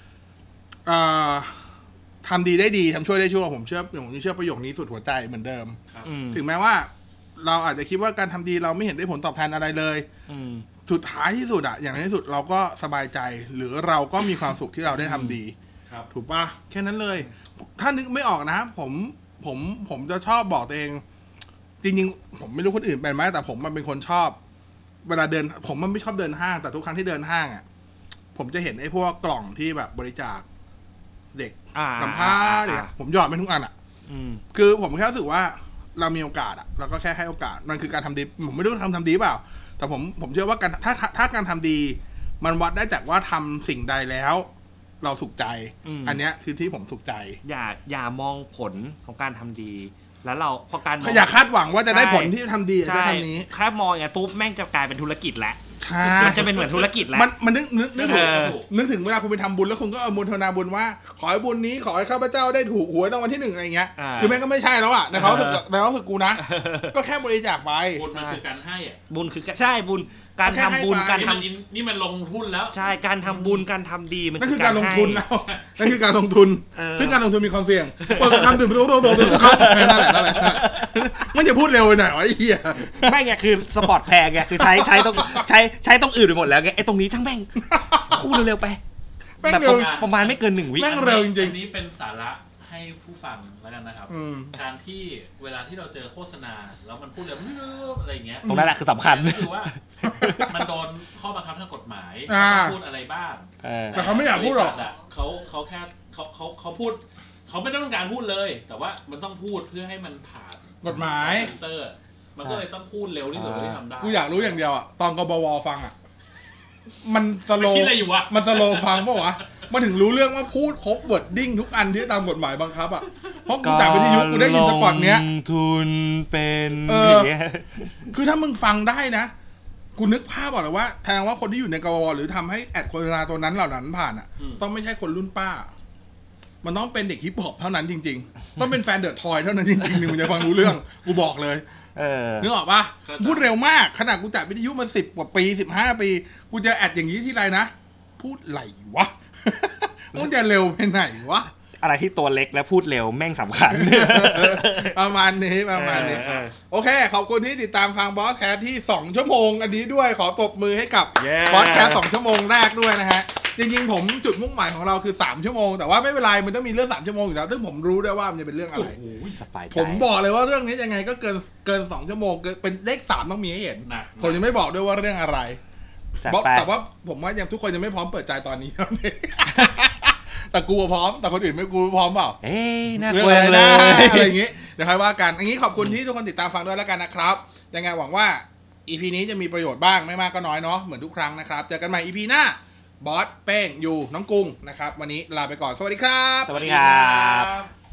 ทำดีได้ดีทำชั่วได้ชั่วผมเชื่อประโยคนี้สุดหัวใจเหมือนเดิมถึงแม้ว่าเราอาจจะคิดว่าการทำดีเราไม่เห็นได้ผลตอบแทนอะไรเลยสุดท้ายที่สุดอะอย่างที่สุดเราก็สบายใจหรือเราก็มีความสุขที่เราได้ทำดีถูกป่ะแค่นั้นเลยถ้านึกไม่ออกนะผมจะชอบบอกตัวเองจริงๆผมไม่รู้คนอื่นเป็นไหมแต่ผมมันเป็นคนชอบเวลาเดินผมมันไม่ชอบเดินห้างแต่ทุกครั้งที่เดินห้างอ่ะผมจะเห็นไอ้พวกกล่องที่แบบบริจาคเด็กสัมภาษณ์เนี่ยผมหยอดไปทุกอันอ่ะคือผมแค่รู้สึกว่าเรามีโอกาสอ่ะเราก็แค่ให้โอกาสมันคือการทำดีผมไม่รู้ทำดีเปล่าแต่ผมเชื่อว่าการถ้าการทำดีมันวัดได้จากว่าทำสิ่งใดแล้วเราสุขใจอันเนี้ยคือที่ผมสุขใจอย่ามองผลของการทำดีแล้วเราพอการอย่าคาดหวังว่าจะได้ผลที่ทำดีจะทำนี้คาดมองอย่างนั้นปุ๊บแม่งจะกลายเป็นธุรกิจแล้วมันจะเป็นเหมือนธุรกิจแล้วมันนึกถึงเวลาคุณไปทำบุญแล้วคุณก็เอาโมทนาบุญว่าขอให้บุญนี้ขอให้ข้าพเจ้าได้ถูกหวยรางวัลที่1อะไรเงี้ยคือแม่งก็ไม่ใช่แล้วอ่ะในเขาสึกกูนะก็แค่บริจาคไปบุญมันคือการให้บุญคือใช่บุญการทำบุญการทำนี่มันลงทุนแล้วใช่การทำบุญการทำดีมันคือการลงทุนแล้วนั่นคือการลงทุนซึ่งการลงทุนมีความเสี่ยงพอจะทำตื่นโดนเขานั่นแหละมันจะพูดเร็วหน่อยวะไอ้เหี้ยไม่ไงคือสปอร์ตแพงไงคือใช้ต้องอื่นไปหมดแล้วไงไอ้ตรงนี้ช่างแม่งพูดเร็วไปแบบประมาณไม่เกิน1 วิแม่งเร็วจริงๆนี้เป็นสาระให้ผู้ฟังแล้วกันนะครับการที่เวลาที่เราเจอโฆษณาแล้วมันพูดเร็วอะไรเงี้ยตรงนั้นแหละคือสำคัญคือว่ามันโดนข้อบังคับทางกฎหมายพูดอะไรบ้างแต่เขาไม่อยากพูดหรอกเขาแค่เขาพูดเขาไม่ต้องการพูดเลยแต่ว่ามันต้องพูดเพื่อให้มันผ่านกฎหมายเซอร์มันก็เลยต้องพูดเร็วที่สุดที่ทำได้กูอยากรู้อย่างเดียวอ่ะตอนกบวฟังอ่ะมันสโลฟังป่ะวะมาถึงรู้เรื่องว่าพูดครบเวิร์ดดิ้งทุกอันที่ตามกฎหมายบังคับอ่ะเพราะกูจากวิทยุกูได้ยินสปอตเนี้ยทุนเป็นคือถ้ามึงฟังได้นะกูนึกภาพออกเลยว่าแทนว่าคนที่อยู่ในกบวหรือทำให้แอดโฆษณาตัวนั้นเหล่านั้นผ่านอ่ะต้องไม่ใช่คนรุ่นป้ามันต้องเป็นเด็กฮิปฮอปเท่านั้นจริงๆต้องเป็นแฟนเดอะทอยเท่านั้นจริงๆถึงจะฟังรู้เรื่องกูบอกเลยนึกออกปะพูดเร็วมากขนาดกูจัดวิทยุมา10 กว่าปี15 ปีกูจะแอดอย่างนี้ที่ไรนะพูดไหลวะมันจะเร็วไปไหนวะอะไรที่ตัวเล็กและพูดเร็วแม่งสำคัญประมาณนี้โอเคขอบคุณที่ติดตามฟังบอสแคสที่2ชั่วโมงอันนี้ด้วยขอตบมือให้กับบอสแคส2ชั่วโมงแรกด้วยนะฮะจริงๆผมจุดมุ่งหมายของเราคือ3ชั่วโมงแต่ว่าไม่เป็นไรมันต้องมีเรื่อง3ชั่วโมงอยู่แล้วซึ่งผมรู้ด้วยว่ามันจะเป็นเรื่องอะไรผมบอกเลยว่าเรื่องนี้ยังไงก็เกิน2ชั่วโมงเป็นเลข3ต้องมีให้เห็นผมยังไม่บอกด้วยว่าเรื่องอะไรแต่ว่าผมว่ายังทุกคนยังไม่พร้อมเปิดใจตอนนี้เท่านั้นแต่กูพร้อมแต่คนอื่นไม่กูพร้อมเปล่าน่ากลัวเลยอะไรอย่างงี้เดี๋ยวค่อยว่ากันอย่างนี้ขอบคุณที่ทุกคนติดตามฟังด้วยแล้วกันนะครับยังไงหวังว่า EP นี้จะมีประโยชน์บ้างไม่มากก็น้อยเนาะเหมือนทุกครั้งนะครับเจอกันใหม่ EP หน้าบอสเป้งอยู่น้องกุ้งนะครับวันนี้ลาไปก่อนสวัสดีครับสวัสดีครับ